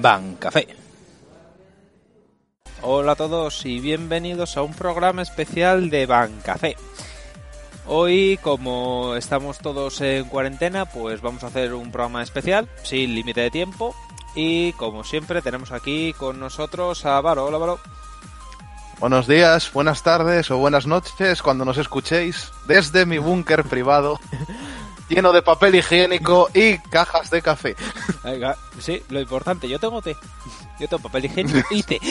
Bancafé. Hola a todos y bienvenidos a un programa especial de Bancafé. Hoy, como estamos todos en cuarentena, pues vamos a hacer un programa especial, sin límite de tiempo. Y como siempre tenemos aquí con nosotros a Varo. Hola, Varo. Buenos días, buenas tardes o buenas noches cuando nos escuchéis desde mi búnker privado lleno de papel higiénico y cajas de café. Sí, lo importante, yo tengo té. Yo tengo papel higiénico y té.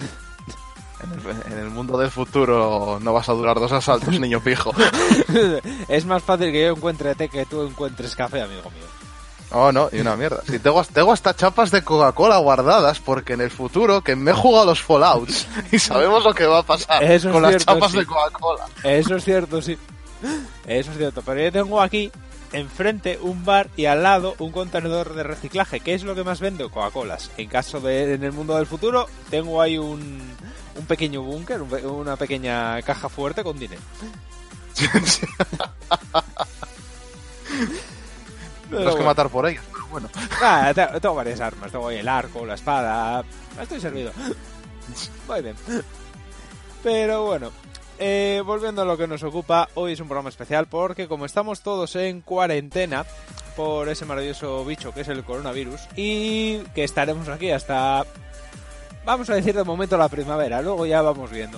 En el mundo del futuro no vas a durar 2 asaltos, niño pijo. Es más fácil que yo encuentre té que tú encuentres café, amigo mío. Oh, no, y una mierda. Si tengo hasta chapas de Coca-Cola guardadas, porque en el futuro, que me he jugado los Fallouts y sabemos lo que va a pasar eso con cierto, las chapas sí. de Coca-Cola. Eso es cierto, sí. Eso es cierto. Pero yo tengo aquí, enfrente, un bar y al lado un contenedor de reciclaje. ¿Qué es lo que más vendo? Coca-Colas. En caso de en el mundo del futuro, tengo ahí un pequeño búnker, una pequeña caja fuerte con dinero. Tienes que matar por ellos, pero bueno. Tengo varias armas. Tengo ahí el arco, la espada. Estoy servido. Muy bien. Pero bueno, volviendo a lo que nos ocupa, hoy es un programa especial porque como estamos todos en cuarentena por ese maravilloso bicho que es el coronavirus y que estaremos aquí hasta, vamos a decir de momento, la primavera, luego ya vamos viendo.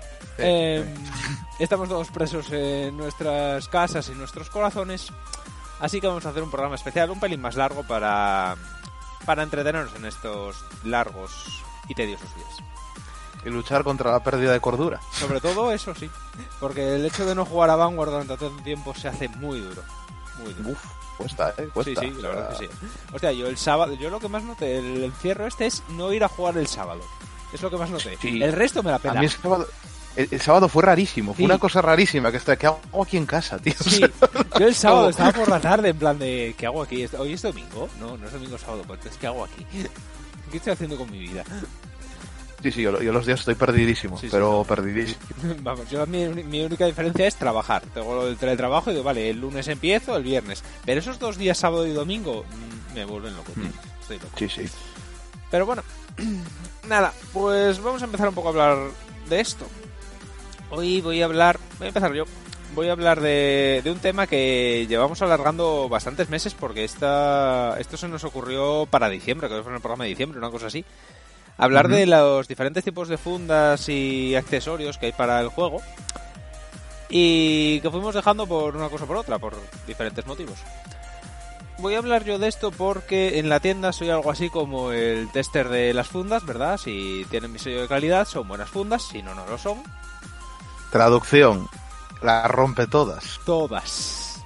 Estamos todos presos en nuestras casas y nuestros corazones. Así que vamos a hacer un programa especial, un pelín más largo para entretenernos en estos largos y tediosos días. Y luchar contra la pérdida de cordura. Sobre todo eso sí, porque el hecho de no jugar a Vanguard durante tanto tiempo se hace muy duro. Muy duro. Uf, cuesta, cuesta. Sí, la verdad que sí. Hostia, yo el sábado, lo que más noté, el encierro es no ir a jugar el sábado. Es lo que más noté. Sí. El resto me la pela. A mí el sábado fue rarísimo, fue una cosa rarísima, ¿qué hago aquí en casa, tío? Sí, yo el sábado estaba por la tarde en plan de, ¿qué hago aquí? ¿Hoy es domingo? No es domingo, sábado, pues entonces, ¿qué hago aquí? ¿Qué estoy haciendo con mi vida? Sí, yo los días estoy perdidísimo, pero perdidísimo. Vamos, yo mi única diferencia es trabajar. Tengo lo del teletrabajo y digo, vale, el lunes empiezo, el viernes. Pero esos 2 días, sábado y domingo, me vuelven loco, tío. Estoy loco. Sí. Pero bueno, nada, pues vamos a empezar un poco a hablar de esto. Hoy voy a empezar yo. Voy a hablar de un tema que llevamos alargando bastantes meses porque esto se nos ocurrió para diciembre, que fue en el programa de diciembre, una cosa así. Hablar de los diferentes tipos de fundas y accesorios que hay para el juego y que fuimos dejando por una cosa o por otra, por diferentes motivos. Voy a hablar yo de esto porque en la tienda soy algo así como el tester de las fundas, ¿verdad? Si tienen mi sello de calidad son buenas fundas, si no, no lo son. Traducción, la rompe todas. Todas.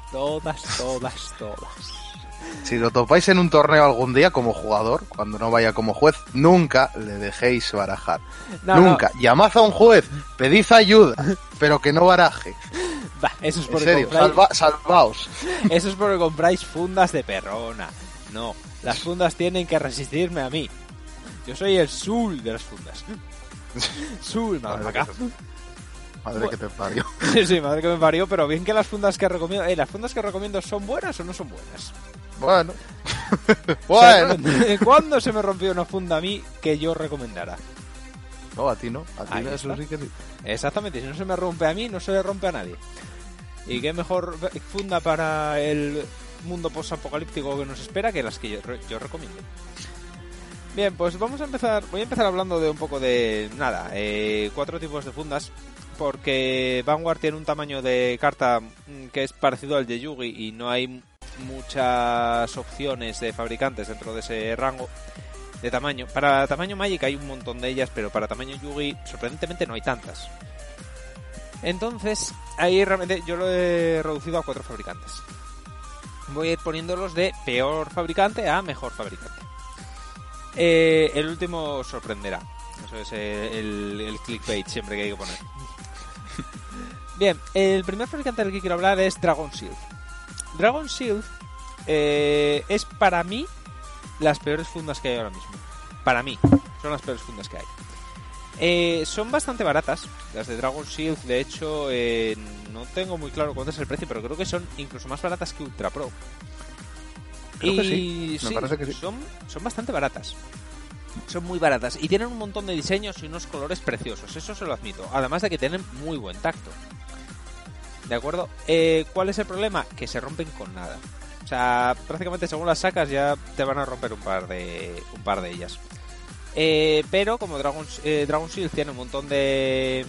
Si lo topáis en un torneo algún día como jugador, cuando no vaya como juez, nunca le dejéis barajar. Nunca. No. Llamad a un juez, pedid ayuda, pero que no baraje. Eso es porque en serio, salvaos. Eso es porque compráis fundas de perrona. No, las fundas tienen que resistirme a mí. Yo soy el Sul de las fundas. Sul, madre. Madre que te parió. Sí, madre que me parió, pero bien que las fundas que recomiendo... ¿Las fundas que recomiendo son buenas o no son buenas? Bueno. ¿Cuándo se me rompió una funda a mí que yo recomendara? No, a ti no. A ti no, eso sí que sí. Exactamente, si no se me rompe a mí, no se le rompe a nadie. Y qué mejor funda para el mundo post-apocalíptico que nos espera que las que yo recomiendo. Bien, pues voy a empezar hablando de un poco de... 4 tipos de fundas. Porque Vanguard tiene un tamaño de carta que es parecido al de Yugi y no hay muchas opciones de fabricantes dentro de ese rango de tamaño. Para tamaño Magic hay un montón de ellas, pero para tamaño Yugi sorprendentemente no hay tantas. Entonces, ahí realmente yo lo he reducido a 4 fabricantes. Voy a ir poniéndolos de peor fabricante a mejor fabricante. El último os sorprenderá. Eso es el clickbait siempre que hay que poner. Bien, el primer fabricante del que quiero hablar es Dragon Shield. Dragon Shield es para mí las peores fundas que hay ahora mismo. Para mí, son las peores fundas que hay. Son bastante baratas, las de Dragon Shield. De hecho, no tengo muy claro cuánto es el precio, pero creo que son incluso más baratas que Ultra Pro. Creo que sí, me parece que sí. Son bastante baratas. Son muy baratas y tienen un montón de diseños y unos colores preciosos, eso se lo admito. Además de que tienen muy buen tacto. ¿De acuerdo? ¿Cuál es el problema? Que se rompen con nada. O sea, prácticamente según las sacas ya te van a romper un par de ellas. Pero como Dragon Shield tiene un montón de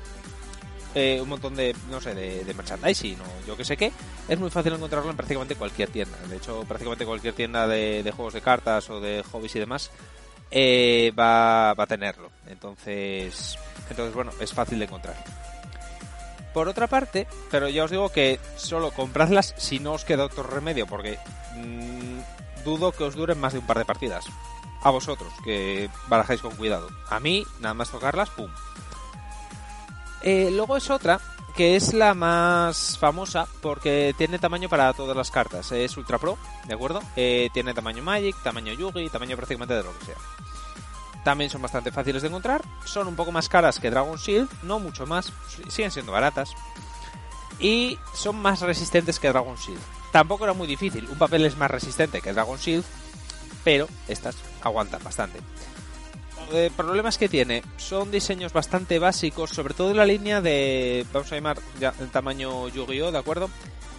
no sé, de merchandising o yo que sé qué, es muy fácil encontrarlo en prácticamente cualquier tienda. De hecho, prácticamente cualquier tienda de juegos de cartas o de hobbies y demás va a tenerlo. Entonces bueno, es fácil de encontrar. Por otra parte, pero ya os digo que solo compradlas si no os queda otro remedio, porque dudo que os duren más de un par de partidas. A vosotros, que barajáis con cuidado. A mí, nada más tocarlas, ¡pum! Luego es otra, que es la más famosa, porque tiene tamaño para todas las cartas. Es Ultra Pro, ¿de acuerdo? Tiene tamaño Magic, tamaño Yugi, tamaño prácticamente de lo que sea. También son bastante fáciles de encontrar. Son un poco más caras que Dragon Shield, no mucho más, siguen siendo baratas. Y son más resistentes que Dragon Shield. Tampoco era muy difícil, un papel es más resistente que Dragon Shield, pero estas aguantan bastante. Problemas que tiene son diseños bastante básicos, sobre todo en la línea de, vamos a llamar ya el tamaño Yu-Gi-Oh, ¿de acuerdo?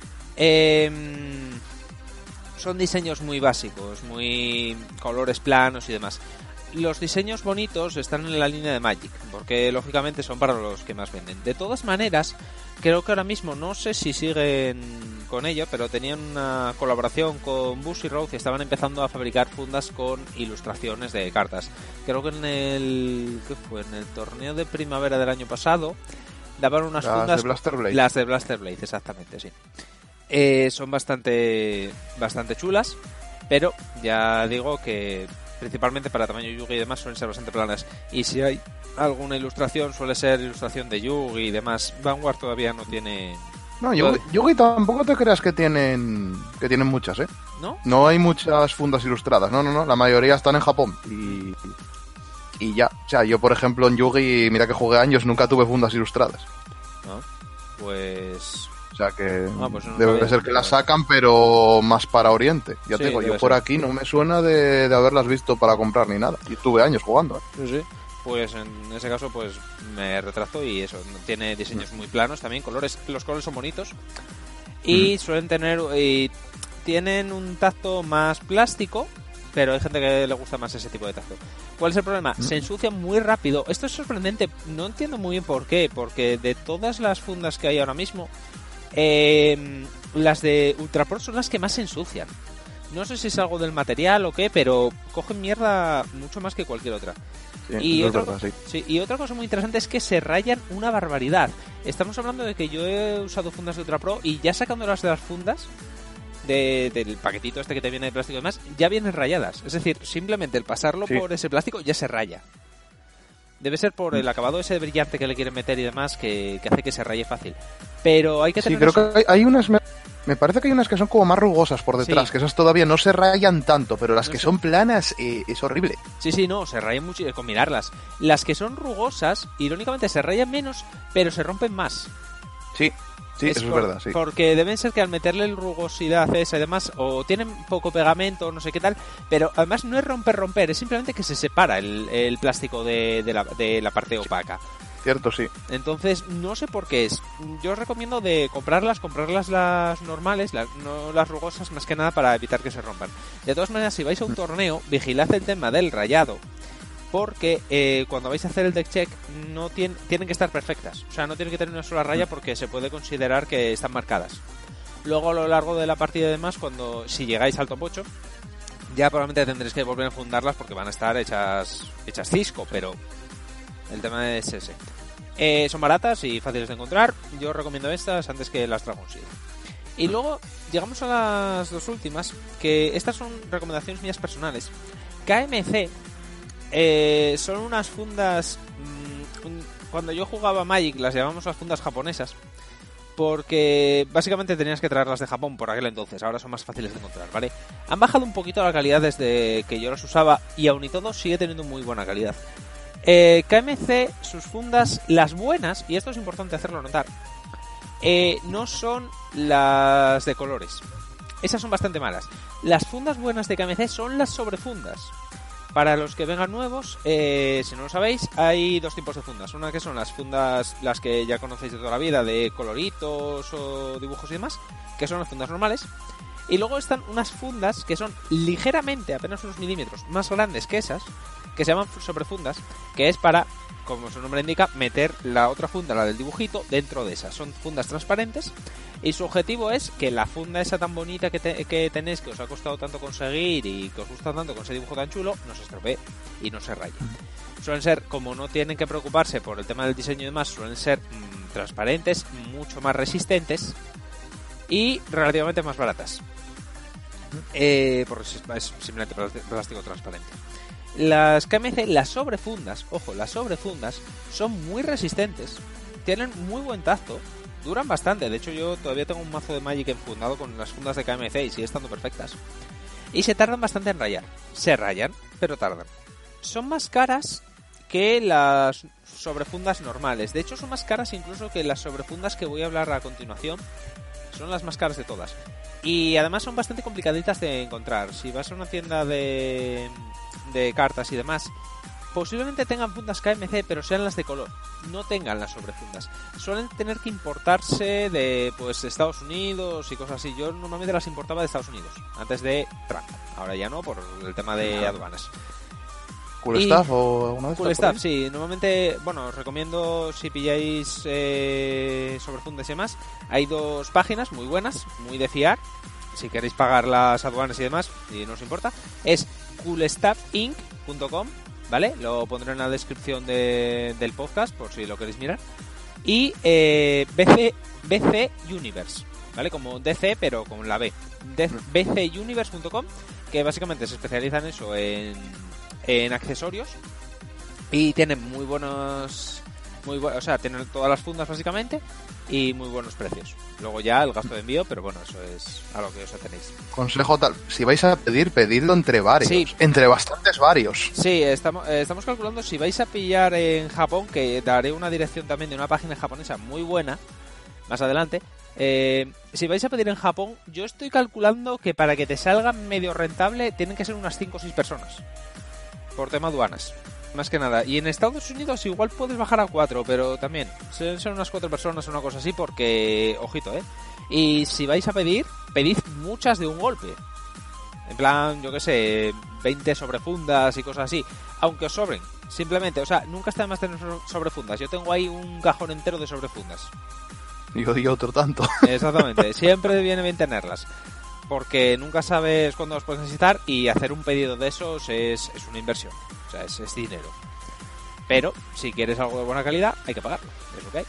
Son diseños muy básicos, muy colores planos y demás. Los diseños bonitos están en la línea de Magic, porque lógicamente son para los que más venden. De todas maneras, creo que ahora mismo, no sé si siguen con ello, pero tenían una colaboración con Bushiroad y estaban empezando a fabricar fundas con ilustraciones de cartas. Creo que en el torneo de primavera del año pasado daban unas fundas... Las de Blaster Blade. Las de Blaster Blade, exactamente, sí. Son bastante chulas, pero ya digo que principalmente para tamaño Yugi y demás suelen ser bastante planas. Y si hay alguna ilustración, suele ser ilustración de Yugi y demás. Vanguard todavía no tiene... No, Yugi tampoco te creas que tienen muchas, ¿eh? ¿No? No hay muchas fundas ilustradas, no. La mayoría están en Japón y ya. O sea, yo por ejemplo en Yugi, mira que jugué años, nunca tuve fundas ilustradas. ¿No? Pues... O sea que pues no debe ser que las sacan, pero más para Oriente. Ya sí, te digo, yo por ser. Aquí no me suena de haberlas visto para comprar ni nada. Y tuve años jugando. Sí. Pues en ese caso pues me retrazo y eso, tiene diseños muy planos también, los colores son bonitos y suelen tener tienen un tacto más plástico, pero hay gente que le gusta más ese tipo de tacto. ¿Cuál es el problema? Se ensucian muy rápido. Esto es sorprendente, no entiendo muy bien por qué, porque de todas las fundas que hay ahora mismo, las de Ultra Pro son las que más se ensucian. No sé si es algo del material o qué, pero cogen mierda mucho más que cualquier otra. Sí, y otra cosa muy interesante es que se rayan una barbaridad. Estamos hablando de que yo he usado fundas de Ultra Pro y ya sacándolas de las fundas del paquetito este que te viene de plástico y demás, ya vienen rayadas. Es decir, simplemente el pasarlo por ese plástico ya se raya. Debe ser por el acabado ese brillante que le quieren meter y demás que hace que se raye fácil. Pero hay que tener... Sí, creo que hay unas... Me parece que hay unas que son como más rugosas por detrás, que esas todavía no se rayan tanto, pero las que son planas es horrible. Sí, no, se rayan mucho con mirarlas. Las que son rugosas, irónicamente se rayan menos, pero se rompen más. Sí, eso es verdad, sí. Porque deben ser que al meterle el rugosidad esa y demás, o tienen poco pegamento, no sé qué tal, pero además no es romper, es simplemente que se separa el plástico de la parte opaca. Cierto, sí. Entonces, no sé por qué es. Yo os recomiendo de comprarlas las normales, no las rugosas, más que nada para evitar que se rompan. De todas maneras, si vais a un torneo, vigilad el tema del rayado, porque cuando vais a hacer el deck check tienen que estar perfectas. O sea, no tienen que tener una sola raya porque se puede considerar que están marcadas. Luego, a lo largo de la partida y demás, si llegáis al top 8, ya probablemente tendréis que volver a fundarlas porque van a estar hechas cisco, pero... El tema es ese. Son baratas y fáciles de encontrar. Yo recomiendo estas antes que las Dragon Shield. Y luego llegamos a las dos últimas, que estas son recomendaciones mías personales. KMC son unas fundas... cuando yo jugaba Magic las llamamos las fundas japonesas, porque básicamente tenías que traerlas de Japón por aquel entonces. Ahora son más fáciles de encontrar, ¿vale? Han bajado un poquito la calidad desde que yo las usaba y aún y todo sigue teniendo muy buena calidad. KMC, sus fundas, las buenas, y esto es importante hacerlo notar, no son las de colores. Esas son bastante malas. Las fundas buenas de KMC son las sobrefundas. Para los que vengan nuevos, si no lo sabéis, hay dos tipos de fundas. Una que son las fundas, las que ya conocéis de toda la vida, de coloritos o dibujos y demás, que son las fundas normales. Y luego están unas fundas que son ligeramente, apenas unos milímetros, más grandes que esas, que se llaman sobrefundas, que es para, como su nombre indica, meter la otra funda, la del dibujito, dentro de esas. Son fundas transparentes y su objetivo es que la funda esa tan bonita que tenéis, que os ha costado tanto conseguir y que os gusta tanto con ese dibujo tan chulo, no se estropee y no se raye. Suelen ser, como no tienen que preocuparse por el tema del diseño y demás, suelen ser transparentes, mucho más resistentes y relativamente más baratas. Porque es simplemente plástico transparente. Las KMC, las sobrefundas, ojo, las sobrefundas son muy resistentes, tienen muy buen tacto, duran bastante. De hecho, yo todavía tengo un mazo de Magic enfundado con las fundas de KMC y sigue estando perfectas. Y se tardan bastante en rayar. Se rayan, pero tardan. Son más caras que las sobrefundas normales. De hecho, son más caras incluso que las sobrefundas que voy a hablar a continuación. Son las más caras de todas. Y además son bastante complicaditas de encontrar. Si vas a una tienda de cartas y demás, posiblemente tengan fundas KMC, pero sean las de color, no tengan las sobrefundas. Suelen tener que importarse de Estados Unidos y cosas así. Yo normalmente las importaba de Estados Unidos antes de Trump. Ahora ya no, por el tema de aduanas. ¿Cool Stuff o alguna vez? Cool Stuff, sí. Normalmente, bueno, os recomiendo, si pilláis sobrefundas y demás, hay dos páginas muy buenas, muy de fiar, si queréis pagar las aduanas y demás, y no os importa. Es coolstuffinc.com, ¿vale? Lo pondré en la descripción del podcast, por si lo queréis mirar. Y BC Universe, ¿vale? Como DC, pero con la B. bcuniverse.com, que básicamente se especializa en eso, en accesorios, y tienen muy buenos, o sea, tienen todas las fundas básicamente y muy buenos precios. Luego ya el gasto de envío, pero bueno, eso es a lo que os atenéis. Consejo tal, si vais a pedidlo entre varios, sí. Entre bastantes varios. Sí, estamos calculando, si vais a pillar en Japón, que daré una dirección también de una página japonesa muy buena más adelante. Si vais a pedir en Japón, yo estoy calculando que para que te salga medio rentable tienen que ser unas 5 o 6 personas por tema aduanas, más que nada. Y en Estados Unidos igual puedes bajar a 4, pero también son unas 4 personas o una cosa así, porque, ojito, y si vais a pedid muchas de un golpe. En plan, yo que sé, 20 sobrefundas y cosas así, aunque os sobren, simplemente, o sea, nunca está de más tener sobrefundas. Yo tengo ahí un cajón entero de sobrefundas. Y otro tanto. Exactamente, siempre viene bien tenerlas, porque nunca sabes cuándo los puedes necesitar, y hacer un pedido de esos es una inversión, o sea, es dinero. Pero si quieres algo de buena calidad, hay que pagarlo, es lo que hay.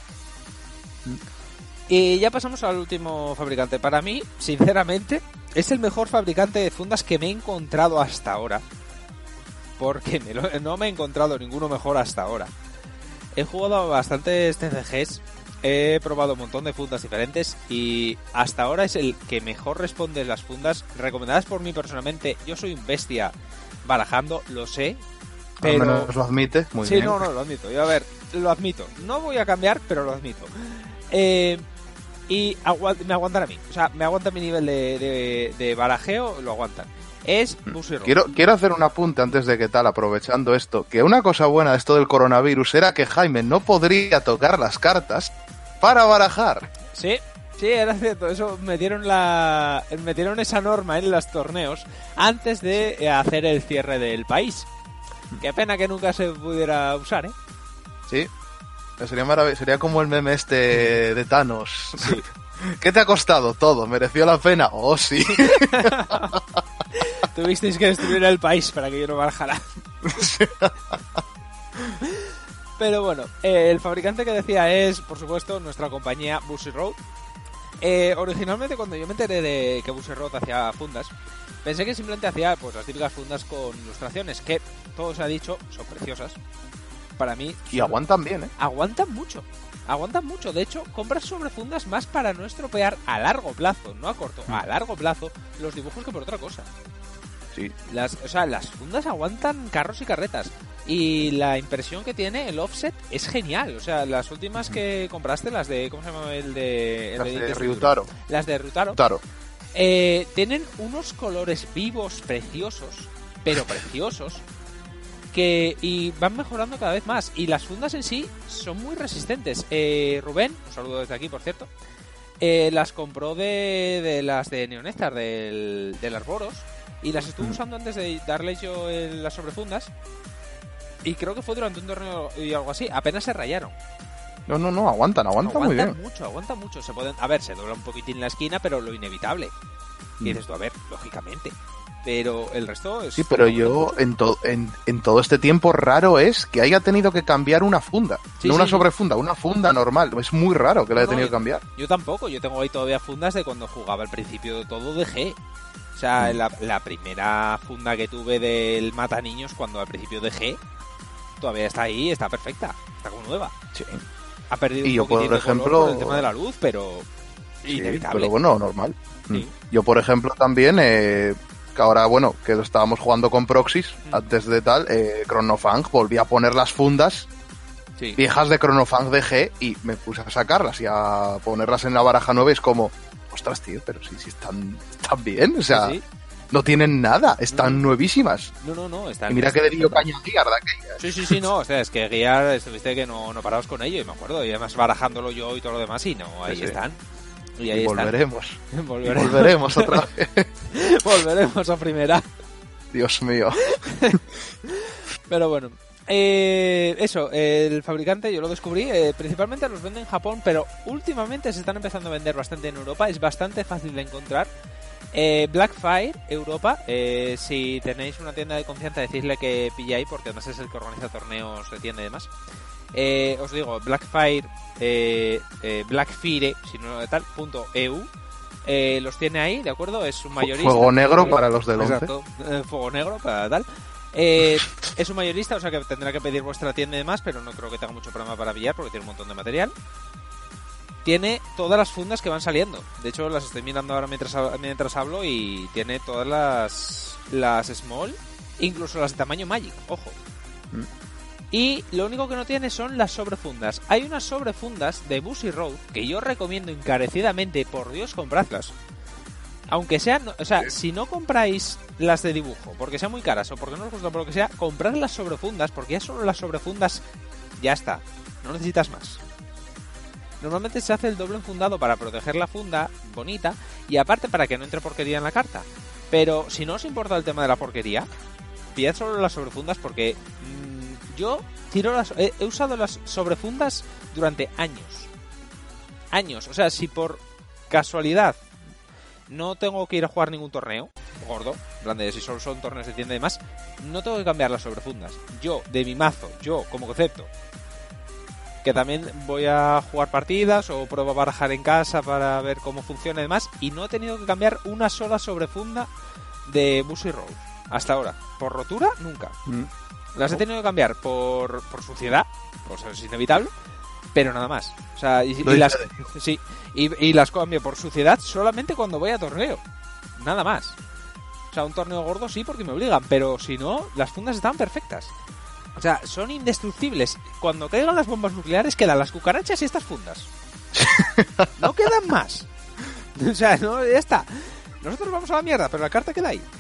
Y ya pasamos al último fabricante. Para mí, sinceramente, es el mejor fabricante de fundas que me he encontrado hasta ahora, porque no me he encontrado ninguno mejor hasta ahora. He jugado a bastantes TCGs, he probado un montón de fundas diferentes y hasta ahora es el que mejor responde las fundas recomendadas por mí personalmente. Yo soy un bestia barajando, lo sé, pero... Al menos lo admite, muy sí, bien. No, lo admito. Yo, a ver, lo admito. No voy a cambiar, pero lo admito. Y me aguantan a mí. O sea, me aguanta mi nivel de barajeo, lo aguantan. Es Bushiroad. Quiero hacer un apunte antes de que tal, aprovechando esto, que una cosa buena de esto del coronavirus era que Jaime no podría tocar las cartas para barajar. Sí, era cierto. Eso metieron esa norma en los torneos antes de hacer el cierre del país. Qué pena que nunca se pudiera usar, ¿eh? Sí, sería maravilloso. Sería como el meme de Thanos. Sí. ¿Qué te ha costado todo? ¿Mereció la pena? Oh, sí. Tuvisteis que destruir el país para que yo no barajara. Pero bueno, el fabricante que decía es, por supuesto, nuestra compañía Bushiroad. Originalmente, cuando yo me enteré de que Bushiroad hacía fundas, pensé que simplemente hacía pues las típicas fundas con ilustraciones, que todo se ha dicho, son preciosas. Para mí... Y aguantan bien, ¿eh? Aguantan mucho. De hecho, compras sobrefundas más para no estropear a largo plazo, no a corto, a largo plazo, los dibujos que por otra cosa. Sí. Las fundas aguantan carros y carretas. Y la impresión que tiene el offset es genial. O sea, las últimas que compraste, las de... ¿Cómo se llama? Las de Ryutaro. Las de Ryutaro. Tienen unos colores vivos preciosos, pero preciosos. y van mejorando cada vez más. Y las fundas en sí son muy resistentes. Rubén, un saludo desde aquí, por cierto, las compró de las de Neonestar, del Arboros, y las estuve usando antes de darles yo las sobrefundas. Y creo que fue durante un torneo y algo así. Apenas se rayaron. No, aguantan muy bien. Aguantan mucho. Se dobla un poquitín la esquina, pero lo inevitable. Y dices tú, a ver, lógicamente. Pero el resto es... Sí, pero yo en todo este tiempo raro es que haya tenido que cambiar una funda. No una sobrefunda, una funda normal. Es muy raro que la haya tenido que cambiar. Yo tampoco. Yo tengo ahí todavía fundas de cuando jugaba al principio de todo de G. O sea, la primera funda que tuve del Mata Niños cuando al principio de G todavía está ahí, está perfecta. Está como nueva. Sí. Ha perdido y un yo, poquitín por ejemplo, de color por el tema de la luz, pero inevitable. Pero bueno, normal. Sí. Yo, por ejemplo, también, que ahora, bueno, que lo estábamos jugando con Proxys, antes de tal, Chronofang, volví a poner las fundas viejas de Chronofang de G y me puse a sacarlas y a ponerlas en la baraja nueva y es como, ostras, tío, pero si están bien, o sea... Sí. No tienen nada, están nuevísimas. No, están... Y mira que debió caña Gear de aquellas. Sí, no, o sea, es que Gear estuviste que no parabas con ello, y me acuerdo, y además barajándolo yo y todo lo demás, y no, ahí están. Y ahí volveremos. Volveremos otra vez. Volveremos a primera. Dios mío. Pero bueno, eso, el fabricante yo lo descubrí, principalmente los venden en Japón, pero últimamente se están empezando a vender bastante en Europa, es bastante fácil de encontrar. Blackfire Europa, si tenéis una tienda de confianza, decidle que pilláis, porque además es el que organiza torneos de tienda y demás. Os digo, Blackfire, Blackfire, si no de tal, .eu, los tiene ahí, ¿de acuerdo? Es un mayorista. Fuego negro para los del 11. Exacto, fuego negro para tal. Es un mayorista, o sea que tendrá que pedir vuestra tienda y demás, pero no creo que tenga mucho problema para pillar, porque tiene un montón de material. Tiene todas las fundas que van saliendo. De hecho, las estoy mirando ahora mientras hablo y tiene todas las small, incluso las de tamaño Magic, ojo. Y lo único que no tiene son las sobrefundas. Hay unas sobrefundas de Bushy Road que yo recomiendo encarecidamente, por Dios, compradlas. Aunque sean, o sea, si no compráis las de dibujo, porque sean muy caras o porque no os gusta, por lo que sea, comprad las sobrefundas, porque ya solo las sobrefundas ya está. No necesitas más. Normalmente se hace el doble enfundado para proteger la funda bonita y aparte para que no entre porquería en la carta. Pero si no os importa el tema de la porquería, pillad solo las sobrefundas porque yo he usado las sobrefundas durante años. O sea, si por casualidad no tengo que ir a jugar ningún torneo gordo, en plan de si solo son torneos de tienda y demás, no tengo que cambiar las sobrefundas. Yo, de mi mazo, yo como concepto, que también voy a jugar partidas o pruebo a barajar en casa para ver cómo funciona y demás, y no he tenido que cambiar una sola sobrefunda de Bushy Road hasta ahora. Por rotura, nunca. Las he tenido que cambiar por suciedad, pues es inevitable, pero nada más. O sea, y las cambio por suciedad solamente cuando voy a torneo, nada más. O sea, un torneo gordo sí porque me obligan, pero si no, las fundas están perfectas. O sea, son indestructibles. Cuando caigan las bombas nucleares quedan las cucarachas y estas fundas. No quedan más. O sea, no, ya está. Nosotros vamos a la mierda, pero la carta queda ahí.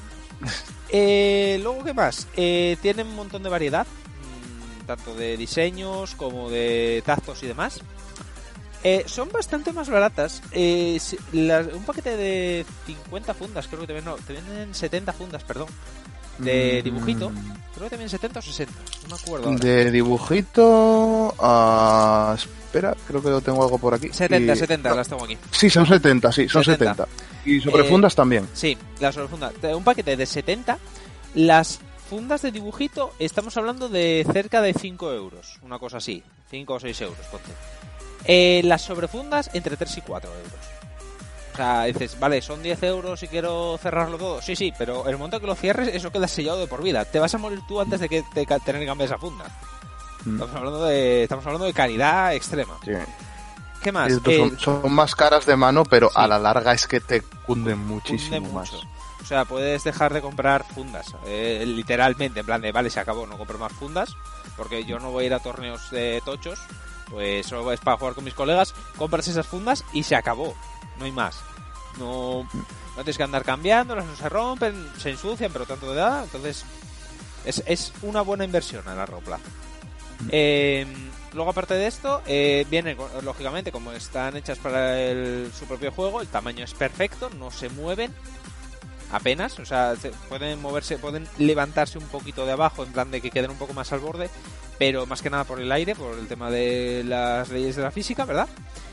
Luego, ¿qué más? Tienen un montón de variedad, tanto de diseños como de tactos y demás. Son bastante más baratas. Un paquete de 50 fundas, creo que te venden 70 fundas, perdón. De dibujito, creo que también 70 o 60, no me acuerdo ahora. De dibujito, espera, creo que tengo algo por aquí. 70, las tengo aquí. Sí, son 70, sí, son 70. Y sobrefundas también. Sí, las sobrefundas. Un paquete de 70, las fundas de dibujito estamos hablando de cerca de 5 euros, una cosa así, 5 o 6 euros, ponte. Las sobrefundas entre 3 y 4 euros. O sea, dices, vale, son 10 euros y quiero cerrarlo todo. Sí, pero el momento que lo cierres, eso queda sellado de por vida. Te vas a morir tú antes de que tener que cambiar esa funda. Estamos hablando de calidad extrema. Sí. ¿Qué más? Son más caras de mano, pero sí, a la larga es que te cunden muchísimo más. O sea, puedes dejar de comprar fundas, literalmente, en plan de, vale, se acabó, no compro más fundas, porque yo no voy a ir a torneos de tochos, pues solo es para jugar con mis colegas, compras esas fundas y se acabó. No hay más. No tienes que andar cambiando, las no se rompen, se ensucian, pero tanto de nada. Entonces, Es una buena inversión a largo plazo. Luego, aparte de esto, vienen, lógicamente, como están hechas para su propio juego, el tamaño es perfecto, no se mueven apenas, o sea, pueden moverse, pueden levantarse un poquito de abajo, en plan de que queden un poco más al borde, pero más que nada por el aire, por el tema de las leyes de la física, ¿verdad?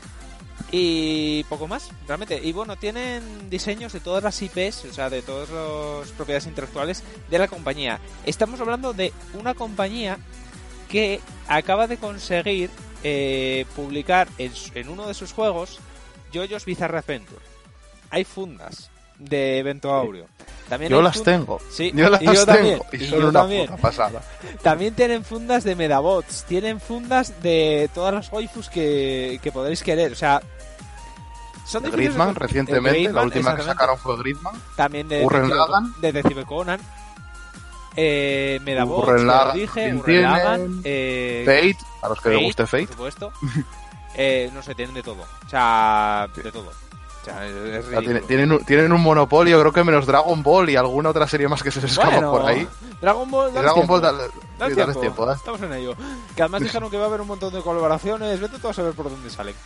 Y poco más, realmente. Y bueno, tienen diseños de todas las IPs, o sea, de todas las propiedades intelectuales de la compañía. Estamos hablando de una compañía que acaba de conseguir publicar en uno de sus juegos JoJo's Bizarre Adventure. Hay fundas de Evento Áureo. También yo las tengo. Sí, yo las tengo. También, y son una puta pasada. También tienen fundas de Medabots. Tienen fundas de todas las waifus que podréis querer. O sea, son de Gridman, recientemente. Gridman, la última que sacaron fue Gridman. También de Detective Conan. Medabots, Gurren Lagann, Fate, a los que les guste Fate. Por supuesto. No sé, tienen de todo. O sea, de todo. O sea, es ridículo. Tienen un monopolio, creo que menos Dragon Ball y alguna otra serie más que se les escapa por ahí. Dragon Ball, dale tiempo. Estamos en ello. Que además dijeron que va a haber un montón de colaboraciones. Vete tú a saber por dónde salen.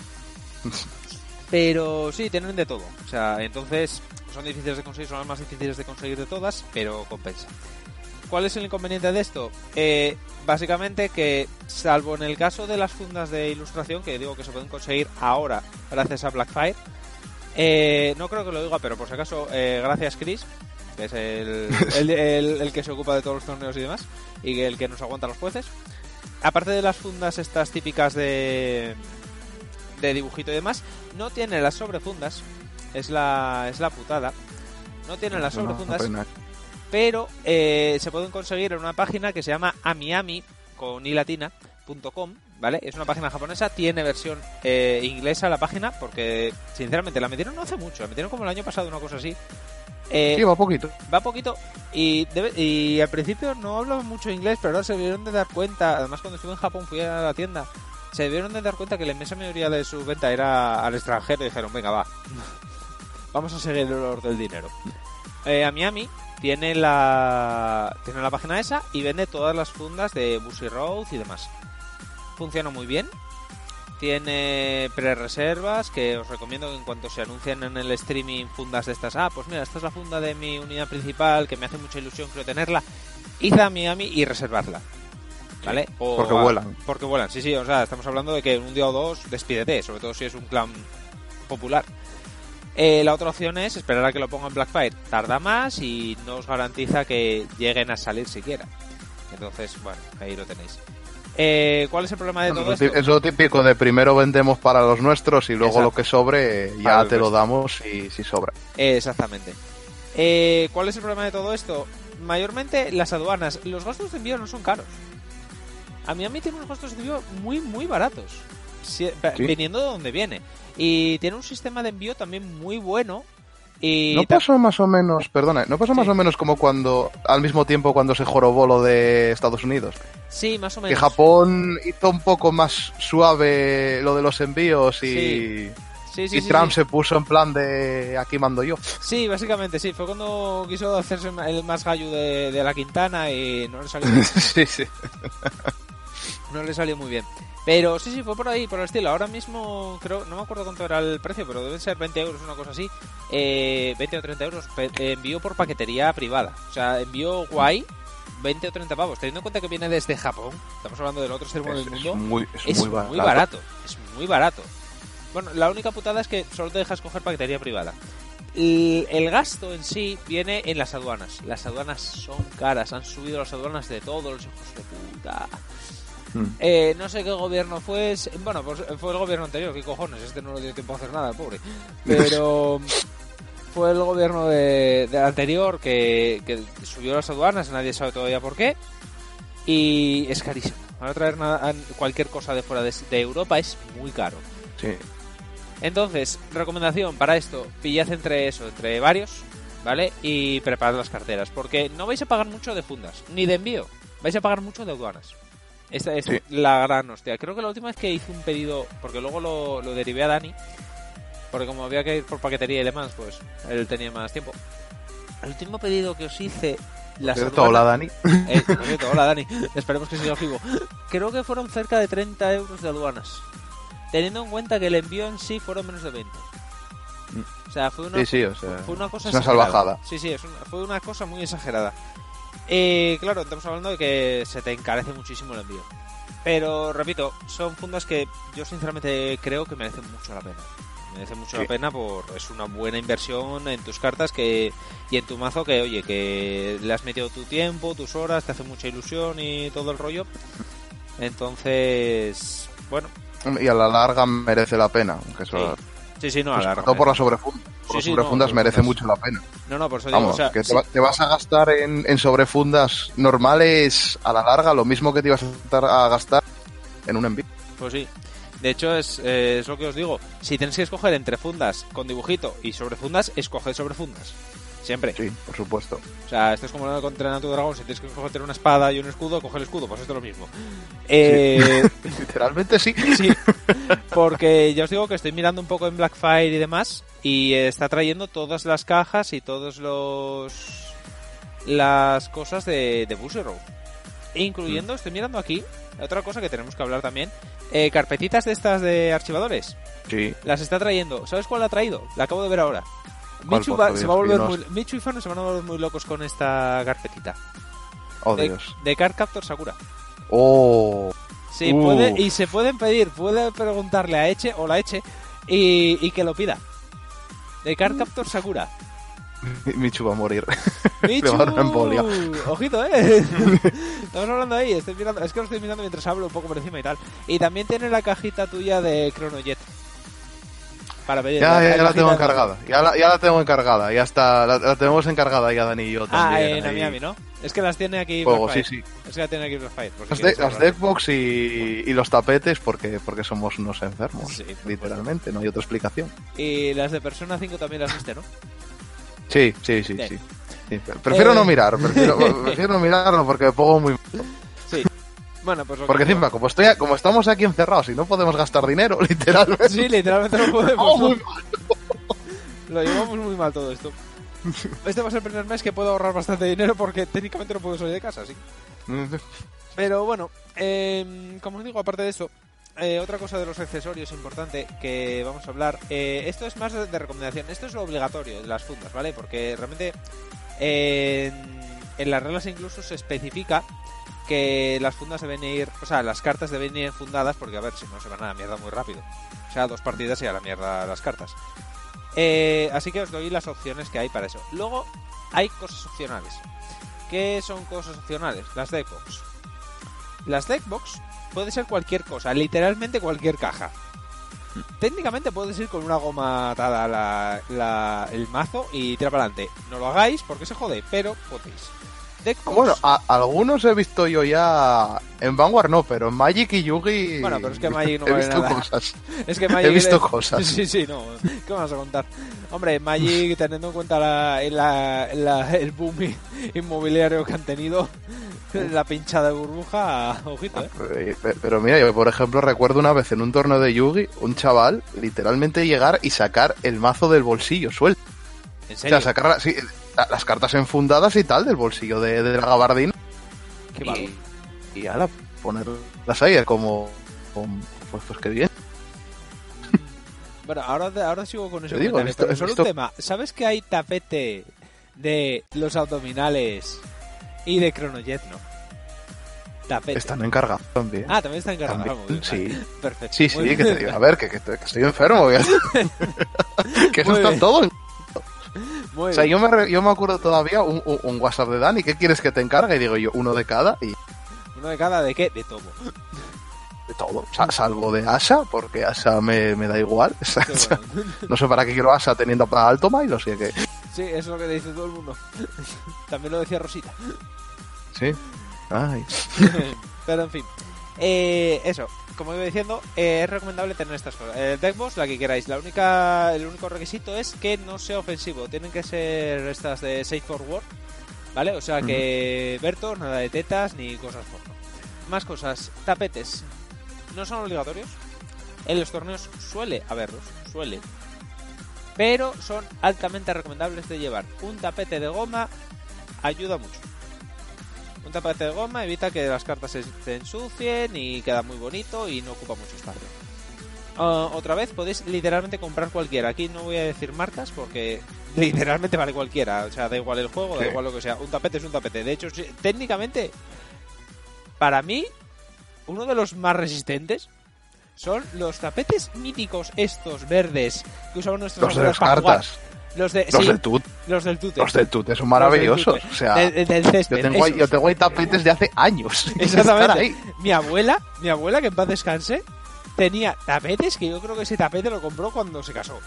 Pero sí, tienen de todo. O sea, entonces son difíciles de conseguir, son las más difíciles de conseguir de todas, pero compensa. ¿Cuál es el inconveniente de esto? Básicamente que, salvo en el caso de las fundas de ilustración, que digo que se pueden conseguir ahora gracias a Blackfire, no creo que lo diga, pero por si acaso, gracias Chris, que es el que se ocupa de todos los torneos y demás, y el que nos aguanta los jueces. Aparte de las fundas estas típicas de dibujito y demás, no tiene las sobrefundas, es la putada. No tiene las sobrefundas, pero se pueden conseguir en una página que se llama amiami con ilatina.com, ¿vale? Es una página japonesa, tiene versión inglesa la página, porque sinceramente la metieron no hace mucho, la metieron como el año pasado, una cosa así. Sí, va poquito. Va poquito y al principio no hablaba mucho inglés, pero ahora se debieron de dar cuenta, además cuando estuve en Japón fui a la tienda, se debieron de dar cuenta que la inmensa mayoría de su venta era al extranjero y dijeron, venga, va, vamos a seguir el olor del dinero. Amiami tiene la página esa y vende todas las fundas de Bushy Road y demás. Funciona muy bien. Tiene pre-reservas que os recomiendo que en cuanto se anuncien en el streaming fundas de estas, pues mira, esta es la funda de mi unidad principal que me hace mucha ilusión, quiero tenerla, id a Miami y reservadla, ¿vale? Porque vuelan. Porque vuelan, sí, o sea, estamos hablando de que en un día o dos despídete, sobre todo si es un clan popular. La otra opción es esperar a que lo pongan Blackfire, tarda más y no os garantiza que lleguen a salir siquiera. Entonces, bueno, ahí lo tenéis. ¿Cuál es el problema de todo esto? Es lo típico de primero vendemos para los nuestros y luego lo que sobre ya te lo damos si sobra. Exactamente. ¿Cuál es el problema de todo esto? Mayormente las aduanas. Los gastos de envío no son caros. A mí tiene unos gastos de envío muy, muy baratos. Viniendo de donde viene. Y tiene un sistema de envío también muy bueno. Y ¿No pasó más o menos, más o menos como cuando, al mismo tiempo cuando se jorobó lo de Estados Unidos? Sí, más o menos. Que Japón hizo un poco más suave lo de los envíos y Trump se puso en plan de aquí mando yo. Sí, básicamente, sí. Fue cuando quiso hacerse el más gallo de la Quintana y no le salió bien. Sí. No le salió muy bien. Pero sí, fue por ahí, por el estilo. Ahora mismo, creo, no me acuerdo cuánto era el precio, pero deben ser 20 euros, una cosa así. 20 o 30 euros. Envío por paquetería privada. O sea, envío guay, 20 o 30 pavos. Teniendo en cuenta que viene desde Japón, estamos hablando del otro extremo del mundo. Es muy barato. Es muy barato. Bueno, la única putada es que solo te dejas coger paquetería privada. El gasto en sí viene en las aduanas. Las aduanas son caras. Han subido las aduanas de todos los hijos de puta. No sé qué gobierno fue. Bueno, pues fue el gobierno anterior. ¿Qué cojones? Este no le dio tiempo a hacer nada, el pobre. Pero fue el gobierno del anterior que subió las aduanas. Nadie sabe todavía por qué. Y es carísimo. Ahora traer cualquier cosa de fuera de Europa es muy caro. Sí. Entonces, recomendación para esto: pillad entre varios, ¿vale? Y preparad las carteras. Porque no vais a pagar mucho de fundas, ni de envío. Vais a pagar mucho de aduanas. Esta es la gran hostia. Creo que la última vez que hice un pedido, porque luego lo derivé a Dani, porque como había que ir por paquetería y demás, pues él tenía más tiempo. El último pedido que os hice Hola, Dani. Hola, Dani. Esperemos que siga vivo. Creo que fueron cerca de 30 euros de aduanas. Teniendo en cuenta que el envío en sí fueron menos de 20. O sea, fue una, fue una cosa es una salvajada. Sí, fue una cosa muy exagerada. Claro, estamos hablando de que se te encarece muchísimo el envío. Pero, repito, son fundas que yo sinceramente creo que merecen mucho la pena. Merece mucho la pena, es una buena inversión en tus cartas y en tu mazo que, oye, que le has metido tu tiempo, tus horas, te hace mucha ilusión y todo el rollo. Entonces, bueno. Y a la larga merece la pena. Aunque eso... Sí, no, a la larga. Todo por las sobrefundas. Por las sobrefundas merece mucho la pena. No, por eso digo, vamos, que te vas a gastar en sobrefundas normales a la larga lo mismo que te ibas a gastar en un envío. Pues sí. De hecho, es lo que os digo. Si tenéis que escoger entre fundas con dibujito y sobrefundas, escoged sobrefundas. Siempre. Sí, por supuesto. O sea, esto es como lo de Entrenar a tu dragón. Si tienes que escoger una espada y un escudo, coge el escudo. Pues esto es lo mismo. Literalmente sí. Sí. Porque ya os digo que estoy mirando un poco en Blackfire y demás. Y está trayendo todas las cajas y todos las cosas de Bushiroad. Incluyendo, estoy mirando aquí, otra cosa que tenemos que hablar también. Carpetitas de estas de archivadores. Sí. Las está trayendo. ¿Sabes cuál la ha traído? La acabo de ver ahora. Michu y Fano se van a volver muy locos con esta carpetita. Oh, Dios. De Card Captor Sakura. Oh. Sí, y se pueden pedir, puede preguntarle a Eche o la Eche y que lo pida. De Card Captor Sakura. Michu va a morir. Michu, le va a dar una embolia. Ojito, estamos hablando ahí, es que lo estoy mirando mientras hablo un poco por encima y tal. Y también tiene la cajita tuya de Chronojet. Para pedir. Ya la tengo encargada. Ya la tengo encargada. Ya está. La tenemos encargada ya Dani y yo también. En Miami, ¿no? Es que las tiene aquí. Sí. Es que la tiene aquí Blackfire. Las Deckbox y los tapetes porque somos unos enfermos. Sí, literalmente, no hay otra explicación. Y las de Persona 5 también las viste, ¿no? Sí. Prefiero no mirar. Prefiero no mirarlo porque me pongo muy... Sí. Bueno, pues porque encima, como estamos aquí encerrados y no podemos gastar dinero, literalmente. Sí, literalmente no podemos. Muy mal. Lo llevamos muy mal todo esto. Este va a ser el primer mes que puedo ahorrar bastante dinero porque técnicamente no puedo salir de casa, sí. Pero bueno, como os digo, aparte de eso, otra cosa de los accesorios importante que vamos a hablar, esto es más de recomendación, esto es lo obligatorio de las fundas, ¿vale? Porque realmente en las reglas incluso se especifica que las fundas deben ir, o sea, las cartas deben ir fundadas porque, a ver, si no se van a la mierda muy rápido. O sea, 2 partidas y a la mierda las cartas. Así que os doy las opciones que hay para eso. Luego hay cosas opcionales. ¿Qué son cosas opcionales? Las Deckbox. Las Deckbox puede ser cualquier cosa, literalmente cualquier caja. Técnicamente puedes ir con una goma atada el mazo y tirar para adelante. No lo hagáis porque se jode, pero podéis. Deckbox. Bueno, algunos he visto yo ya en Vanguard no, pero en Magic y Yugi... Bueno, pero es que Magic no he vale visto nada. Cosas. Es que Magic he visto cosas. Sí, no. ¿Qué vas a contar? Hombre, Magic, teniendo en cuenta el boom inmobiliario que han tenido, la pinchada de burbuja, ojito, Pero mira, yo por ejemplo recuerdo una vez en un torneo de Yugi, un chaval literalmente llegar y sacar el mazo del bolsillo suelto. ¿En serio? O sea, sacar las cartas enfundadas y tal del bolsillo de la gabardina. Qué valor. Y ahora ponerlas ahí como pues qué bien. Bueno, ahora sigo con eso. Pero solo un tema. ¿Sabes que hay tapete de los abdominales y de Chronojet, no? Tapete. Están encargados también. También están encargados. Sí. Perfecto. Sí, que te digo, a ver, que estoy enfermo. Que eso está todo. O sea, yo me acuerdo todavía un WhatsApp de Dani, ¿qué quieres que te encargue? Y digo yo, uno de cada y... ¿Uno de cada de qué? De todo. De todo. Salvo de Asha, porque Asha me da igual. Bueno. No sé para qué quiero Asha teniendo para Alto Mile, o sea que... Sí, eso es lo que dice todo el mundo. También lo decía Rosita. Sí. Ay. Pero en fin. Eso. Como iba diciendo, es recomendable tener estas cosas. Deckbox, la que queráis. El único requisito es que no sea ofensivo. Tienen que ser estas de Safe for Work, ¿vale? O sea que Berto, nada de tetas ni cosas porno. Más cosas. Tapetes. No son obligatorios. En los torneos suele haberlos. Pero son altamente recomendables de llevar. Un tapete de goma ayuda mucho. Un tapete de goma evita que las cartas se ensucien y queda muy bonito y no ocupa mucho espacio. Otra vez, podéis literalmente comprar cualquiera. Aquí no voy a decir marcas porque literalmente vale cualquiera. O sea, da igual el juego, da igual lo que sea. Un tapete es un tapete. De hecho, técnicamente, para mí, uno de los más resistentes son los tapetes míticos estos verdes que usaban nuestros abuelos. Los de las cartas. Los del TUT. Los del TUT. Los del TUT son maravillosos. O sea, del césped, yo tengo ahí tapetes de hace años. Exactamente. Mi abuela, que en paz descanse, tenía tapetes que yo creo que ese tapete lo compró cuando se casó.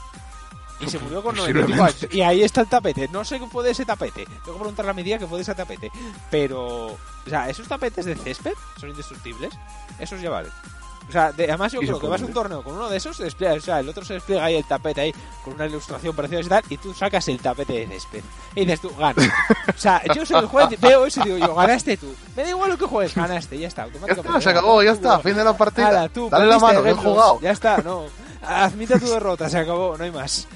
Y se murió con 95 años. Y ahí está el tapete. No sé qué fue de ese tapete. Tengo que preguntarle a mi tía qué fue de ese tapete. Pero, o sea, esos tapetes de césped son indestructibles. Esos ya valen. O sea, además yo creo que vas a un torneo con uno de esos, o sea, el otro se despliega ahí el tapete ahí con una ilustración parecida y tal, y tú sacas el tapete de césped. Y dices tú, ganas. O sea, yo soy el juez, veo eso y digo yo, ganaste tú. Me da igual lo que juegues, ganaste, ya está. Automáticamente. Se acabó, ya está, fin de la partida. Ala, tú, dale la mano, que he jugado. Ya está, no. Admite tu derrota, se acabó, no hay más.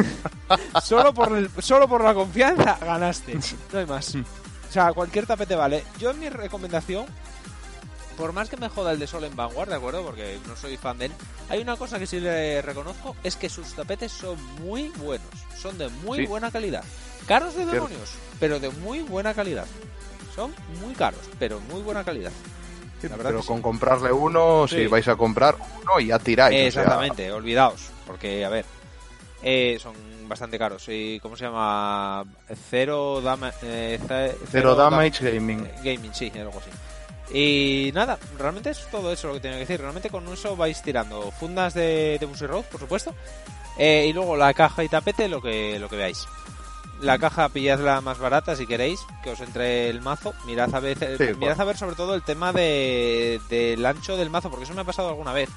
Solo por la confianza ganaste, no hay más. O sea, cualquier tapete vale. Yo en mi recomendación, por más que me joda el de Sol en Vanguard, ¿de acuerdo? Porque no soy fan de él. Hay una cosa que sí le reconozco, es que sus tapetes son muy buenos. Son de muy buena calidad. Caros de demonios, pero de muy buena calidad. Son muy caros, pero muy buena calidad. Sí, pero con comprarle uno, si vais a comprar uno y ya tiráis. Exactamente, o sea, olvidaos. Porque, a ver, son bastante caros. ¿Y cómo se llama? Zero Damage Gaming. Gaming, sí, algo así. Y nada, realmente es todo eso lo que tengo que decir. Realmente con eso vais tirando fundas de Busy Road, por supuesto, y luego la caja y tapete, lo que veáis. La caja pilladla más barata si queréis, que os entre el mazo. Mirad a ver sobre todo el tema del ancho del mazo, porque eso me ha pasado alguna vez.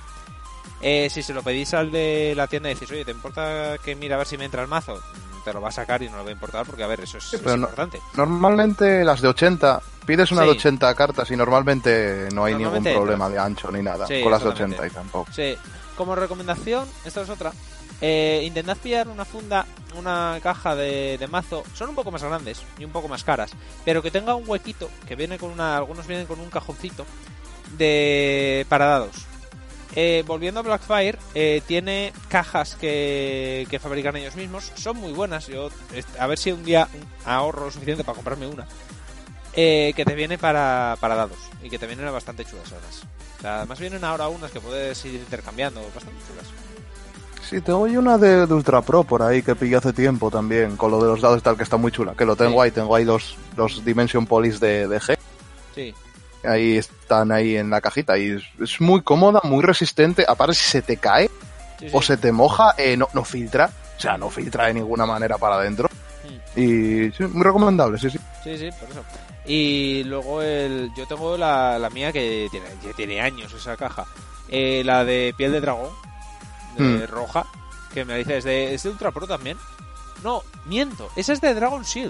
Si se lo pedís al de la tienda y decís, oye, ¿te importa que mira a ver si me entra el mazo? Te lo va a sacar y no lo va a importar porque, a ver, eso es importante. Normalmente las de 80, pides una de 80 cartas y normalmente no hay ningún problema de ancho ni nada. Con las de 80 y tampoco. Sí, como recomendación, esta es otra. Intentad pillar una funda, una caja de mazo. Son un poco más grandes y un poco más caras, pero que tenga un huequito, que viene con algunos vienen con un cajoncito para dados. Volviendo a Blackfire, tiene cajas que fabrican ellos mismos. Son muy buenas. Yo a ver si un día ahorro suficiente para comprarme una. Que te viene para dados. Y que te vienen bastante chulas además. O sea, además vienen ahora unas que puedes ir intercambiando. Bastante chulas. Sí, tengo yo una de Ultra Pro por ahí que pillé hace tiempo también. Con lo de los dados tal, que está muy chula. Que lo tengo ahí. Tengo ahí los Dimension Police de G. Sí. Ahí están ahí en la cajita y es muy cómoda, muy resistente. Aparte, si se te cae o se te moja, no filtra. O sea, no filtra de ninguna manera para adentro. Y sí, muy recomendable, sí. Sí, por eso. Y luego yo tengo la mía que tiene años esa caja. La de piel de dragón, roja, que me dice, ¿es de Ultra Pro también? No, miento, esa es de Dragon Shield.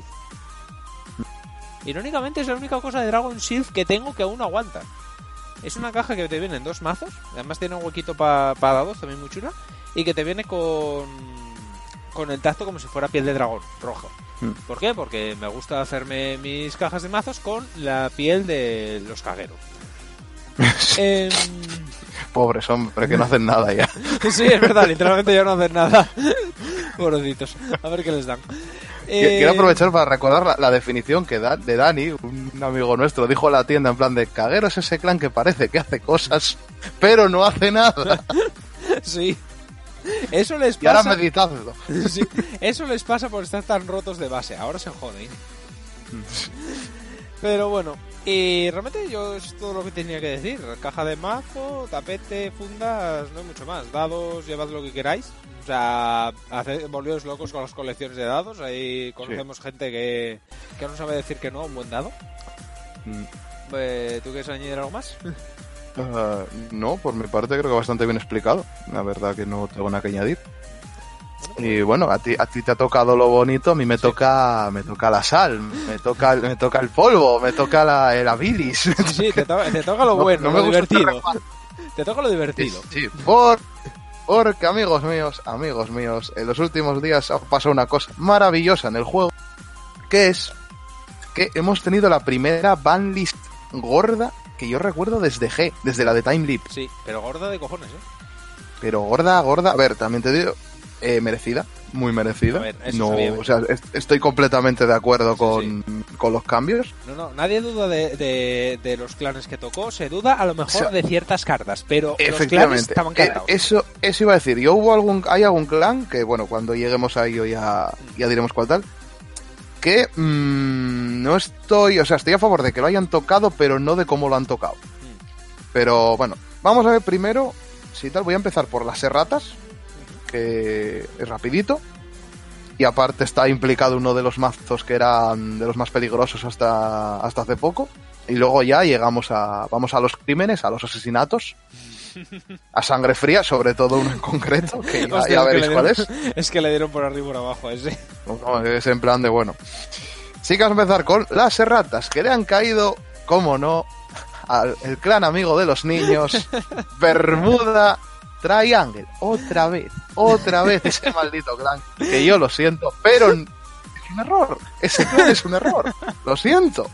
Irónicamente es la única cosa de Dragon Shield que tengo que aún aguanta. Es una caja que te viene en 2 mazos. Además tiene un huequito para dados, también muy chula. Y que te viene con el tacto como si fuera piel de dragón rojo. ¿Por qué? Porque me gusta hacerme mis cajas de mazos con la piel de los cagueros. Pobres, hombre, que no hacen nada ya. Sí, es verdad, literalmente ya no hacen nada. Pobrecitos. A ver qué les dan. Quiero aprovechar para recordar la definición que de Dani, un amigo nuestro, dijo a la tienda en plan de caguero es ese clan que parece que hace cosas, pero no hace nada. Sí. Eso les pasa. Y ahora meditadlo. Sí, eso les pasa por estar tan rotos de base. Ahora se joden. Pero bueno, y realmente yo es todo lo que tenía que decir. Caja de mazo, tapete, fundas, no hay mucho más. Dados, llevad lo que queráis. O sea, volvíos locos con las colecciones de dados. Ahí conocemos gente que no sabe decir que no a un buen dado. ¿Tú quieres añadir algo más? No, por mi parte creo que bastante bien explicado. La verdad que no tengo nada que añadir. Y bueno, a ti te ha tocado lo bonito, a mí me toca la sal, me toca el polvo, me toca la bilis. Sí, te toca lo bueno, lo divertido. Te toca lo divertido. Sí, porque amigos míos, en los últimos días ha pasado una cosa maravillosa en el juego, que es que hemos tenido la primera banlist gorda que yo recuerdo desde G, desde la de Time Leap. Sí, pero gorda de cojones, Pero gorda. A ver, también te digo, merecida, muy merecida. Ver, no, o sea, estoy completamente de acuerdo con los cambios. No, nadie duda de los clanes que tocó, se duda a lo mejor, o sea, de ciertas cartas, pero los clanes estaban cargados. Eso iba a decir, hay algún clan que, bueno, cuando lleguemos a ello ya diremos cuál tal, que no estoy, o sea, estoy a favor de que lo hayan tocado, pero no de cómo lo han tocado. Pero bueno, vamos a ver primero, si tal, voy a empezar por las erratas, que es rapidito, y aparte está implicado uno de los mazos que eran de los más peligrosos hasta hace poco, y luego ya vamos a los crímenes, a los asesinatos, a sangre fría, sobre todo uno en concreto, que ya veréis cuál es. Es que le dieron por arriba y por abajo ese. No, es en plan de bueno. Sí que vamos a empezar con las erratas, que le han caído, cómo no, el clan amigo de los niños, Bermuda Triangle. Otra vez ese maldito clan, que yo lo siento, pero es un error. Ese clan es un error. Lo siento.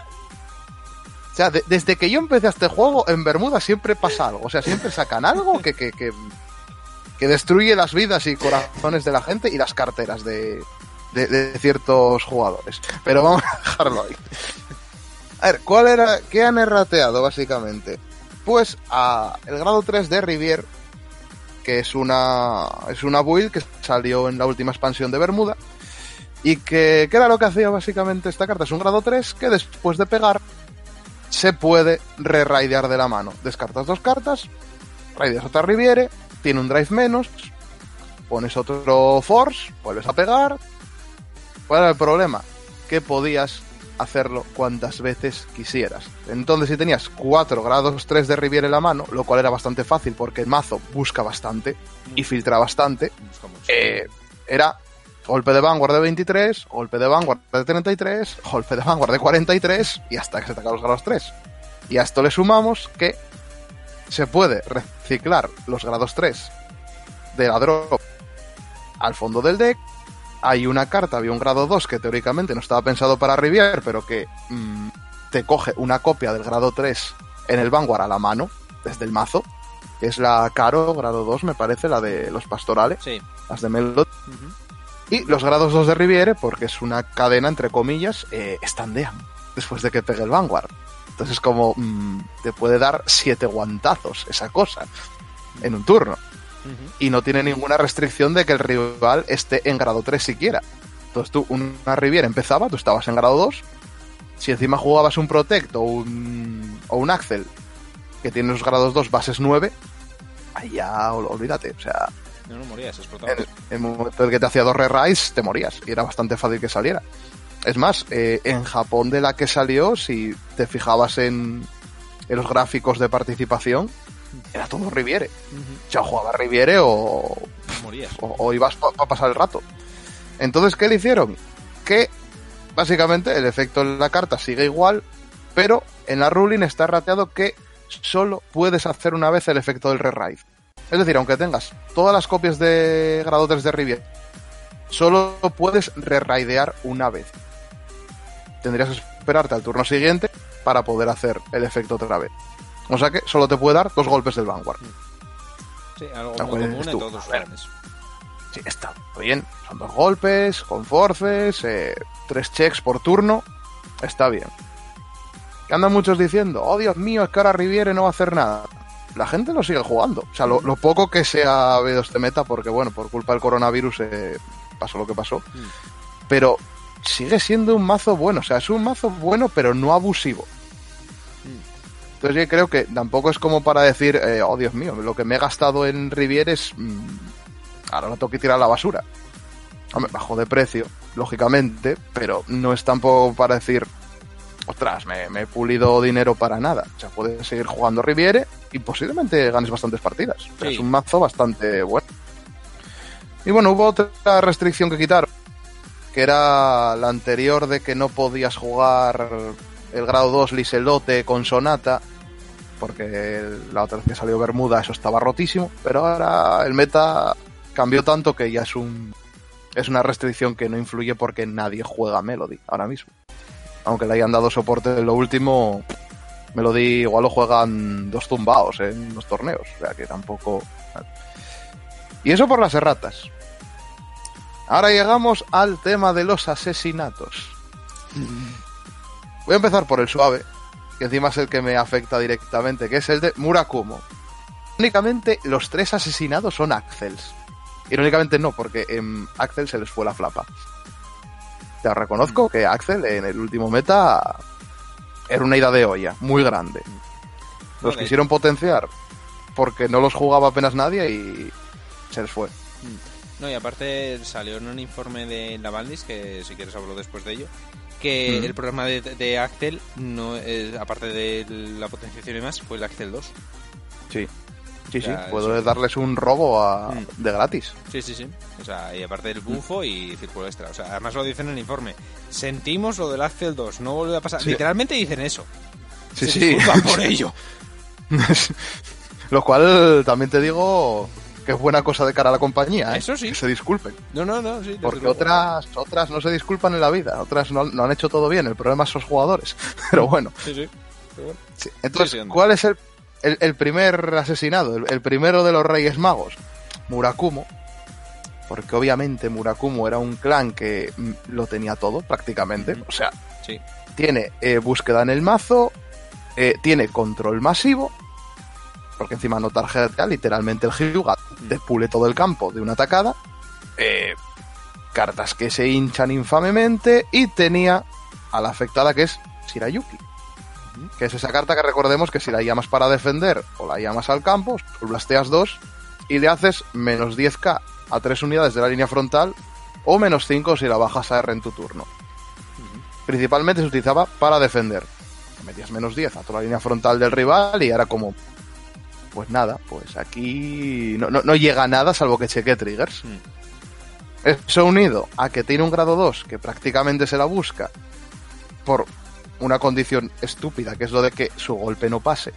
O sea, desde que yo empecé este juego, en Bermuda siempre pasa algo. O sea, siempre sacan algo que destruye las vidas y corazones de la gente y las carteras de ciertos jugadores. Pero vamos a dejarlo ahí. A ver, ¿qué han errateado, básicamente? Pues el grado 3 de Rivier, que es una build que salió en la última expansión de Bermuda. Y ¿qué era lo que hacía básicamente esta carta? Es un grado 3 que después de pegar se puede re-raidear de la mano. Descartas 2 cartas, raideas otra Riviere, tiene un drive menos, pones otro force, vuelves a pegar. ¿Cuál era el problema? Que podías hacerlo cuantas veces quisieras. Entonces, si tenías 4 grados 3 de Riviere en la mano, lo cual era bastante fácil porque el mazo busca bastante y filtra bastante, era golpe de Vanguard de 23, golpe de Vanguard de 33, golpe de Vanguard de 43 y hasta que se te acaban los grados 3. Y a esto le sumamos que se puede reciclar los grados 3 de la drop al fondo del deck. Hay una carta, había un grado 2 que teóricamente no estaba pensado para Rivier, pero que te coge una copia del grado 3 en el Vanguard a la mano, desde el mazo, que es la Caro, grado 2 me parece, la de los pastorales, sí. Las de Melot. Y los grados 2 de Riviere, porque es una cadena, entre comillas, standean después de que pegue el Vanguard. Entonces como te puede dar 7 guantazos esa cosa en un turno. Y no tiene ninguna restricción de que el rival esté en grado 3 siquiera. Entonces tú, una Riviera empezaba, tú estabas en grado 2. Si encima jugabas un Protect o un Axel, que tiene los grados 2 bases 9, ahí ya olvídate. O sea, no morías, explotabas. En el momento en que te hacía 2 re-rise, te morías. Y era bastante fácil que saliera. Es más, en Japón de la que salió, si te fijabas en los gráficos de participación, era todo Riviere. O sea, jugaba Riviere o ibas a pasar el rato. Entonces, ¿qué le hicieron? Que básicamente el efecto en la carta sigue igual, pero en la ruling está rateado que solo puedes hacer una vez el efecto del re-raid. Es decir, aunque tengas todas las copias de grado 3 de Riviere, solo puedes re-raidear una vez. Tendrías que esperarte al turno siguiente para poder hacer el efecto otra vez. O sea que solo te puede dar 2 golpes del Vanguard. Sí, algo muy común en todos los planes. Sí, está bien. Son 2 golpes, con forces, 3 checks por turno. Está bien. Que andan muchos diciendo, oh Dios mío, es que ahora Riviere no va a hacer nada. La gente lo sigue jugando. O sea, lo poco que se ha habido este meta, porque bueno, por culpa del coronavirus pasó lo que pasó. Pero sigue siendo un mazo bueno. O sea, es un mazo bueno, pero no abusivo. Entonces yo creo que tampoco es como para decir, oh Dios mío, lo que me he gastado en Riviere es... ahora lo tengo que tirar a la basura. Hombre, bajo de precio, lógicamente, pero no es tampoco para decir, ostras, me he pulido dinero para nada. O sea, puedes seguir jugando Riviere y posiblemente ganes bastantes partidas. Sí. Es un mazo bastante bueno. Y bueno, hubo otra restricción que quitaron, que era la anterior de que no podías jugar el grado 2 Liselote con Sonata, porque la otra vez que salió Bermuda eso estaba rotísimo, pero ahora el meta cambió tanto que ya es una restricción que no influye porque nadie juega Melody ahora mismo. aunque le hayan dado soporte en lo último, Melody igual lo juegan 2 tumbaos en los torneos, o sea que tampoco... Y eso por las erratas. Ahora llegamos al tema de los asesinatos. Voy a empezar por el suave, que encima es el que me afecta directamente, que es el de Murakumo. Únicamente los 3 asesinados son Axels. Irónicamente no, porque en Axel se les fue la flapa. Te reconozco que Axel en el último meta era una ida de olla, muy grande. Los quisieron potenciar porque no los jugaba apenas nadie y se les fue. No, y aparte salió en un informe de Navaldis, que si quieres hablo después de ello, que el problema de Axel, no aparte de la potenciación y más, fue el Axel 2. Sí. Sí, puedo darles un robo de gratis. Sí. O sea, y aparte del bufo y círculo extra. O sea, además lo dicen en el informe. Sentimos lo del Axel 2, no vuelve a pasar. Sí. Literalmente dicen eso. Sí. Se disculpan por ello. Lo cual también te digo que es buena cosa de cara a la compañía, ¿eh? Eso sí. Que se disculpen. No, sí. Porque otras no se disculpan en la vida. Otras no han hecho todo bien. El problema es los jugadores. Pero bueno. Sí. Pero bueno. Sí. Entonces, ¿cuál es el primer asesinado, el primero de los Reyes Magos? Murakumo, porque obviamente Murakumo era un clan que lo tenía todo prácticamente, o sea, tiene búsqueda en el mazo, tiene control masivo, porque encima no tarjetea literalmente el Hyuga, te pule todo el campo de una tacada, cartas que se hinchan infamemente, y tenía a la afectada que es Shirayuki, que es esa carta que recordemos que si la llamas para defender o la llamas al campo, blasteas 2 y le haces menos 10k a 3 unidades de la línea frontal o menos 5 si la bajas a R en tu turno. Principalmente se utilizaba para defender. Metías menos 10 a toda la línea frontal del rival y era como, pues nada, pues aquí no llega nada salvo que chequee triggers. Eso unido a que tiene un grado 2 que prácticamente se la busca por una condición estúpida, que es lo de que su golpe no pase.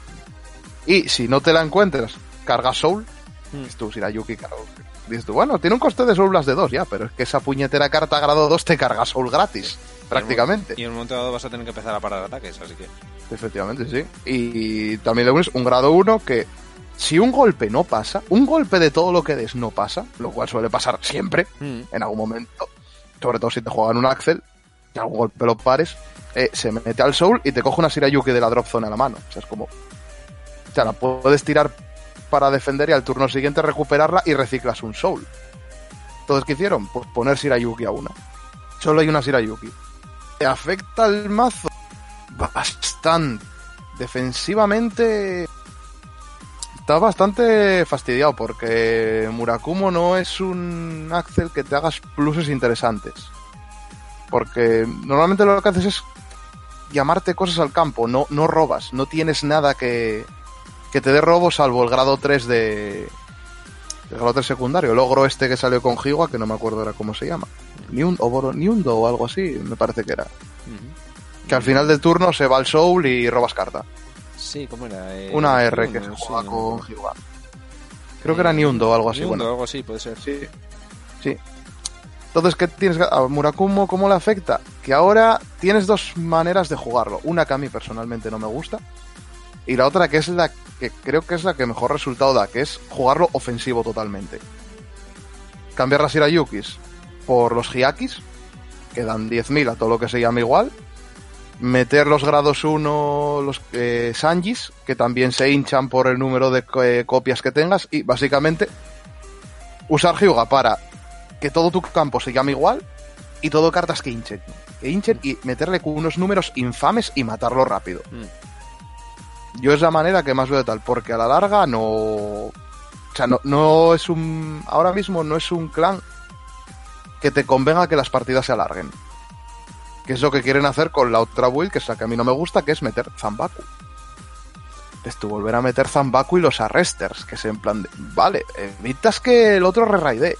Y si no te la encuentras, carga Soul. Dices tú, Shirayuki, dices tú, bueno, tiene un coste de Soul Blast de 2 ya, pero es que esa puñetera carta grado 2 te carga Soul gratis, prácticamente. Y en un momento dado vas a tener que empezar a parar ataques, así que... Efectivamente, sí. Y también le unes un grado 1 que, si un golpe no pasa, un golpe de todo lo que des no pasa, lo cual suele pasar siempre, en algún momento, sobre todo si te juegan un Axel, y algún golpe lo pares, se mete al Soul y te coge una Shirayuki de la drop zone a la mano. O sea, es como... O sea, la puedes tirar para defender y al turno siguiente recuperarla y reciclas un Soul. Entonces, ¿qué hicieron? Pues poner Shirayuki a una. Solo hay una Shirayuki. ¿Te afecta el mazo? Bastante. Defensivamente... Está bastante fastidiado porque Murakumo no es un Axel que te hagas pluses interesantes. Porque normalmente lo que haces es llamarte cosas al campo, no robas, no tienes nada que te dé robo salvo el grado 3 el grado 3 secundario, el ogro este que salió con Hiwa, que no me acuerdo ahora cómo se llama, Niundo o algo así, me parece que era. Que al final del turno se va al Soul y robas carta. Sí, ¿cómo era? Una R que se juega con Hiwa. Creo que era Niundo o algo así. Niundo, algo así, puede ser. Sí. Entonces, ¿qué tienes a Murakumo? ¿Cómo le afecta? Que ahora tienes 2 maneras de jugarlo. Una que a mí personalmente no me gusta. Y la otra que es la que creo que es la que mejor resultado da, que es jugarlo ofensivo totalmente. Cambiar las Shirayukis por los Hyakis, que dan 10.000 a todo lo que se llama igual. Meter los grados 1, los Sanjis, que también se hinchan por el número de copias que tengas. Y básicamente usar Hyuga para que todo tu campo se llame igual y todo cartas que hinchen y meterle con unos números infames y matarlo rápido. Yo es la manera que más veo de tal, porque a la larga no... O sea, no es un... Ahora mismo no es un clan que te convenga que las partidas se alarguen. Que es lo que quieren hacer con la otra build, que es la que a mí no me gusta, que es meter Zanbaku. Es tú volver a meter Zanbaku y los Arresters, que es en plan de... Vale, evitas que el otro re-raidee.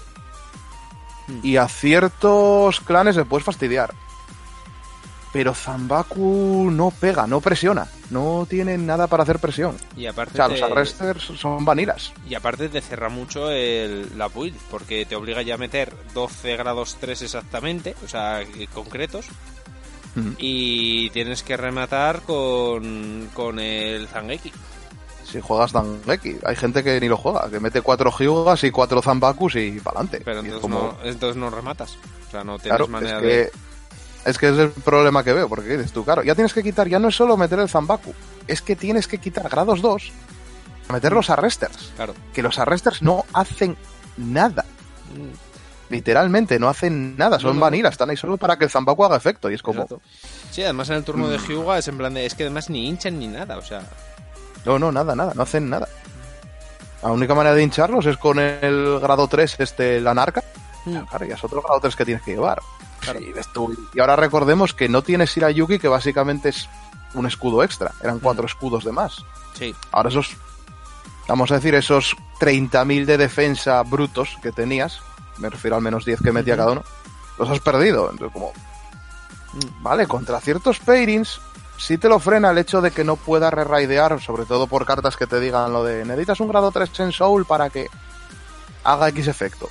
Y a ciertos clanes le puedes fastidiar. Pero Zanbaku no pega, no presiona. No tiene nada para hacer presión. Y aparte o sea, los Arresters son vanilas. Y aparte te cerra mucho la build, porque te obliga ya a meter 12 grados 3 exactamente, o sea, concretos. y tienes que rematar con el Zangetsu. Si juegas Zangetsu, hay gente que ni lo juega, que mete 4 Hyugas y 4 Zanbakus y pa'lante. Pero entonces no rematas. O sea, no tienes claro, manera es que es el problema que veo, porque dices tú, claro, ya tienes que quitar, ya no es solo meter el Zanbaku, es que tienes que quitar grados 2 a meter los arresters. Claro. Que los arresters no hacen nada. Literalmente no hacen nada, son vanilla, están ahí solo para que el Zanbaku haga efecto y es como... Exacto. Sí, además en el turno de Hyuga es en plan de... Es que además ni hinchan ni nada, o sea... No, nada, no hacen nada. La única manera de hincharlos es con el grado 3, el Anarca. Claro, ya es otro grado 3 que tienes que llevar. Claro. Sí, y ahora recordemos que no tienes Shirayuki, que básicamente es un escudo extra. Eran 4 escudos de más. Sí. Ahora vamos a decir, esos 30.000 de defensa brutos que tenías, me refiero al menos 10 que metía cada uno, los has perdido. Entonces, como... Vale, contra ciertos pairings sí te lo frena el hecho de que no puedas re-raidear, sobre todo por cartas que te digan lo de necesitas un grado 3 en Soul para que haga X efecto.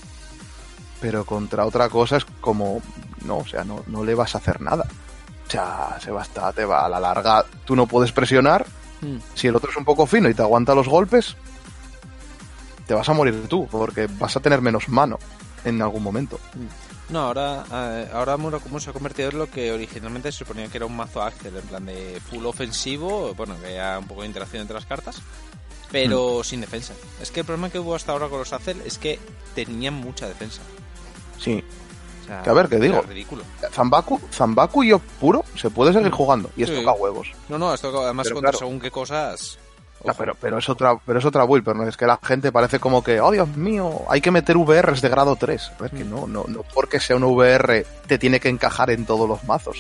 Pero contra otra cosa es como... No, o sea, no le vas a hacer nada. O sea, te va a la larga. Tú no puedes presionar. Si el otro es un poco fino y te aguanta los golpes, te vas a morir tú, porque vas a tener menos mano en algún momento. No, ahora Murakumo se ha convertido en lo que originalmente se suponía que era un mazo Axel, en plan de full ofensivo, bueno, que haya un poco de interacción entre las cartas, pero sin defensa. Es que el problema que hubo hasta ahora con los Axel es que tenían mucha defensa. Sí. O sea, que a ver, ¿qué digo? Ridículo. Zanbaku y yo puro se puede seguir jugando y esto toca huevos. No, esto además pero contra claro, según qué cosas... No, pero es otra build, pero no es que la gente parece como que, oh Dios mío, hay que meter VRs de grado 3. Pero es que no porque sea un VR te tiene que encajar en todos los mazos.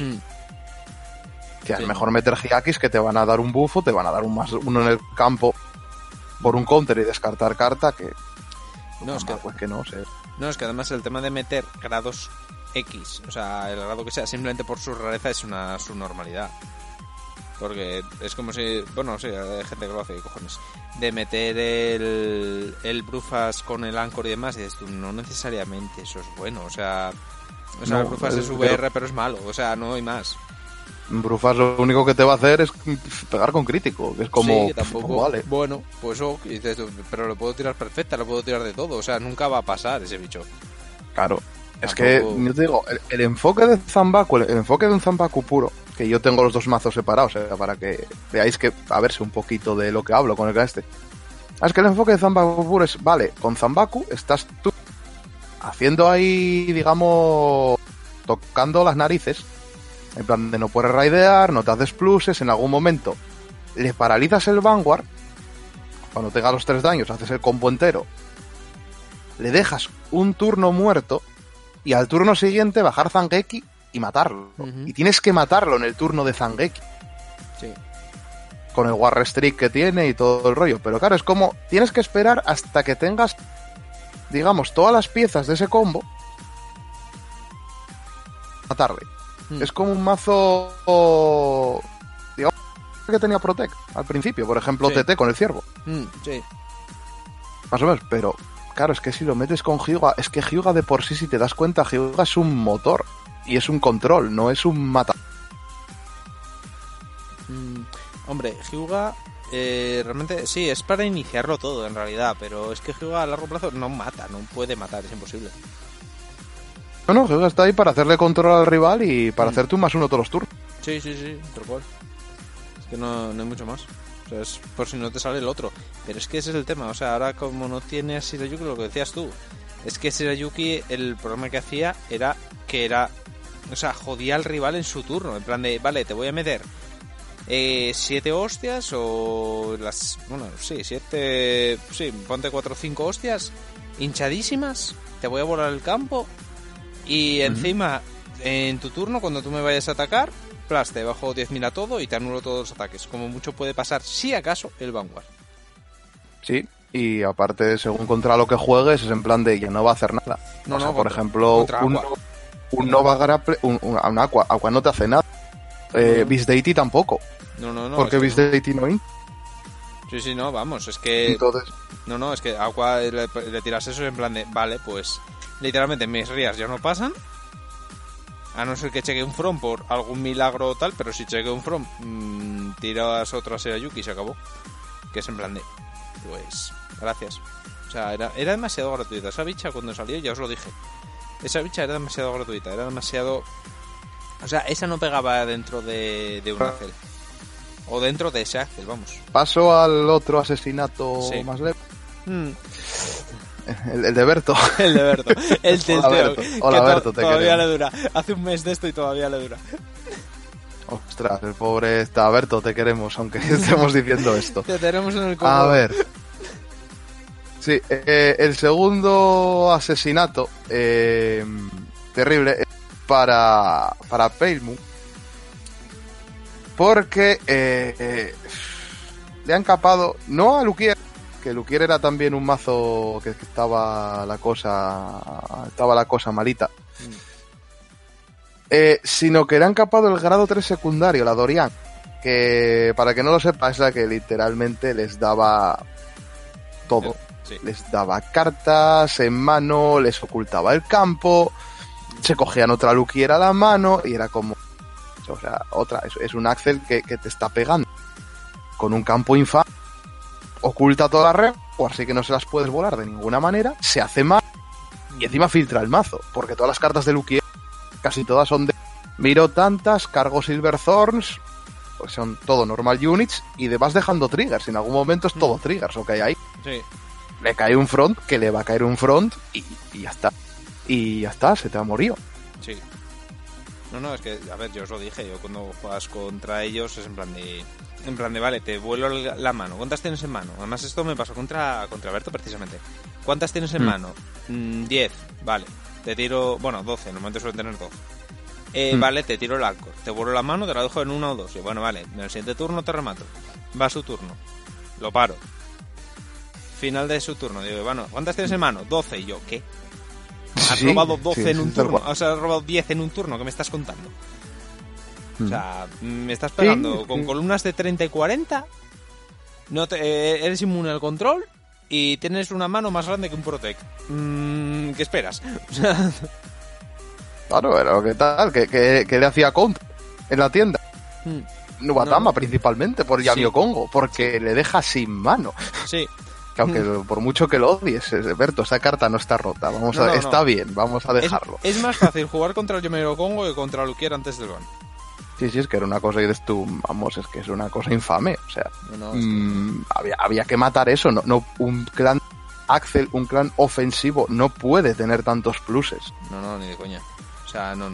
Que es mejor meter Hyakis que te van a dar un buffo, te van a dar un más uno en el campo por un counter y descartar carta que... No, es que... Pues que no sé. No, es que además el tema de meter grados X, o sea, el grado que sea, simplemente por su rareza es su normalidad. Porque es como si... Bueno, sí, hay gente que lo hace, cojones. De meter el Brufas con el Anchor y demás, y dices tú, no necesariamente eso es bueno. O sea el Brufas es VR, pero es malo. O sea, no hay más. Brufas lo único que te va a hacer es pegar con crítico, que es como... Sí, tampoco... Vale. Bueno, pues ok, dices tú, pero lo puedo tirar perfecta, lo puedo tirar de todo. O sea, nunca va a pasar ese bicho. Claro. Es que, yo te digo, el enfoque de Zanbaku, el enfoque de un Zanbaku puro, que yo tengo los dos mazos separados, para que veáis que, a ver si un poquito de lo que hablo con el este. Es que el enfoque de Zanbaku puro es, vale, con Zanbaku estás tú haciendo ahí, digamos, tocando las narices, en plan de no puedes raidear, no te haces pluses, en algún momento le paralizas el Vanguard, cuando tenga los 3 daños, haces el combo entero, le dejas un turno muerto, y al turno siguiente bajar Zangetsu y matarlo. Y tienes que matarlo en el turno de Zangetsu. Sí. Con el War Restrict que tiene y todo el rollo. Pero claro, es como... Tienes que esperar hasta que tengas, digamos, todas las piezas de ese combo. Matarle. Es como un mazo... Digamos que tenía Protect al principio. Por ejemplo, TT con el ciervo. Sí. Más o menos, pero... Claro, es que si lo metes con Hyuga, es que Hyuga de por sí, si te das cuenta, Hyuga es un motor y es un control, no es un mata. Hombre, Hyuga realmente sí, es para iniciarlo todo en realidad, pero es que Hyuga a largo plazo no mata, no puede matar, es imposible. No, Hyuga está ahí para hacerle control al rival y para hacerte un +1 todos los turnos. Sí, tal cual. Es que no hay mucho más. O sea, es por si no te sale el otro. Pero es que ese es el tema. O sea, ahora como no tiene a Shirayuki, lo que decías tú, es que Shirayuki, el problema que hacía era que o sea, jodía al rival en su turno. En plan de, vale, te voy a meter 7 hostias o las... Bueno, sí, 7... Sí, ponte 4 o 5 hostias hinchadísimas. Te voy a volar el campo. Y encima, en tu turno, cuando tú me vayas a atacar... Plus, te bajo 10.000 a todo y te anulo todos los ataques. Como mucho puede pasar, si acaso, el Vanguard. Sí, y aparte, según contra lo que juegues, es en plan de ya no va a hacer nada. Por ejemplo, un Nova Grapple, un Aqua no te hace nada. Beast Deity tampoco. No. Porque Beast Deity no hay. Sí, no, vamos, es que... Entonces... No, es que a Aqua le tiras eso en plan de, vale, pues literalmente mis rías ya no pasan. A no ser que cheque un From por algún milagro o tal, pero si cheque un From, tiras otra Serayuki y se acabó. Que es en plan de, pues, gracias. O sea, era demasiado gratuita. Esa bicha cuando salió, ya os lo dije. Esa bicha era demasiado gratuita, era demasiado... O sea, esa no pegaba dentro de un Axel. O dentro de ese Axel, vamos. Paso al otro asesinato más leve. El de Berto. El de Berto. El testeo. Hola, Berto, te todavía queremos. le dura. Hace un mes de esto y todavía le dura. Ostras, el pobre está. Berto, te queremos, aunque estemos diciendo esto. Te tenemos en el combo. A ver. Sí, el segundo asesinato terrible para Pale Moon, porque le han capado no a Luquier, que Luquier era también un mazo que estaba la cosa malita, sino que le han capado el grado 3 secundario, la Dorian, que para que no lo sepa es la que literalmente les daba todo. Sí. Les daba cartas en mano, les ocultaba el campo, se cogían otra Luquier a la mano y era como... O sea, es un Axel que te está pegando con un campo infame, oculta toda la red, o así que no se las puedes volar de ninguna manera, se hace mal y encima filtra el mazo, porque todas las cartas de Luquier, casi todas son de... Miro tantas, cargo Silverthorns, pues son todo normal units y vas dejando triggers, en algún momento es todo triggers lo que hay ahí. Sí. Le cae un front, que le va a caer un front y ya está. Y ya está, se te ha morido. Sí. No, es que, a ver, yo os lo dije, yo cuando juegas contra ellos es en plan de, vale, te vuelo la mano. ¿Cuántas tienes en mano? Además esto me pasó contra Berto precisamente. ¿Cuántas tienes en mano? 10, vale. Te tiro, bueno, 12, normalmente suelen tener 12. Vale, te tiro el Alcor. Te vuelo la mano, te la dejo en 1 o 2. Y bueno, vale, en el siguiente turno te remato. Va su turno. Lo paro. Final de su turno. Digo, bueno, ¿cuántas tienes en mano? 12. Y yo, ¿qué? Has robado 12 en un turno. O sea, has robado 10 en un turno. ¿Qué me estás contando? O sea, me estás pegando con columnas de 30 y 40. No eres inmune al control. Y tienes una mano más grande que un Protect. ¿Qué esperas? O sea... Claro, pero ¿qué tal? ¿Qué le hacía contra en la tienda? Nubatama principalmente, por Yamio Congo, porque le deja sin mano. Sí. Que aunque por mucho que lo odies, Berto, esta carta no está rota. Está bien, vamos a dejarlo. Es más fácil jugar contra el Yamio Congo que contra Luquier antes del ban. Sí, es que era una cosa y dices tú, vamos, es que es una cosa infame. O sea, había que matar eso. No, un clan Axel, un clan ofensivo, no puede tener tantos pluses. No, ni de coña. O sea, no.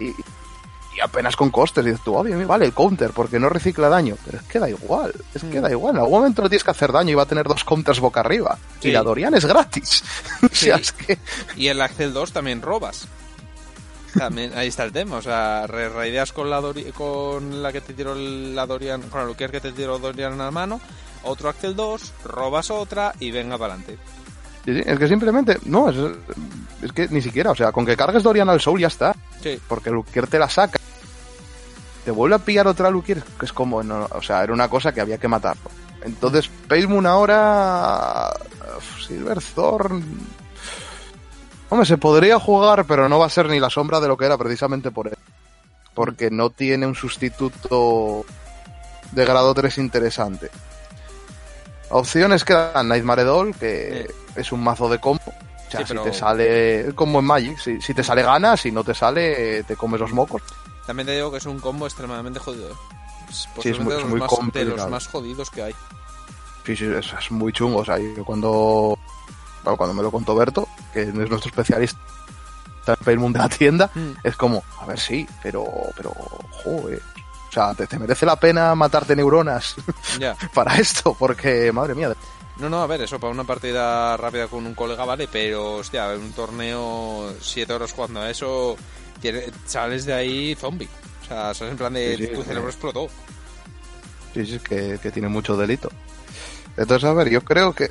Y apenas con costes, y dices tú, obvio, vale, el counter, porque no recicla daño, pero es que da igual, en algún momento le tienes que hacer daño y va a tener 2 counters boca arriba, y la Dorian es gratis. O sea, es que... Y el Axel 2 también robas. También, ahí está el tema, o sea, raideas con la que te tiró la Dorian, con la Luquier que te tiró Dorian en la mano, otro Axel 2, robas otra y venga para adelante. Sí, es que simplemente, no, es que ni siquiera, o sea, con que cargues Dorian al Soul ya está. Sí. Porque Luquier te la saca. Te vuelve a pillar otra Luquier, que es como, no, o sea, era una cosa que había que matarlo. Entonces, Pale Moon ahora... Silverthorn... Hombre, se podría jugar, pero no va a ser ni la sombra de lo que era precisamente por él. Porque no tiene un sustituto de grado 3 interesante. Opciones quedan Nightmare Doll, que es un mazo de combo. O sea, si te sale como en Magic, si te sale ganas, si no te sale, te comes los mocos. También te digo que es un combo extremadamente jodido. Es muy complicado. De los más jodidos que hay. Sí, es muy chungo. O sea, yo cuando me lo contó Berto, que es nuestro especialista en Pale Moon de la tienda, es como, a ver, sí, pero joder. O sea, te merece la pena matarte neuronas para esto, porque, madre mía. No, a ver, eso para una partida rápida con un colega vale, pero, hostia, en un torneo 7 horas jugando a eso, sales de ahí zombie. O sea, sales en plan de tu cerebro explotó. Sí, es que tiene mucho delito. Entonces, a ver, yo creo que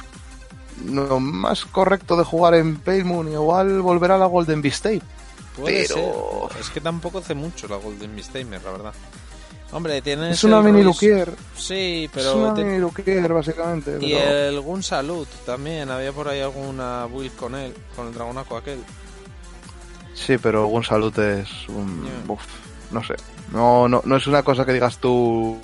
lo más correcto de jugar en Pale Moon igual volver a la Golden Beast Tape. Puede ser. Es que tampoco hace mucho la Golden Beast Tamer, la verdad. Hombre, tienes... Es una mini Luquier. Sí, pero... Es una mini Luquier, básicamente. Y algún Salud también. Había por ahí alguna build con él, con el Dragonaco aquel. Sí, pero algún salud es no sé. No es una cosa que digas tú.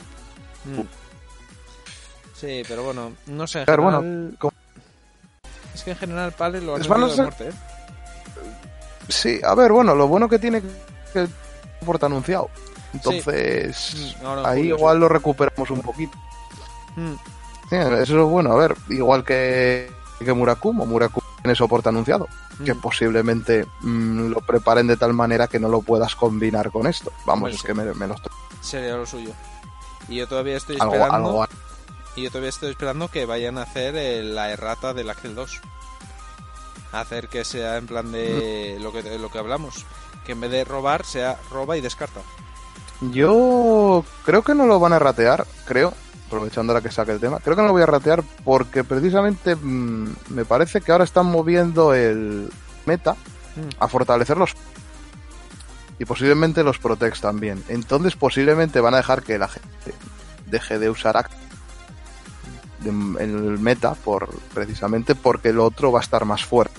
Sí, pero bueno, no sé. Pero general... bueno, es que en general Pale lo han es malo de muerte, ¿eh? Sí, a ver, bueno, lo bueno que tiene que el soporte anunciado. Entonces, sí. ahí julio, igual lo recuperamos un poquito. Sí, eso es bueno. A ver, igual que Murakumo tiene soporte anunciado. Que posiblemente lo preparen de tal manera que no lo puedas combinar con esto. Vamos, es que me lo estoy... Sería lo suyo. Y yo todavía estoy esperando... Y yo todavía estoy esperando que vayan a hacer la errata del Axel 2. Hacer que sea en plan de lo que hablamos. Que en vez de robar, sea roba y descarta. Yo creo que no lo van a ratear, aprovechando ahora que saque el tema. Creo que no lo voy a ratear porque precisamente me parece que ahora están moviendo el meta a fortalecer los... Y posiblemente los Protects también. Entonces posiblemente van a dejar que la gente deje de usar en el meta precisamente porque el otro va a estar más fuerte.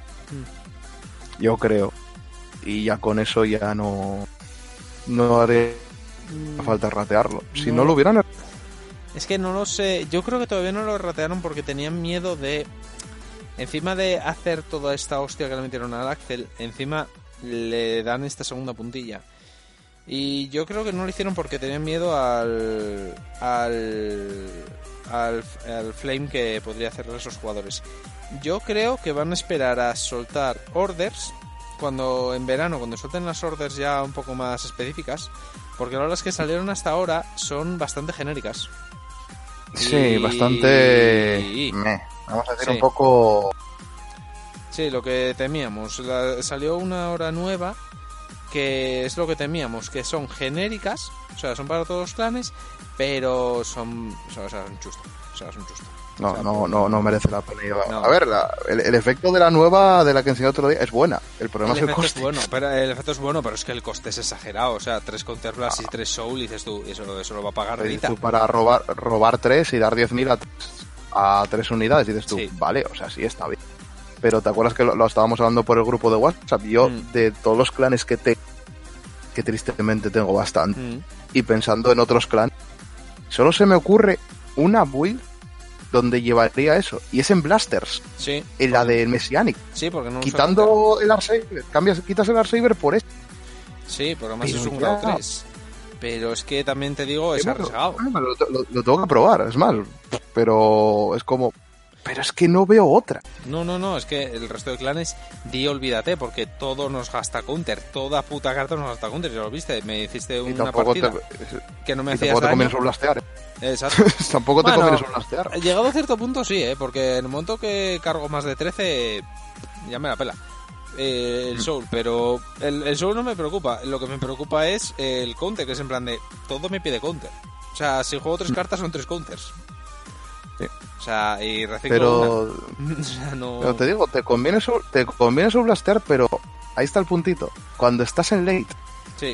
Yo creo. Y ya con eso ya no haré falta ratearlo. Si no lo hubieran... Es que no lo sé. Yo creo que todavía no lo ratearon porque tenían miedo de... Encima de hacer toda esta hostia que le metieron al Axel, encima le dan esta segunda puntilla. Y yo creo que no lo hicieron porque tenían miedo al flame que podría hacerle a esos jugadores. Yo creo que van a esperar a soltar orders cuando en verano, cuando suelten las orders ya un poco más específicas, porque ahora las que salieron hasta ahora son bastante genéricas. Sí, bastante... Vamos a decir un poco... Sí, lo que temíamos. Salió una hora nueva que es lo que temíamos, que son genéricas, o sea, son para todos los clanes, pero son chustos. No merece la pena. No. A ver, el efecto de la nueva, de la que enseñé otro día, es buena. El problema es el coste. El efecto es bueno, pero es que el coste es exagerado. O sea, 3 Counter Blast y 3 Soul, y dices tú, eso lo va a pagar Rita. Tú para robar 3 y dar 10.000 a 3 unidades, dices tú, vale, o sea, sí está bien. Pero ¿te acuerdas que lo estábamos hablando por el grupo de WhatsApp? Yo, de todos los clanes que tristemente tengo bastante, y pensando en otros clanes, solo se me ocurre una build donde llevaría eso, y es en Blasters, en la del Messianic, porque no quitando el Arsaber, quitas el Arsaber por esto. Sí, porque además es un grado 3. Pero es que también te digo, es arriesgado. Lo tengo que probar, es mal, pero es como... Pero es que no veo otra. No, es que el resto de clanes, olvídate, porque todo nos gasta counter, toda puta carta nos gasta counter, ya lo viste, me hiciste una partida que no me hacías daño. Tampoco te conviene soblastear. Exacto. Tampoco te conviene soblastear. Llegado a cierto punto sí, porque en el momento que cargo más de 13, ya me la pela. El Soul, pero el Soul no me preocupa, lo que me preocupa es el counter, que es en plan de, todo me pide counter. O sea, si juego 3 cartas son 3 counters. Sí. O sea, y reciclo una. O sea, no... Pero te digo, te conviene sublastear, pero ahí está el puntito. Cuando estás en late. Sí.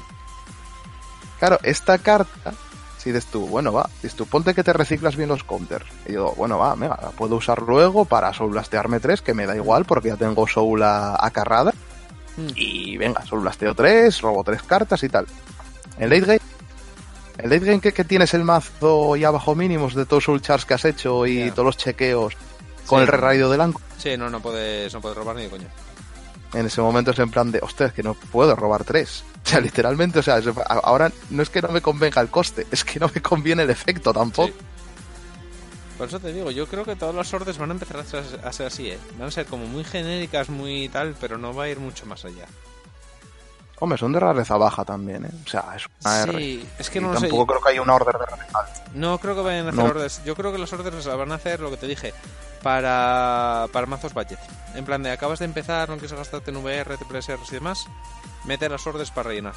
Claro, esta carta, si dices tú, bueno, va, dices tú, ponte que te reciclas bien los counters. Y digo, bueno, va, venga, la puedo usar luego para soulblastearme 3, que me da igual porque ya tengo soul acarrada. Y venga, soulblasteo 3, robo 3 cartas y tal. En late game, que tienes el mazo ya bajo mínimos de todos los charts que has hecho y todos los chequeos con el re-raido del Anco. Sí, no puedes robar ni de coño. En ese momento es en plan de, hostia, es que no puedo robar 3. O sea, literalmente, o sea, ahora no es que no me convenga el coste, es que no me conviene el efecto tampoco. Sí. Por eso te digo, yo creo que todas las órdenes van a empezar a ser así, Van a ser como muy genéricas, muy tal, pero no va a ir mucho más allá. Hombre, son de rareza baja también, O sea, es una R. Sí, es que no lo sé. Tampoco creo que haya una order de rareza alta. No creo que vayan a hacer orders. Yo creo que las orders las van a hacer, lo que te dije, para mazos budget. En plan de, acabas de empezar, no quieres gastarte en VR, TPSRs y demás, mete las orders para rellenar.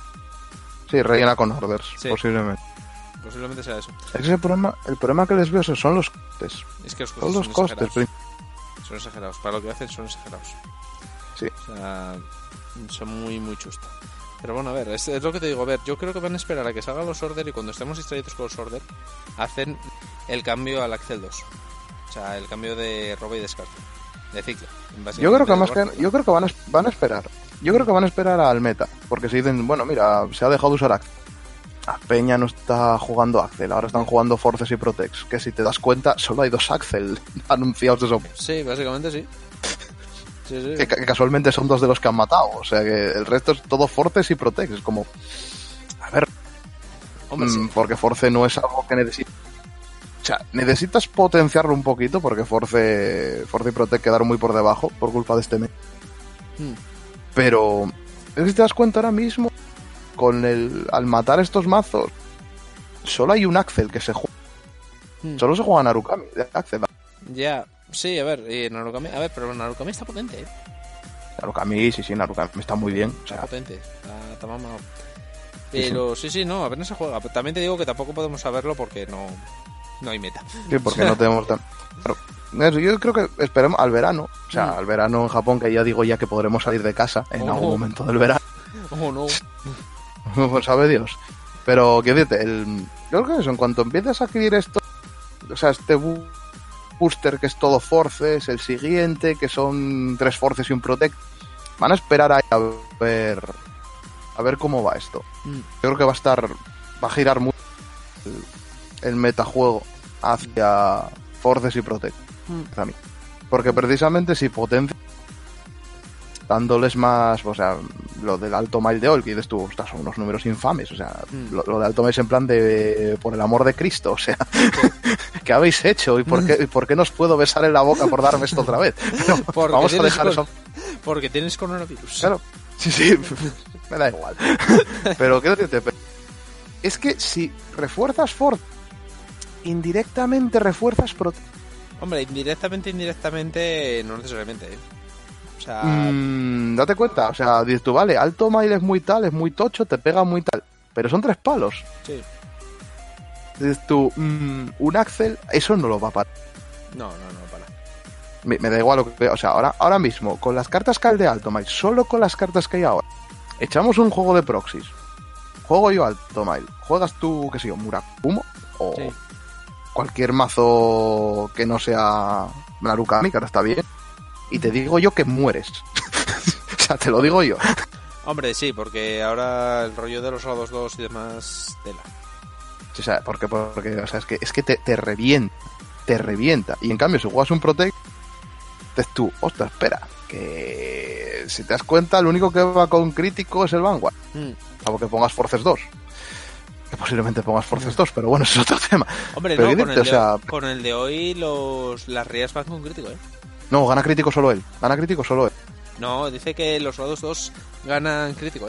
Sí, rellena con orders, posiblemente. Posiblemente sea eso. Es que el problema que les veo son los costes. Es que son los costes. Son exagerados. Para lo que hacen son exagerados. Sí. O sea, son muy, muy chustos. Pero bueno, a ver, es lo que te digo. A ver, yo creo que van a esperar a que salgan los order y cuando estemos distraídos con los order, hacen el cambio al Axel 2. O sea, el cambio de robo y descarte. De ciclo. Yo creo que van a esperar. Yo creo que van a esperar al meta, porque si dicen, bueno, mira, se ha dejado de usar Axel. Peña no está jugando Axel, ahora están jugando Forces y Protects, que si te das cuenta, solo hay 2 Axel anunciados de soporte. Sí, básicamente sí. Sí. Que casualmente son 2 de los que han matado, o sea que el resto es todo Forces y Protects, es como... A ver... Hombre, sí. Porque Force no es algo que necesitas... O sea, necesitas potenciarlo un poquito, porque Force y Protect quedaron muy por debajo por culpa de este mes. Pero... Es que si te das cuenta ahora mismo, al matar estos mazos, solo hay un Axel que se juega. Solo se juega Narukami de Axel. Ya, sí, a ver, Narukami, pero Narukami está potente, Narukami, sí, Narukami está muy bien. O sea, está potente, está mamado. Pero sí, no, apenas se juega. Pero también te digo que tampoco podemos saberlo porque no hay meta. Sí, porque no tenemos tan... Claro, yo creo que esperemos al verano. O sea, al verano en Japón, que ya digo ya que podremos salir de casa en algún momento del verano. Oh, no. Pues sabe Dios. Pero, ¿qué dices? Yo creo que eso, en cuanto empieces a adquirir esto, o sea, este booster que es todo Forces, el siguiente, que son 3 Forces y un Protect, van a esperar ahí a ver cómo va esto. Yo creo que va a girar mucho el metajuego hacia Forces y Protect. Porque precisamente si potencia dándoles más, o sea, lo del alto mile de All, que dices tú, ostras, son unos números infames, o sea, lo de alto mile es en plan de, por el amor de Cristo, o sea, ¿qué habéis hecho? ¿Y por qué no os puedo besar en la boca por darme esto otra vez? Pero vamos a dejar eso. Porque tienes coronavirus. Claro, sí, me da igual. Pero, ¿qué decirte? Es que si refuerzas Force, indirectamente refuerzas Protect. Hombre, indirectamente, no necesariamente, O sea... date cuenta, o sea, dices tú, vale, alto mile es muy tal, es muy tocho, te pega muy tal, pero son 3 palos. Sí. Dices tú, un Axel, eso no lo va a parar. No para. Me da igual lo que... O sea, ahora mismo, con las cartas que hay de alto mile, solo con las cartas que hay ahora, echamos un juego de proxies. Juego yo alto mile. Juegas tú, qué sé yo, Murakumo o cualquier mazo que no sea Narukami, que ahora está bien. Y te digo yo que mueres. O sea, te lo digo yo. Hombre, sí, porque ahora el rollo de los lados 2 y demás, tela. O sea, porque o sea, es que te revienta. Te revienta. Y en cambio, si juegas un Protect, dices tú, ostras, espera, que si te das cuenta, el único que va con crítico es el Vanguard. Salvo que pongas Forces 2. Que posiblemente pongas Forces 2, pero bueno, ese es otro tema. Hombre, pero no, con el de hoy las Rías van con crítico, No, gana crítico solo él. No, dice que los lados 2 ganan crítico,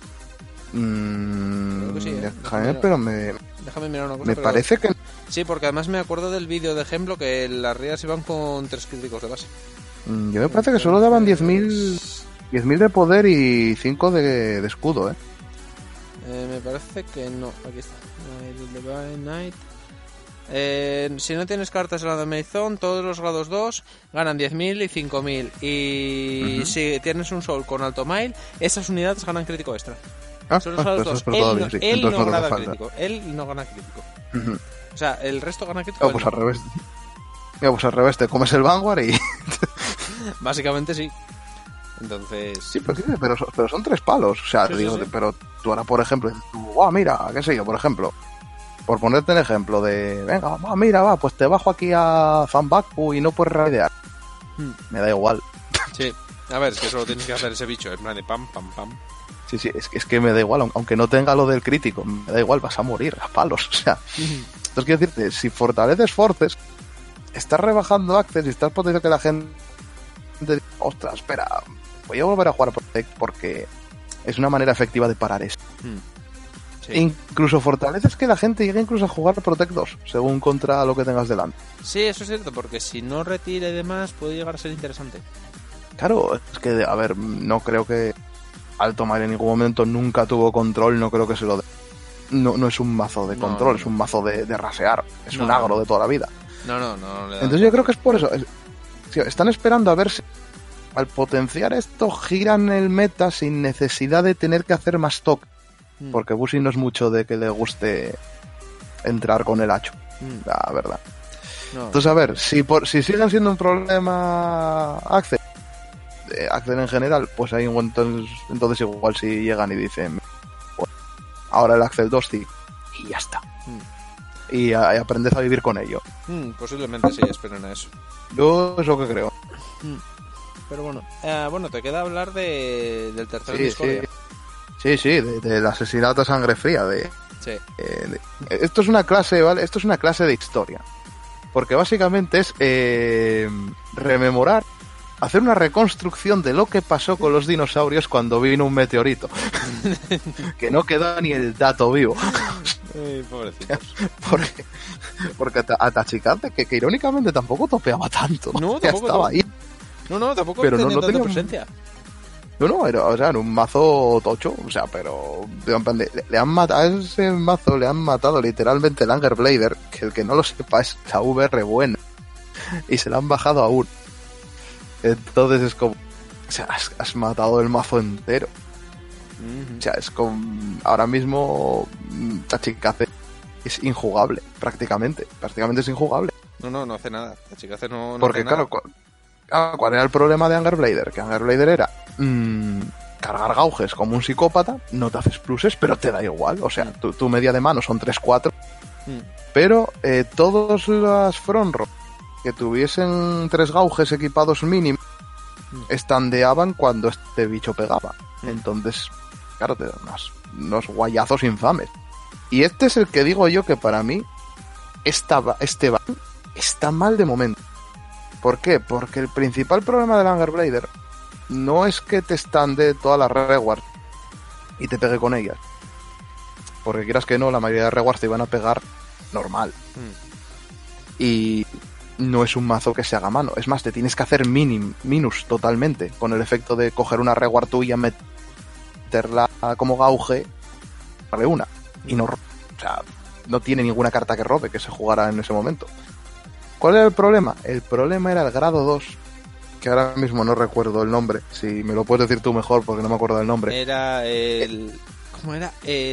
Creo que sí, Déjame mirar una cosa. Me parece que... Sí, porque además me acuerdo del vídeo de ejemplo que las Rías iban con 3 críticos de base. Yo me parece que solo daban 10.000 de poder y 5 de escudo, Me parece que no. Aquí está. Night. Si no tienes cartas en la de Maizón, todos los grados 2 ganan 10.000 y 5.000. Y si tienes un Soul con alto mile, esas unidades ganan crítico extra. Son los grados 2. Él no gana crítico. Él no gana crítico. O sea, el resto gana crítico. Pues al revés. Pues al revés, te comes el Vanguard y... Básicamente sí. Entonces... Sí, pero son 3 palos. O sea, sí. Pero tú ahora, por ejemplo, mira, qué sé yo, por ejemplo, por ponerte el ejemplo de, venga, mira, pues te bajo aquí a Zanbaku y no puedes raidear. Me da igual. Sí, a ver, es que solo tienes que hacer ese bicho, en plan de pam, pam, pam. Sí, es que me da igual, aunque no tenga lo del crítico, me da igual, vas a morir a palos, o sea. Entonces quiero decirte, si fortaleces Forces, estás rebajando Access y estás potenciando que la gente... Ostras, espera, voy a volver a jugar a Protect porque es una manera efectiva de parar esto. Sí. Incluso fortaleces que la gente llegue incluso a jugar Protect 2, según contra lo que tengas delante. Sí, eso es cierto, porque si no retira y demás, puede llegar a ser interesante. Claro, es que, a ver, no creo que Alto Mile en ningún momento nunca tuvo control, no creo que se lo dé. No es un mazo de control, es un mazo de rasear, es un agro de toda la vida. No. Entonces yo creo que es por eso. Están esperando a ver si al potenciar esto giran el meta sin necesidad de tener que hacer más toque. Porque Bushi no es mucho de que le guste entrar con el hacho, la verdad. No. Entonces, a ver, si siguen siendo un problema Access, Axel en general, pues ahí entonces igual si llegan y dicen, bueno, ahora el Axel 2 sí, y ya está. Y aprendes a vivir con ello. Posiblemente sí, esperen a eso. Yo es lo que creo. Pero bueno, te queda hablar del tercer discordia. Sí, del asesinato a sangre fría. Sí. Esto es una clase, ¿vale? Esto es una clase de historia. Porque básicamente es rememorar, hacer una reconstrucción de lo que pasó con los dinosaurios cuando vino un meteorito. Que no quedó ni el dato vivo. Pobrecitos. Porque a Tachikate, que irónicamente tampoco topeaba tanto. No, ya estaba ahí. No, tampoco pero tenía no tanta tenía presencia. No, era un mazo tocho, o sea, pero le han matado, a ese mazo le han matado literalmente el Anger Blader, que el que no lo sepa es la VR buena, y se la han bajado a 1. Entonces es como, o sea, has matado el mazo entero. O sea, es como, ahora mismo Tachikate es injugable, prácticamente es injugable. No hace nada, Tachikate no porque hace claro, nada. ¿Cuál era el problema de Anger Blader? Que Anger Blader era cargar gauges como un psicópata, no te haces pluses, pero te da igual. O sea, tu media de mano son 3-4, pero todos las front row que tuviesen 3 gauges equipados mínimo estandeaban cuando este bicho pegaba. Entonces, claro, te dan unos guayazos infames. Y este es el que digo yo que para mí este ban está mal de momento. ¿Por qué? Porque el principal problema del Anger Blader no es que te estande todas las rewards y te pegue con ellas. Porque quieras que no, la mayoría de rewards te iban a pegar normal. Y no es un mazo que se haga a mano. Es más, te tienes que hacer minus totalmente, con el efecto de coger una reward tuya, meterla como gauge, darle una. Y no, o sea, no tiene ninguna carta que robe que se jugara en ese momento. ¿Cuál era el problema? El problema era el grado 2, que ahora mismo no recuerdo el nombre. Si me lo puedes decir tú mejor, porque no me acuerdo del nombre. Era el... ¿Cómo era?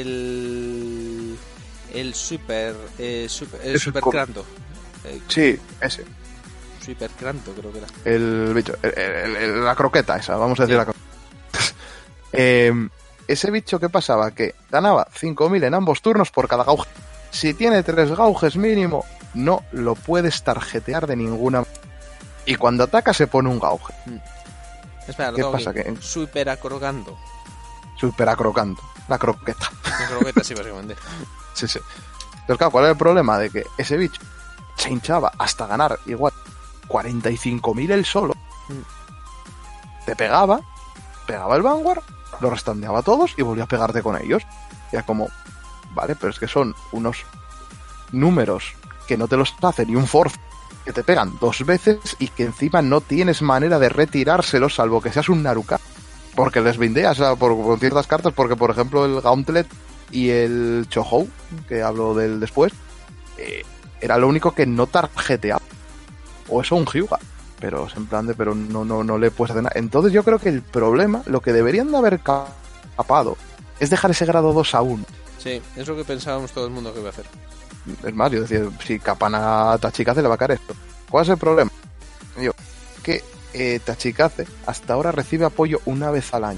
El Super Cranto. Sí, ese. Super Cranto, creo que era. El bicho, la croqueta esa, vamos a decir la croqueta. Ese bicho, ¿qué pasaba? Que ganaba 5.000 en ambos turnos por cada gauge. Si tiene 3 gauges mínimo, no lo puedes tarjetear de ninguna manera. Y cuando ataca se pone un gauge. Espera, ¿qué pasa? Que Super acrocando. Super acrocando. La croqueta. La croqueta, sí, básicamente. Sí. Pero claro, ¿cuál era el problema? De que ese bicho se hinchaba hasta ganar igual 45.000 él solo. Te pegaba el Vanguard, lo restandeaba a todos y volvía a pegarte con ellos. Ya como, vale, pero es que son unos números que no te los hace ni un force, que te pegan 2 veces y que encima no tienes manera de retirárselos salvo que seas un Naruka, porque les bindeas por ciertas cartas, porque por ejemplo el Gauntlet y el Chohou, que hablo del después, era lo único que no tarjeteaba, o eso un Hyuga, pero es en plan de, pero no le puedes hacer nada. Entonces yo creo que el problema, lo que deberían de haber capado, es dejar ese grado 2 a 1. Sí, es lo que pensábamos todo el mundo que iba a hacer. Es más, yo decía, si capan a Tachikate le va a caer esto. ¿Cuál es el problema? Que Tachikate hasta ahora recibe apoyo una vez al año.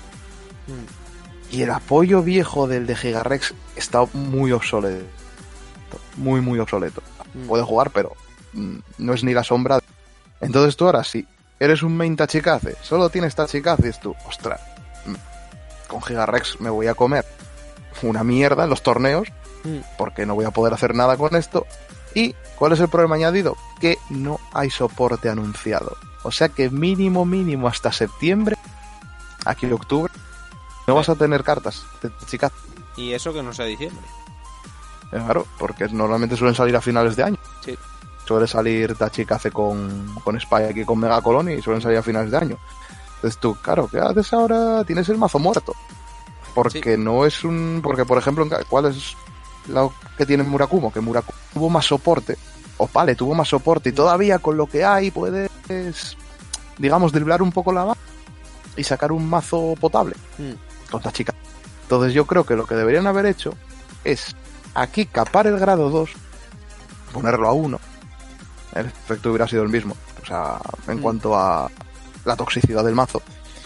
Y el apoyo viejo del de Gigarex está muy obsoleto. Muy obsoleto. Puede jugar, pero no es ni la sombra. Entonces tú ahora, si eres un main Tachikate, solo tienes Tachikate, y es tú, ostras, con Gigarex me voy a comer una mierda en los torneos, porque no voy a poder hacer nada con esto. ¿Y cuál es el problema añadido? Que no hay soporte anunciado. O sea que mínimo hasta septiembre, aquí en octubre, no vas a tener cartas de Tachikate. Y eso que no sea diciembre. Claro, porque normalmente suelen salir a finales de año. Sí. Suele salir Tachikate con Spike y con Mega Colony y suelen salir a finales de año. Entonces tú, claro, ¿qué haces ahora? Tienes el mazo muerto. Porque no es un... Porque, por ejemplo, ¿cuál es lo que tiene Murakumo? Que Murakumo tuvo más soporte, o Pale tuvo más soporte, y todavía con lo que hay puedes, digamos, driblar un poco la mano y sacar un mazo potable con Tachikate. Entonces yo creo que lo que deberían haber hecho es aquí capar el grado 2, ponerlo a 1. El efecto hubiera sido el mismo, o sea, en cuanto a la toxicidad del mazo.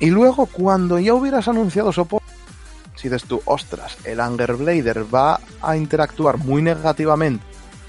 Y luego, cuando ya hubieras anunciado soporte, si dices tú, ostras, el Anger Blader va a interactuar muy negativamente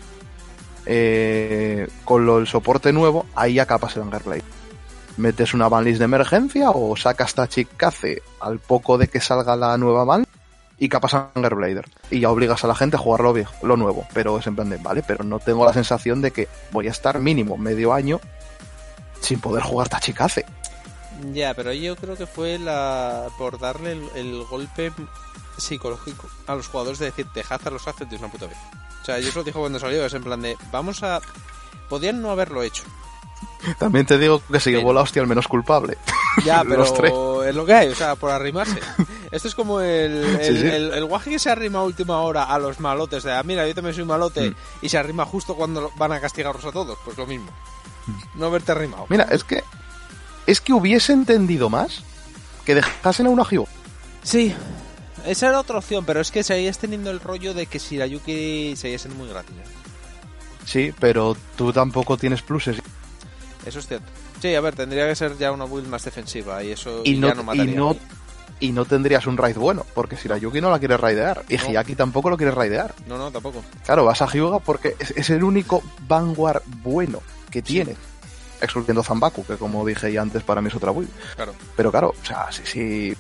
con el soporte nuevo, ahí ya capas el Anger Blader. Metes una banlist de emergencia o sacas Tachikaze al poco de que salga la nueva ban y capas Anger Blader. Y ya obligas a la gente a jugar lo nuevo. Pero es en plan de, vale, pero no tengo la sensación de que voy a estar mínimo medio año sin poder jugar Tachikaze. Ya, pero yo creo que fue por darle el golpe psicológico a los jugadores de decir, dejad a los Accents una puta vez. O sea, yo eso lo dijo cuando salió, es en plan de, podían no haberlo hecho. También te digo que se llevó la hostia el menos culpable. Ya, pero es lo que hay, o sea, por arrimarse. Esto es como el guaje que se arrima a última hora a los malotes, de, mira, yo también soy malote, y se arrima justo cuando van a castigarlos a todos, pues lo mismo. No haberte arrimado. Mira, es que hubiese entendido más que dejasen a una Hyo. Sí, esa era otra opción, pero es que seguías teniendo el rollo de que Shirayuki seguía siendo muy gratis. Sí, pero tú tampoco tienes pluses. Eso es cierto. Sí, a ver, tendría que ser ya una build más defensiva y eso ya no mataría. Y no tendrías un raid bueno, porque Shirayuki no la quiere raidear y Hyaki tampoco lo quiere raidear. No, tampoco. Claro, vas a Hyuga porque es el único Vanguard bueno que tiene. Excluyendo Zanbaku, que como dije ya antes, para mí es otra build. Claro. Pero claro, o sea, sí.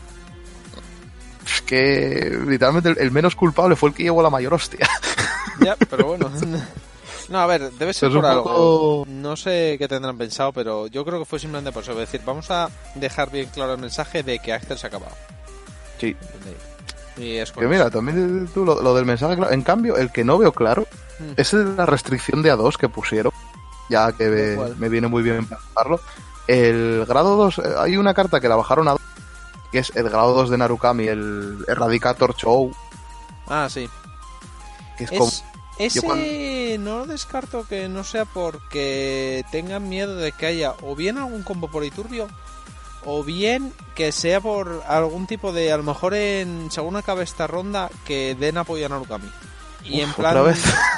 Es que literalmente el menos culpable fue el que llevó la mayor hostia. Ya, pero bueno. No, a ver, debe ser por algo. No sé qué tendrán pensado, pero yo creo que fue simplemente por eso. Es decir, vamos a dejar bien claro el mensaje de que Axel se ha acabado. Sí. Y es que mira, también tú lo del mensaje, claro. En cambio, el que no veo claro es la restricción de A2 que pusieron. Ya que me viene muy bien pensarlo. El grado 2, hay una carta que la bajaron a 2, que es el grado 2 de Narukami, el Eradicator Chou. Ah, sí. Que es como... Ese no lo descarto que no sea porque tengan miedo de que haya o bien algún combo por Iturbio o bien que sea por algún tipo de, a lo mejor según acabe esta ronda, que den apoyo a Narukami. Y en plan... ¿Otra vez?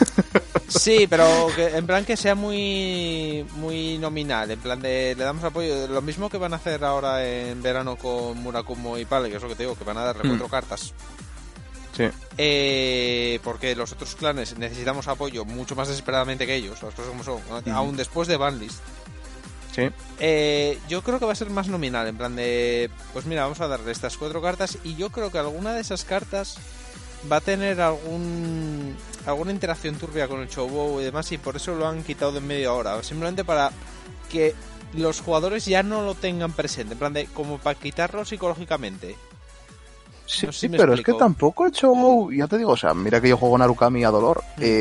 Sí, pero que, en plan que sea muy nominal, en plan de le damos apoyo, lo mismo que van a hacer ahora en verano con Murakumo y Pale, que es lo que te digo, que van a darle 4 cartas. Sí. Porque los otros clanes necesitamos apoyo mucho más desesperadamente que ellos, las cosas como son, aún después de banlist. Sí. Yo creo que va a ser más nominal, en plan de, pues mira, vamos a darle estas 4 cartas y yo creo que alguna de esas cartas va a tener alguna interacción turbia con el Chobo y demás, y por eso lo han quitado de media hora, simplemente para que los jugadores ya no lo tengan presente, en plan de, como para quitarlo psicológicamente. Sí, no sé si pero explico. Es que tampoco el Chou, ya te digo, o sea, mira que yo juego Narukami a dolor.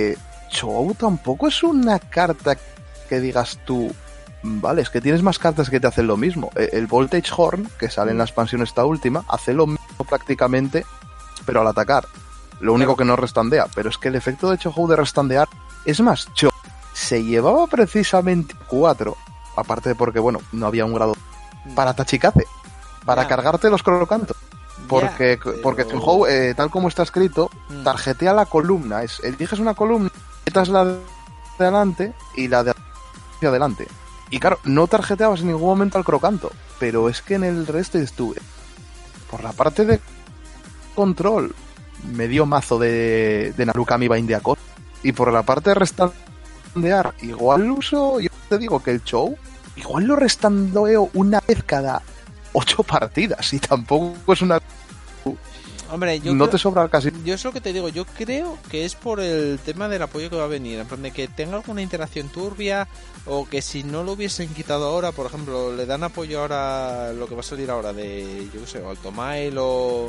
Chou tampoco es una carta que digas tú, vale, es que tienes más cartas que te hacen lo mismo. El Voltage Horn, que sale en la expansión esta última, hace lo mismo prácticamente, pero al atacar. Lo único que no restandea, pero es que el efecto de Chou de restandear es más, Chou se llevaba precisamente 4, aparte de porque, bueno, no había un grado para Tachikaze, para cargarte los crocantos. Porque Chou, tal como está escrito, tarjetea la columna. Eliges una columna, metas la de adelante y la de hacia adelante. Y claro, no tarjeteabas en ningún momento al crocanto, pero es que en el resto estuve. Por la parte de control, me dio mazo de Narukami Bind de Akot. Y por la parte de restandear, igual uso, yo te digo que el Chou, igual lo restandeo una vez cada 8 partidas y tampoco es una... Hombre, no te sobra casi. Yo es lo que te digo, yo creo que es por el tema del apoyo que va a venir, en plan de que tenga alguna interacción turbia o que si no lo hubiesen quitado ahora, por ejemplo, le dan apoyo ahora, lo que va a salir ahora de, yo qué sé, o Altomail o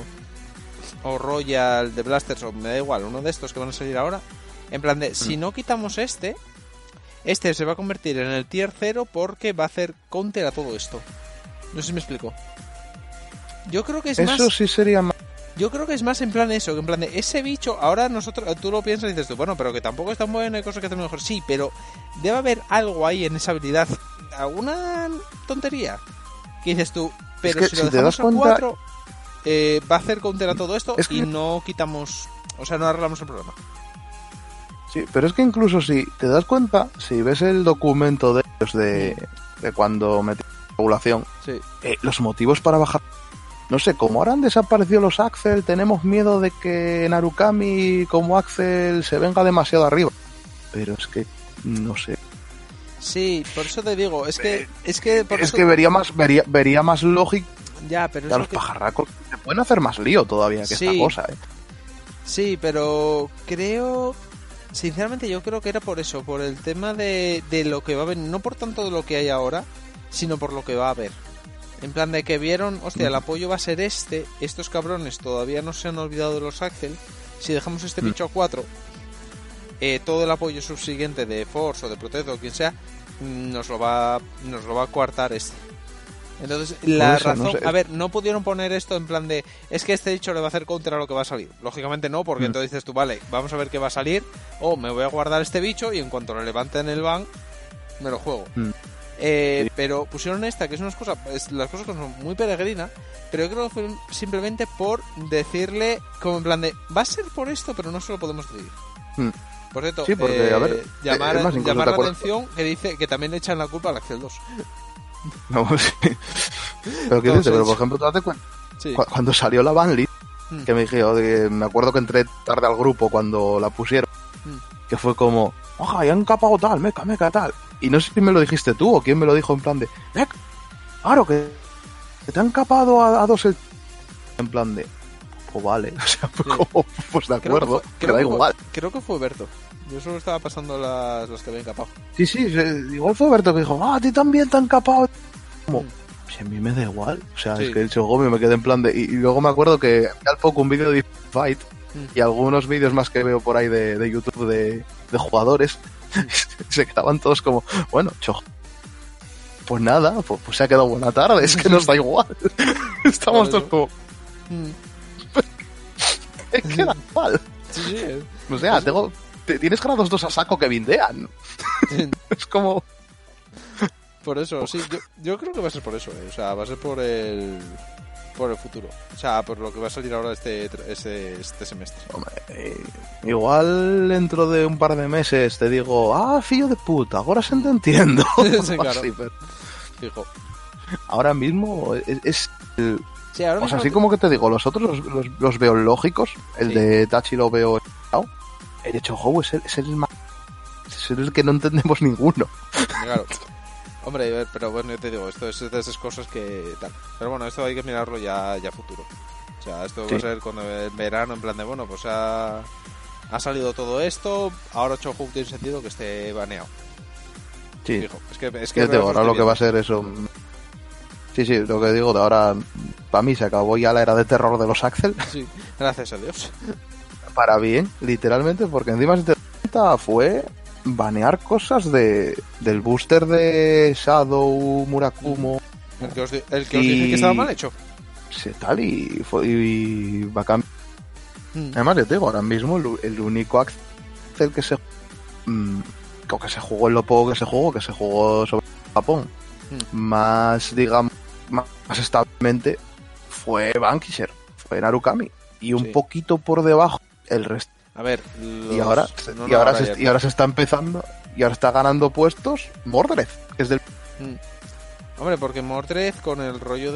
Royal de Blasters, o me da igual, uno de estos que van a salir ahora, en plan de, si no quitamos este se va a convertir en el tier 0 porque va a hacer counter a todo esto. No sé si me explico. Yo creo que es eso más... Eso sí sería más... Yo creo que es más en plan de eso, que en plan de ese bicho, ahora tú lo piensas y dices tú, bueno, pero que tampoco es tan bueno, hay cosas que hacen mejor. Sí, pero debe haber algo ahí en esa habilidad, alguna tontería, que dices tú, pero es que si lo dejamos a 4, va a hacer counter a todo esto y no quitamos, o sea, no arreglamos el problema. Sí, pero es que incluso si te das cuenta, si ves el documento de ellos de cuando metí regulación. Sí. Los motivos para bajar... No sé, como ahora han desaparecido los Axel, tenemos miedo de que Narukami como Axel se venga demasiado arriba. Pero es que, no sé. Sí, por eso te digo, es que vería más lógico. Ya, pero los pajarracos se pueden hacer más lío todavía que esta cosa, Sí, pero sinceramente yo creo que era por eso, por el tema de lo que va a haber, no por tanto de lo que hay ahora, sino por lo que va a haber. En plan de que vieron, hostia, el apoyo va a ser estos cabrones todavía no se han olvidado de los Axel, si dejamos este bicho a 4, todo el apoyo subsiguiente de Force o de Protect o quien sea, nos lo va a coartar Entonces, la razón... No sé. A ver, no pudieron poner esto en plan de... Es que este bicho le va a hacer contra lo que va a salir. Lógicamente no, porque entonces dices tú, vale, vamos a ver qué va a salir. O me voy a guardar este bicho y en cuanto lo levanten el ban, me lo juego. Sí. Pero pusieron esta, que es las cosas que son muy peregrinas, pero yo creo que fue simplemente por decirle, como en plan de... Va a ser por esto, pero no se lo podemos decir. Por cierto, sí, porque, a ver, llamar la atención que dice que también le echan la culpa al Axel 2. No, sí. Pero ¿qué dices? Pero por ejemplo, te das cuenta. Sí. Cuando salió la banlist, que me acuerdo que entré tarde al grupo cuando la pusieron, que fue como, oja, ya han capado tal, meca, tal. Y no sé si me lo dijiste tú o quién me lo dijo en plan de, claro, que te han capado a 2 el... En plan de, pues vale, o sea, pues de acuerdo, que da igual. Creo que fue Berto. Yo solo estaba pasando las que habían capado. Sí, igual fue Berto que dijo, a ti también te han capado. Como, si a mí me da igual. O sea, es que el Shogumi me quedé en plan de... Y luego me acuerdo que al poco un vídeo de Fight y algunos vídeos más que veo por ahí de YouTube de jugadores se quedaban todos como, bueno, pues nada, pues se ha quedado buena tarde, es que nos da igual. Estamos todos como... Es que da igual. Sí. O sea, tienes grados 2 a saco que vindean. Es como... Por eso, sí, yo creo que va a ser por eso, o sea, va a ser por el futuro, o sea, por lo que va a salir ahora este semestre. Hombre, igual dentro de un par de meses te digo, fillo de puta, ahora se te entiendo. Sí, claro. Así, pero... Fijo. Ahora mismo es sí, ahora mismo así como que te digo, los otros los veo lógicos, el de Tachi lo veo, el de Chohou es el que no entendemos ninguno. Claro. Hombre, pero bueno, yo te digo, esto es de esas cosas que tal. Pero bueno, esto hay que mirarlo ya futuro. O sea, esto va a ser cuando en verano, en plan de, bueno, pues ha salido todo esto, ahora Chohou tiene sentido que esté baneado. Sí. Fijo. Es que ahora lo que va a ser eso... Sí, lo que digo, de ahora, para mí se acabó ya la era de terror de los Axel. Sí, gracias a Dios. Para bien, literalmente, porque encima fue... banear cosas del booster de Shadow, Murakumo. El que os dije que estaba mal hecho. Sí, tal, y va a cambiar. Además, yo te digo, ahora mismo el único Axel que se jugó en lo poco que se jugó sobre Japón, más, digamos, más establemente, fue Vanquisher, fue Narukami. Y un poquito por debajo el resto. A ver, y ahora se está empezando y ahora está ganando puestos Mordred, que es del... Hombre, porque Mordred con el rollo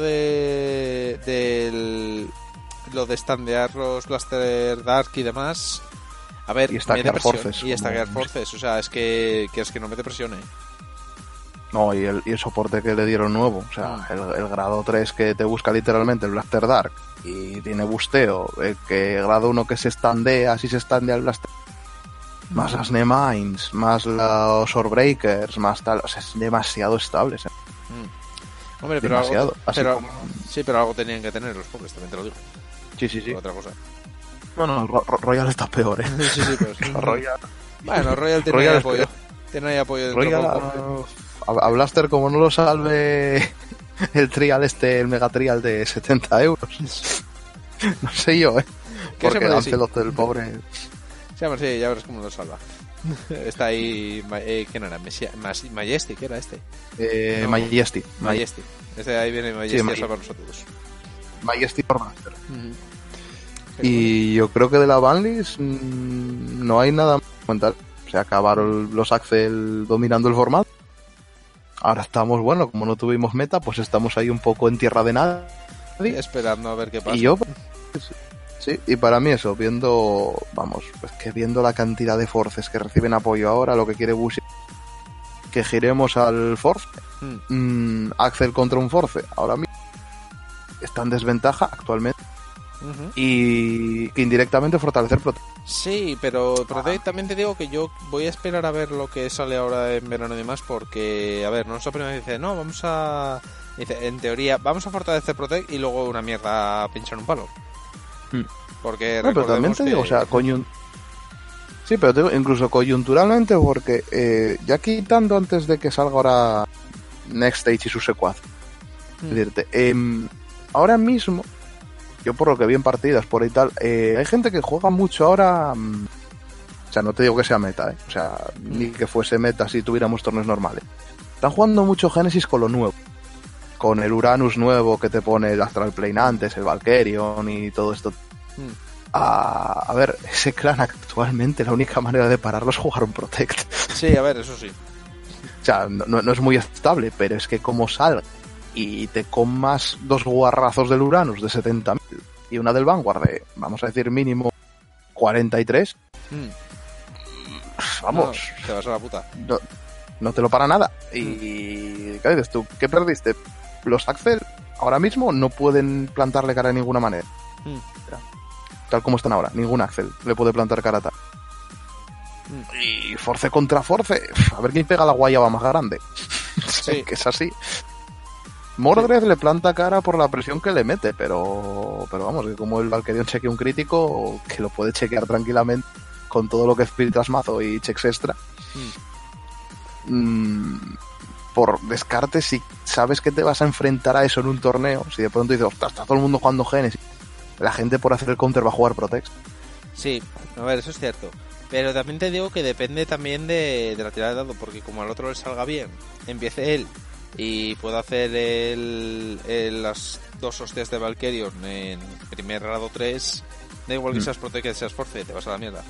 de lo de standear los Blaster Dark y demás, a ver, y Stagger Forces, y Stagger Forces, o sea, es que no mete presión, No, y el soporte que le dieron nuevo, o sea, el grado 3 que te busca literalmente el Blaster Dark y tiene busteo, que grado 1 que se standea, si se standea el Blaster, más las Nemines, más los Orbreakers, más tal, o sea, es demasiado estable. Hombre, pero demasiado. Pero algo tenían que tener los pobres, también te lo digo. Sí. Otra cosa. Bueno, Royal está peor, Sí, pero sí. Royal. Bueno, Royal tiene ahí apoyo. Tiene ahí apoyo de Royal. A Blaster, como no lo salve el trial el mega trial de 70 euros. No sé yo, porque Lancelot, el pobre... Sí, ya verás cómo lo salva. Está ahí... ¿quién era? Majestic, ¿era este? No. Majestic. Este ahí viene Majestic a salvarnos a todos. Majestic por Master. Y yo creo que de la banlist no hay nada más que comentar. Se acabaron los Axel dominando el formato. Ahora estamos, bueno, como no tuvimos meta, pues estamos ahí un poco en tierra de nadie. Esperando a ver qué pasa. Y yo, sí, y para mí eso, viendo la cantidad de forces que reciben apoyo ahora, lo que quiere Bushi, que giremos al force, Axel contra un force, ahora mismo está en desventaja actualmente. Y que indirectamente fortalecer Protect. Sí, pero Protect también te digo que yo voy a esperar a ver lo que sale ahora en verano y demás, porque, a ver, no es la primera vez que dice, en teoría, vamos a fortalecer Protect y luego una mierda a pinchar un palo. Porque pero también te digo, o sea, sí, pero te digo, incluso coyunturalmente, porque ya quitando antes de que salga ahora Next Stage y su secuaz, es decirte, ahora mismo, yo por lo que vi en partidas por ahí tal, hay gente que juega mucho ahora, o sea, no te digo que sea meta, o sea, ni que fuese meta si tuviéramos torneos normales. Están jugando mucho Genesis con lo nuevo, con el Uranus nuevo que te pone el Astral Plane antes, el Valkyrion y todo esto. A ver, ese clan actualmente la única manera de pararlo es jugar un Protect. Sí, a ver, eso sí. O sea, no es muy estable, pero es que como salga y te comas 2 guarrazos del Uranus de 70.000 y una del Vanguard de, vamos a decir, mínimo 43, vamos, no, te vas a la puta. No te lo para nada. Y ¿qué dices tú? ¿Qué perdiste? Los Axel ahora mismo no pueden plantarle cara de ninguna manera. Tal como están ahora, ningún Axel le puede plantar cara tal. Y Force contra Force, a ver quién pega la guayaba más grande. Sí. Que es así. Mordred le planta cara por la presión que le mete, pero vamos, que como el Valkyrion chequea un crítico, que lo puede chequear tranquilamente con todo lo que es filtras mazo y checks extra. Por descarte, si sabes que te vas a enfrentar a eso en un torneo, si de pronto dices, ostras, está todo el mundo jugando Genesis, la gente por hacer el counter va a jugar Protect. Sí, a ver, eso es cierto. Pero también te digo que depende también de la tirada de dado, porque como al otro le salga bien, empiece él y pueda hacer las 2 hostias de Valkyrion en primer grado 3, da igual que seas Protect que seas Force, te vas a la mierda.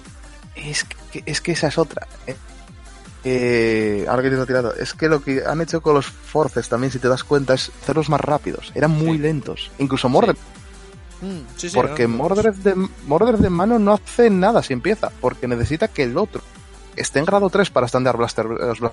Es que esa es otra. Ahora que te he tirado, es que lo que han hecho con los Forces también, si te das cuenta, es hacerlos más rápidos. Eran muy lentos. Incluso Mordred. Sí, porque Mordred de mano no hace nada si empieza, porque necesita que el otro esté en grado 3 para Standard Blaster.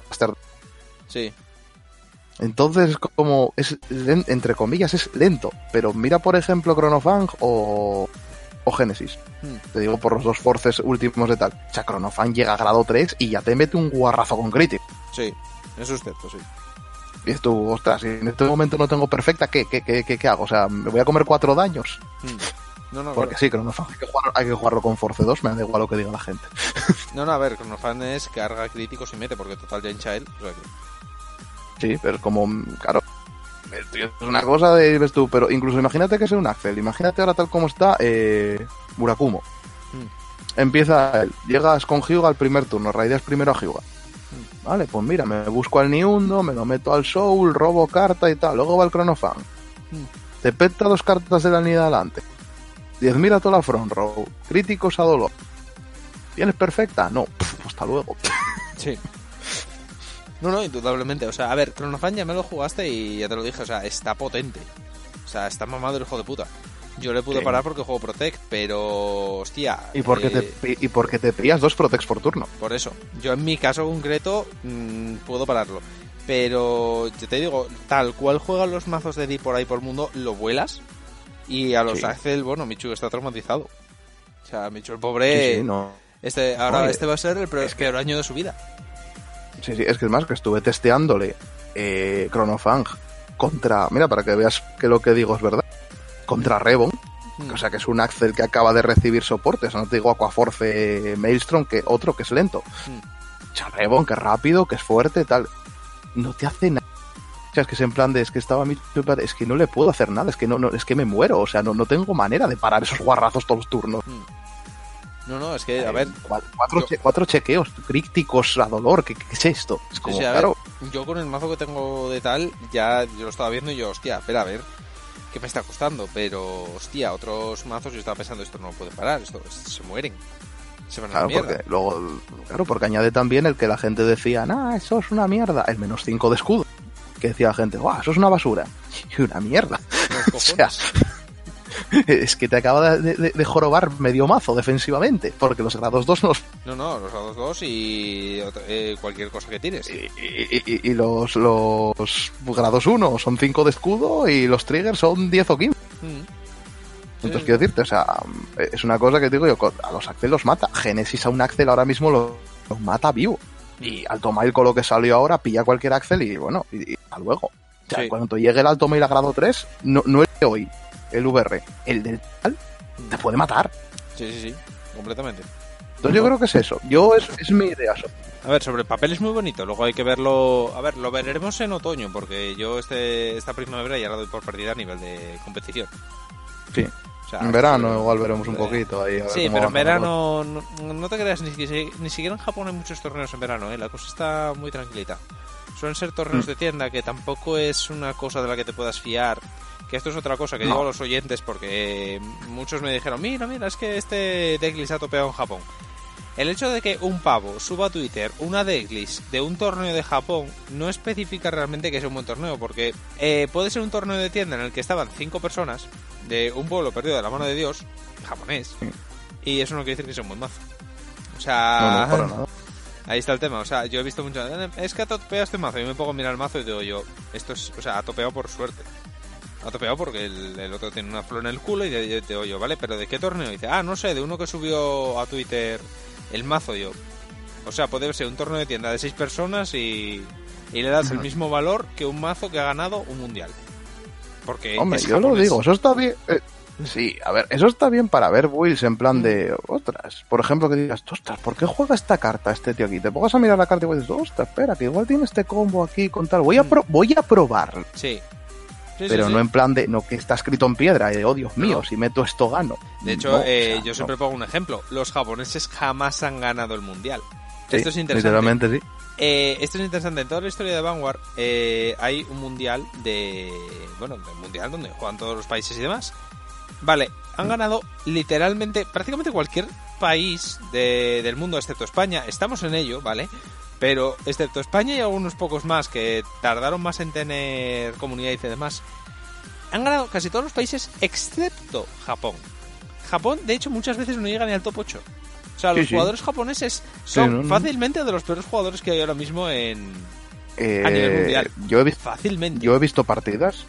Sí. Entonces, como es entre comillas, es lento. Pero mira, por ejemplo, Chronofang o Genesis. Te digo por los 2 Forces últimos de tal. O sea, Chronofang llega a grado 3 y ya te mete un guarrazo con crítico. Sí, eso es cierto, sí. Y tú, ostras, si en este momento no tengo perfecta, ¿qué hago? O sea, ¿me voy a comer 4 daños? No, porque claro. Sí, Chronofang hay que jugarlo con Force 2, me da igual lo que diga la gente. No, a ver, Chronofang es carga críticos y mete, porque total ya hincha él. O sea que... Sí, pero como, claro, es una cosa de, ves tú, pero incluso imagínate que sea un Axel, imagínate ahora tal como está Murakumo. Empieza él, llegas con Hyuga al primer turno, raideas primero a Hyuga. Vale, pues mira, me busco al Niundo, me lo meto al Soul, robo carta y tal, luego va el Chronofang. Te peta 2 cartas de la línea adelante. 10.000 a toda la front row, críticos a dolor. ¿Tienes perfecta? No, hasta luego. Sí. No, indudablemente. O sea, a ver, Chronofang ya me lo jugaste y ya te lo dije, o sea, está potente. O sea, está mamado el hijo de puta. Yo le pude parar porque juego Protect, pero hostia. Y porque te pillas 2 Protects por turno. Por eso. Yo en mi caso concreto puedo pararlo. Pero yo te digo, tal cual juegan los mazos de Deep por ahí por el mundo, lo vuelas. Y a los Axel, bueno, Michu está traumatizado. O sea, Michu el pobre. Sí, no. Este va a ser el peor año de su vida. Sí, es que es más, que estuve testeándole Chronofang contra... Mira, para que veas que lo que digo es verdad. Contra Reborn, o sea, que es un Axel que acaba de recibir soporte. O sea, no te digo Aquaforce Maelstrom, que otro que es lento. O sea, Reborn, que es rápido, que es fuerte, tal. No te hace nada. O sea, es que es en plan de... Es que estaba es que no le puedo hacer nada. Es que no es que me muero. O sea, no tengo manera de parar esos guarrazos todos los turnos. No, es que, a ver... 4 chequeos críticos a dolor. ¿Qué es esto? Es como, sí, claro... Ver, yo con el mazo que tengo de tal, ya yo lo estaba viendo y yo, hostia, espera, a ver, ¿qué me está costando? Pero, hostia, otros mazos yo estaba pensando, esto no puede parar, esto se mueren. Se van a la mierda. Porque luego, porque añade también el que la gente decía, eso es una mierda, el -5 de escudo. que decía la gente, ¡guau, eso es una basura! Y una mierda. O sea, es que te acaba de jorobar medio mazo defensivamente, porque los grados 2 no... No, los grados 2 y cualquier cosa que tires. Y los grados 1 son 5 de escudo y los triggers son 10 o 15. Entonces, quiero decirte, o sea, es una cosa que digo yo, a los Axel los mata. Genesis a un Axel ahora mismo los mata vivo. Y Altomail con lo que salió ahora, pilla cualquier Axel y bueno, y hasta luego. O sea, cuando llegue el Altomail a grado 3, no el de hoy, el VR, el del tal, te puede matar. Sí, completamente. Entonces yo creo que es eso. Es mi idea. A ver, sobre el papel es muy bonito, luego hay que verlo... A ver, lo veremos en otoño, porque yo esta primavera ya la doy por perdida a nivel de competición. Sí. O sea, en verano igual veremos un poquito ahí. A ver sí, pero en verano no te creas, ni siquiera en Japón hay muchos torneos en verano, la cosa está muy tranquilita. Suelen ser torneos de tienda, que tampoco es una cosa de la que te puedas fiar. Que esto es otra cosa que digo a los oyentes, porque muchos me dijeron, mira, es que este decklist ha topeado en Japón. El hecho de que un pavo suba a Twitter una decklist de un torneo de Japón no especifica realmente que sea un buen torneo, porque puede ser un torneo de tienda en el que estaban 5 personas de un pueblo perdido de la mano de Dios, japonés, y eso no quiere decir que sea un buen mazo. O sea, no, para nada. Ahí está el tema. O sea, yo he visto mucho, es que ha topeado este mazo, y me pongo a mirar el mazo y digo yo, esto es, o sea, ha topeado por suerte. Ha topeado porque el otro tiene una flor en el culo y digo yo, ¿vale? ¿Pero de qué torneo? Y dice, no sé, de uno que subió a Twitter el mazo. Yo, o sea, puede ser un torneo de tienda de 6 personas y le das el mismo valor que un mazo que ha ganado un mundial. Porque hombre, yo lo digo, eso está bien. Sí, a ver, eso está bien para ver builds en plan de otras. Por ejemplo, que digas, ostras, ¿por qué juega esta carta este tío aquí? Te pongas a mirar la carta y dices, ostras, espera, que igual tiene este combo aquí con tal. Voy a probarlo. Sí. Pero no en plan de, no que está escrito en piedra, de, oh Dios mío, si meto esto gano. De hecho, yo siempre pongo un ejemplo. Los japoneses jamás han ganado el mundial. Sí, esto es interesante. Literalmente sí. Esto es interesante. En toda la historia de Vanguard hay un mundial del mundial donde juegan todos los países y demás. Vale, han ganado literalmente prácticamente cualquier país del mundo excepto España. Estamos en ello, ¿vale? Pero excepto España y algunos pocos más que tardaron más en tener comunidad y demás, han ganado casi todos los países excepto Japón. Japón, de hecho, muchas veces no llega ni al top 8. O sea, los jugadores japoneses son fácilmente de los peores jugadores que hay ahora mismo a nivel mundial. Fácilmente. Yo he visto partidas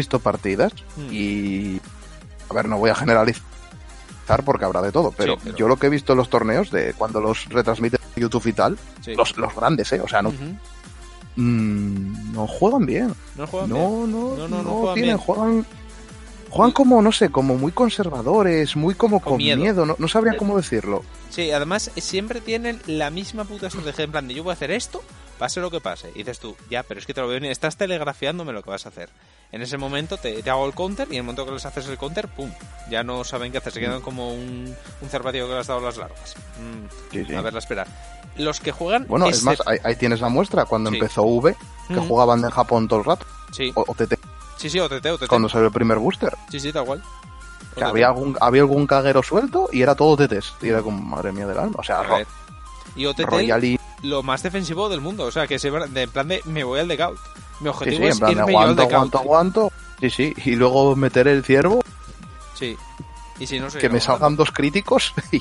y... A ver, no voy a generalizar porque habrá de todo, pero yo lo que he visto en los torneos, de cuando los retransmiten en YouTube y tal, los grandes, o sea, no... no juegan bien. No juegan bien. No tienen, juegan como, no sé, como muy conservadores, muy como con miedo, no sabría cómo decirlo. Sí, además siempre tienen la misma puta estrategia, en plan de yo voy a hacer esto, pase lo que pase. Y dices tú, ya, pero es que te lo veo bien, estás telegrafiándome lo que vas a hacer. En ese momento te hago el counter y en el momento que les haces el counter, ¡pum! Ya no saben qué hacer, se quedan como un cervatillo que le has dado las larvas. A verla esperar. Los que juegan... Bueno, es más, ahí tienes la muestra, cuando empezó V, que jugaban en Japón todo el rato. Sí. O TT. Sí, OTT. Cuando salió el primer booster. Sí, tal cual. Que había algún caguero suelto y era todo TTs. Y era como, madre mía del alma. O sea, y OTT, lo más defensivo del mundo. O sea, que en plan de, me voy al decaut. Mi objetivo es irme yo al decaut. Aguanto. Sí. Y luego meter el ciervo. Sí. Y si no sé. Que me salgan 2 críticos y...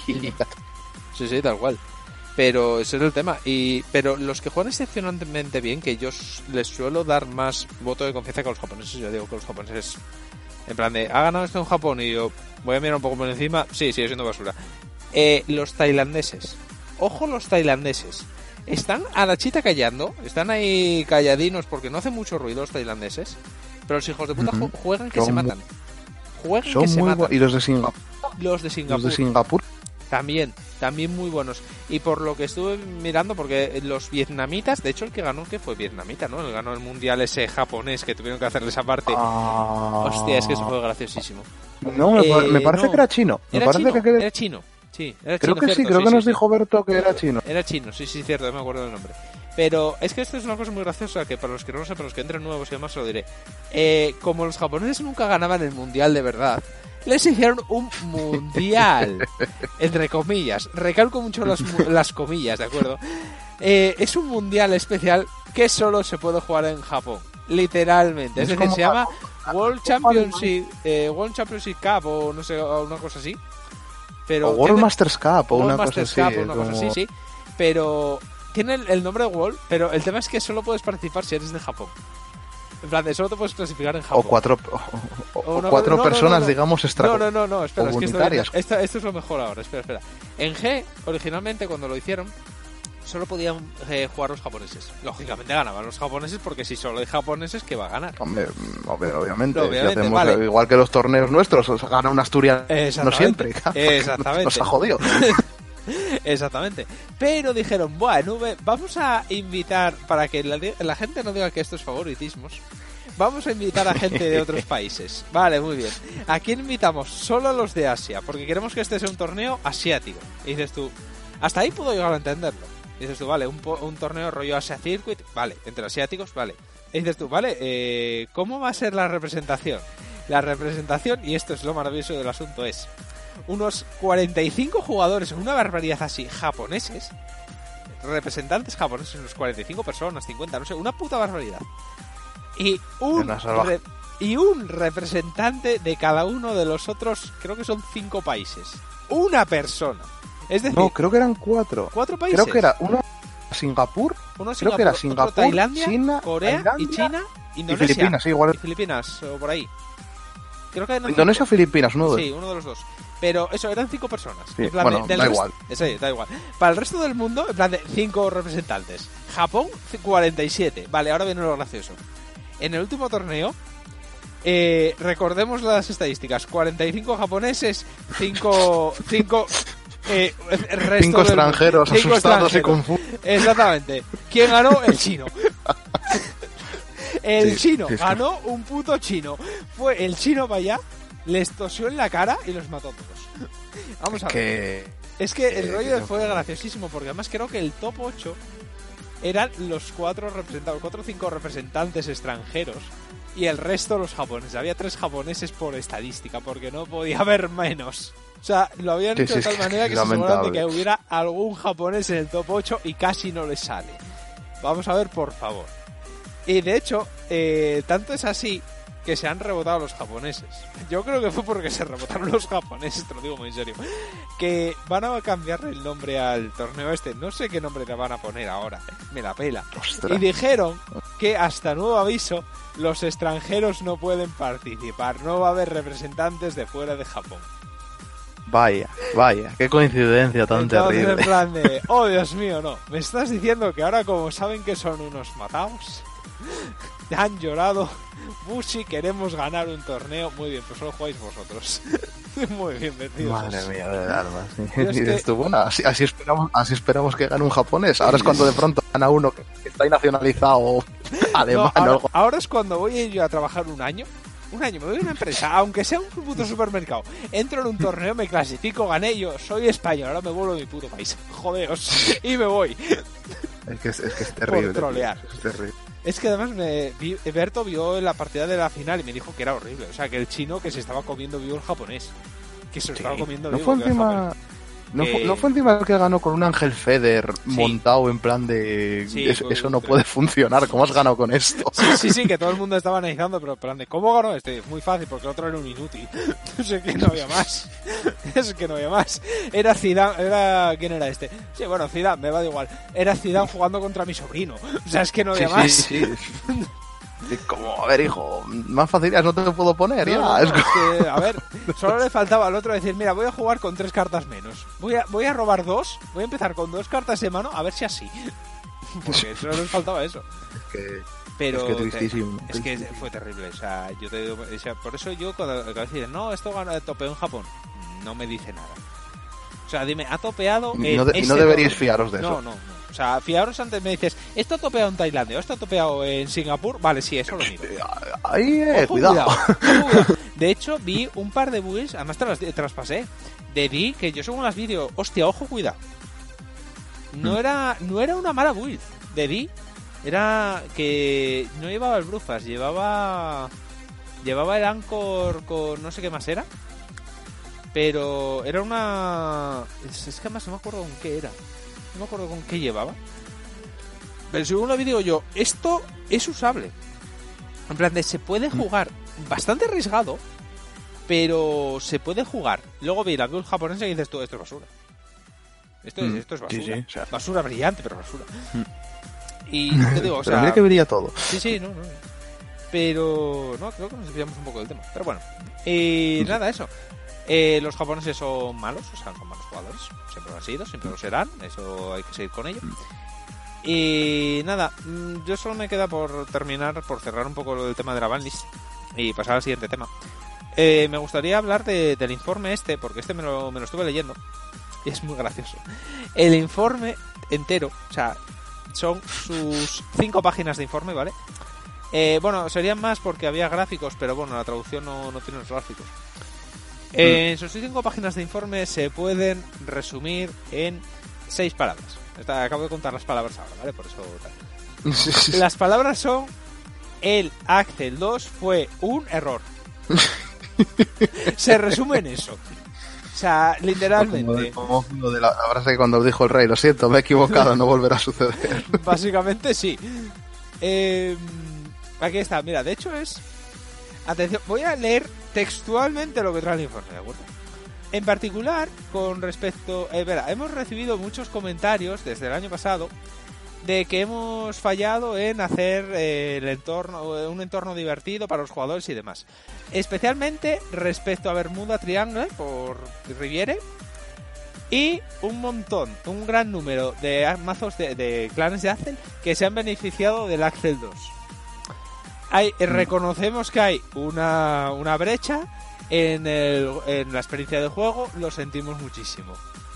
Sí, tal cual. Pero ese es el tema. Pero los que juegan excepcionalmente bien, que yo les suelo dar más voto de confianza que a los japoneses. Yo digo que los japoneses, en plan de, ha ganado esto en Japón y yo voy a mirar un poco por encima. Sí, sigue siendo basura. Los tailandeses. Ojo, los tailandeses. Están a la chita callando. Están ahí calladinos porque no hacen mucho ruido los tailandeses. Pero los hijos de puta juegan que se matan. Juegan que se matan. ¿Y los de Singapur? Los de Singapur. También muy buenos. Y por lo que estuve mirando, porque los vietnamitas, de hecho el que ganó, que fue vietnamita, ¿no? El ganó el mundial ese japonés que tuvieron que hacerle esa parte. Hostia, es que eso fue graciosísimo. No, me parece que era chino. Era chino. Sí, era creo chino, que cierto. sí, creo que nos dijo Berto que era chino. Era chino, sí, cierto, no me acuerdo del nombre. Pero es que esto es una cosa muy graciosa, que para los que no lo sepan, los que entren nuevos y demás, se lo diré. Como los japoneses nunca ganaban el mundial de verdad, les hicieron un mundial, entre comillas. Recalco mucho las comillas, ¿de acuerdo? Es un mundial especial que solo se puede jugar en Japón. Literalmente. Es decir, se llama World Championship Cup o no sé, o una cosa así. Pero o World Masters Cup o una cosa así. Sí. Pero tiene el nombre de World, pero el tema es que solo puedes participar si eres de Japón. En plan, solo te puedes clasificar en Japón. O cuatro personas, digamos, espera, es que esto es lo mejor ahora, espera. En G, originalmente, cuando lo hicieron, solo podían jugar los japoneses. Lógicamente ganaban los japoneses, porque si solo hay japoneses, ¿qué va a ganar? Hombre, obviamente si hacemos vale. Igual que los torneos nuestros, gana un asturiano siempre. Exactamente. Nos ha jodido. Exactamente. Pero dijeron, bueno, vamos a invitar, para que la gente no diga que esto es favoritismos, vamos a invitar a gente de otros países. Vale, muy bien. ¿A quién invitamos? Solo a los de Asia, porque queremos que este sea un torneo asiático. Y dices tú, hasta ahí puedo llegar a entenderlo. Y dices tú, vale, un torneo rollo Asia Circuit, vale, entre asiáticos, vale. Y dices tú, vale, ¿cómo va a ser la representación? La representación, y esto es lo maravilloso del asunto, es unos 45 jugadores, una barbaridad así, japoneses, representantes japoneses, unos 45 personas, 50, no sé, una puta barbaridad. Y un representante de cada uno de los otros, creo que son 5 países. Una persona. Es decir, no, creo que eran 4. 4 países. Creo que era uno Singapur, creo que era Singapur, Tailandia, China, Corea y China, Indonesia. Y Filipinas, sí, igual. Y Filipinas, o por ahí. Creo que Indonesia o Filipinas, uno de Sí, uno de los dos. Pero eso, eran 5 personas. Sí, en plan bueno, da igual. Sí, da igual. Para el resto del mundo, en plan de 5 representantes. Japón, 47. Vale, ahora viene lo gracioso. En el último torneo, recordemos las estadísticas. 45 japoneses, 5 extranjeros asustados y confusos. Exactamente. ¿Quién ganó? El chino. El chino ganó un puto chino. Fue el chino para allá, les tosió en la cara y los mató a todos. Vamos a ver. Es que el rollo fue graciosísimo, porque además creo que el top 8 eran los 4 o 5 representantes extranjeros y el resto los japoneses. Había 3 japoneses por estadística, porque no podía haber menos. O sea, lo habían hecho de tal manera que se aseguraban de que hubiera algún japonés en el top 8 y casi no les sale. Vamos a ver, por favor. Y de hecho, tanto es así que se han rebotado los japoneses. Yo creo que fue porque se rebotaron los japoneses, te lo digo muy en serio. Que van a cambiarle el nombre al torneo este. No sé qué nombre le van a poner ahora. Me la pela. Ostras. Y dijeron que hasta nuevo aviso, los extranjeros no pueden participar. No va a haber representantes de fuera de Japón. Vaya, qué coincidencia tan terrible. En plan de, oh Dios mío, no. ¿Me estás diciendo que ahora, como saben que son unos mataos, han llorado? Bushi, queremos ganar un torneo. Muy bien, pues solo jugáis vosotros. Muy bien metidos. Madre mía, de armas. Y dices tú, bueno, así esperamos que gane un japonés. Ahora es cuando de pronto gana uno que está nacionalizado alemán. No, ahora es cuando voy a ir yo a trabajar un año, me voy a una empresa, aunque sea un puto supermercado, entro en un torneo, me clasifico, gané, yo soy español, ahora me vuelvo a mi puto país, jodeos, y me voy. Es que es terrible. Por trolear. Es terrible. Es que además Berto vio la partida de la final y me dijo que era horrible, o sea, que el chino que se estaba comiendo vivo el japonés, que se lo estaba comiendo vivo. No fue encima el que ganó con un Ángel Feder montado en plan de... eso no puede funcionar, ¿cómo has ganado con esto? Sí, que todo el mundo estaba analizando, pero en plan de ¿cómo ganó este? Muy fácil, porque el otro era un inútil. No sé, que no había más. Es que no había más. Era Zidane, ¿quién era este? Sí, bueno, Zidane, me va de igual. Era Zidane jugando contra mi sobrino. O sea, es que no había más. Sí. Como, a ver, hijo, más facilidades no te puedo poner, ya. Es que, a ver, solo le faltaba al otro decir, mira, voy a jugar con 3 cartas menos. Voy a robar 2, voy a empezar con 2 cartas de mano, a ver si así. Porque solo les faltaba eso. Pero es que tristísimo. Es que fue terrible, o sea, yo te digo, o sea, por eso yo cuando dicen, no, esto topeó en Japón, no me dice nada. O sea, dime, ha topeado y no deberíais fiaros de eso. No. O sea, fiaros antes, me dices, ¿esto ha topeado en Tailandia o esto ha topeado en Singapur? Vale, sí, eso lo miro. Ahí, cuidado. De hecho, vi un par de builds, además te las pasé, de vi que yo según las vídeos, hostia, ojo, cuidado. No era una mala build. De vi era que no llevaba el Brufas, llevaba el Anchor con no sé qué más era. Pero era una... Es que además no me acuerdo con qué era. No me acuerdo con qué llevaba. Pero según la vi digo yo, esto es usable. En plan de se puede jugar bastante arriesgado, pero se puede jugar. Luego vi la build japonesa y dices tú, esto es basura. Esto es basura. Sí, o sea, basura brillante, pero basura. Y te digo, o sea... Pero mira que brilla todo. Sí, no. Pero... No, creo que nos desviamos un poco del tema. Pero bueno. Nada, eso. Los japoneses son malos, o sea, son malos jugadores. Siempre lo han sido, siempre lo serán. Eso hay que seguir con ello. Y nada, yo solo me queda por terminar, por cerrar un poco el tema de la banlist y pasar al siguiente tema. Me gustaría hablar del informe porque me lo estuve leyendo y es muy gracioso. El informe entero, o sea, son sus 5 páginas de informe, ¿vale? Bueno, serían más porque había gráficos, pero bueno, la traducción no tiene los gráficos. En sus 5 páginas de informe se pueden resumir en 6 palabras. Acabo de contar las palabras ahora, ¿vale? Por eso tal. Las palabras son: el Axel 2 fue un error. Se resume en eso. O sea, literalmente. Como lo de la frase que cuando dijo el rey, lo siento, me he equivocado, no volverá a suceder. Básicamente sí. Aquí está, mira, de hecho es... Atención, voy a leer textualmente lo que trae el informe, ¿de acuerdo? En particular, con respecto... hemos recibido muchos comentarios desde el año pasado de que hemos fallado en hacer un entorno divertido para los jugadores y demás. Especialmente respecto a Bermuda Triangle por Riviere y un gran número de mazos de clanes de Axel que se han beneficiado del Axel 2. Reconocemos que hay una brecha en la experiencia de juego, lo sentimos muchísimo.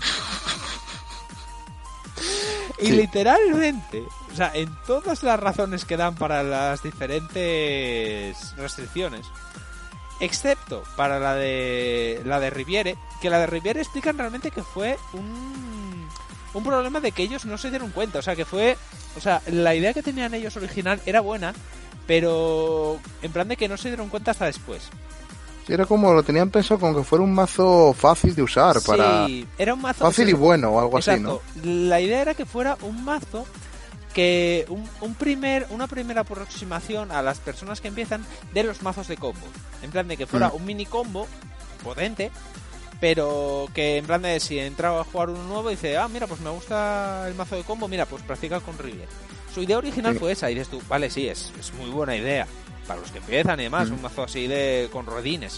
Y sí, literalmente, o sea, en todas las razones que dan para las diferentes restricciones, excepto para la de Riviere, que la de Riviere explican realmente que fue un problema de que ellos no se dieron cuenta, o sea, que fue, o sea, la idea que tenían ellos original era buena, pero en plan de que no se dieron cuenta hasta después. Sí, era como lo tenían pensado como que fuera un mazo fácil de usar, sí, era un mazo fácil y bueno o algo exacto, así, ¿no? La idea era que fuera un mazo que una primera aproximación a las personas que empiezan de los mazos de combo, en plan de que fuera un mini combo potente, pero que en plan de si entraba a jugar uno nuevo y dice, mira, pues me gusta el mazo de combo, mira, pues practica con Riviere. Su idea original fue esa, y dices tú, vale, sí, es muy buena idea para los que empiezan y demás, un mazo así con rodines.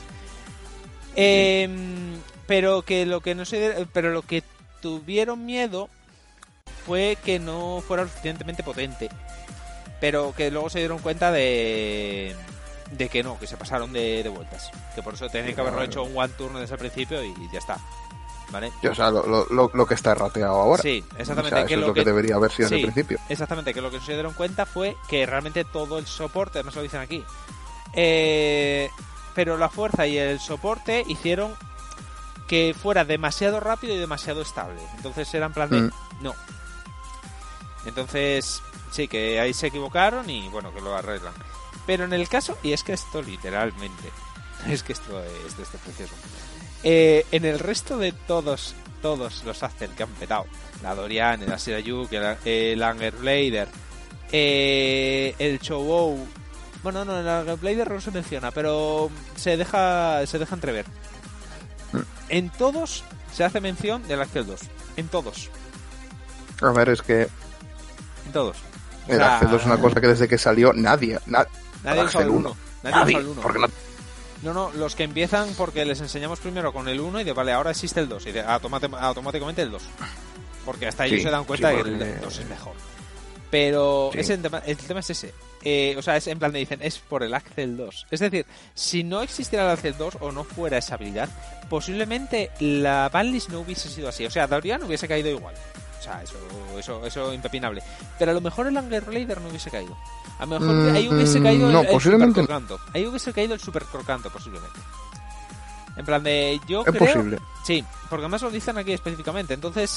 Pero lo que tuvieron miedo fue que no fuera lo suficientemente potente, pero que luego se dieron cuenta de que no, que se pasaron de vueltas, que por eso tenían que haberlo hecho un one turn desde el principio y ya está, ¿vale? O sea, lo que está errateado ahora. Sí, exactamente. O sea, eso es lo que debería haber sido desde el principio. Exactamente, que lo que se dieron cuenta fue que realmente todo el soporte, además lo dicen aquí, pero la fuerza y el soporte hicieron que fuera demasiado rápido y demasiado estable. Entonces era en plan de no. Entonces sí, que ahí se equivocaron y bueno, que lo arreglan. Pero en el caso, y es que esto literalmente, es que esto es precioso. En el resto de todos los Axel que han petado, la Dorian, la Shirayuk, el Angerblader, el Chou-Ou, bueno, no, el Angerblader no se menciona, pero se deja entrever. En todos se hace mención del Axel 2, en todos. A ver, es que en todos. El Axel 2 es una cosa que desde que salió nadie usa el 1. Nadie usa el 1. Porque No, los que empiezan porque les enseñamos primero con el 1 y de vale, ahora existe el 2 y automáticamente el 2. Porque hasta ellos se dan cuenta de que el 2 es mejor. Pero el tema es ese. O sea, es en plan de dicen, es por el Axel 2. Es decir, si no existiera el Axel 2 o no fuera esa habilidad, posiblemente la banlist no hubiese sido así. O sea, Dorian hubiese caído igual. O sea, eso impepinable. Pero a lo mejor el Angerblader no hubiese caído. A lo mejor ahí hubiese caído el Super Crocanto. Ahí hubiese caído el Super Crocanto, posiblemente. En plan de, yo creo... Es posible. Sí, porque además lo dicen aquí específicamente. Entonces,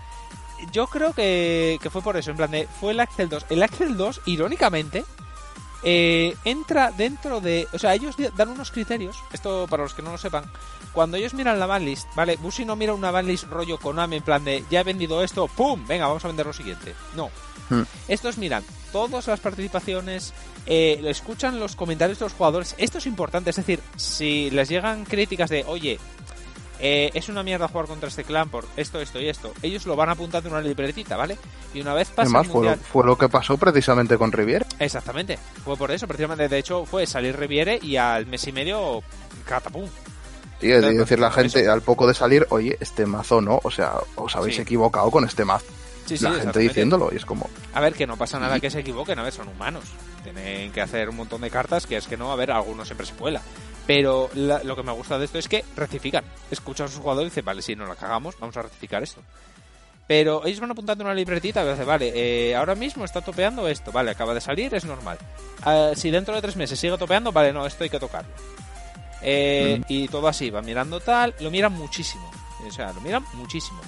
yo creo que fue por eso. En plan de, fue el Axel 2. El Axel 2, irónicamente, entra dentro de... O sea, ellos dan unos criterios, esto para los que no lo sepan, cuando ellos miran la banlist, ¿vale? Bushy no mira una banlist rollo Konami en plan de ya he vendido esto, ¡pum! Venga, vamos a vender lo siguiente. No. Estos miran todas las participaciones, escuchan los comentarios de los jugadores. Esto es importante, es decir, si les llegan críticas de, oye, es una mierda jugar contra este clan por esto y esto, ellos lo van apuntando en una libretita, ¿vale? Y una vez pasa además, el mundial... fue lo que pasó precisamente con Riviere. Exactamente, fue por eso, precisamente. De hecho, fue salir Riviere y al mes y medio, catapum. Sí, es decir, la gente eso, al poco de salir, oye, este mazo no, o sea, os habéis equivocado con este mazo. Sí, la gente diciéndolo, y es como... A ver, que no pasa nada que se equivoquen, a ver, son humanos. Tienen que hacer un montón de cartas, que es que no, a ver, algunos siempre se cuela. Pero lo que me gusta de esto es que rectifican. Escuchan a sus jugadores y dicen, vale, si no la cagamos, vamos a rectificar esto. Pero ellos van apuntando una libretita y dicen, vale, ahora mismo está topeando esto, vale, acaba de salir, es normal. Si dentro de 3 meses sigue topeando, vale, no, esto hay que tocarlo. Y todo así, van mirando tal, lo miran muchísimo. O sea, lo miran muchísimo.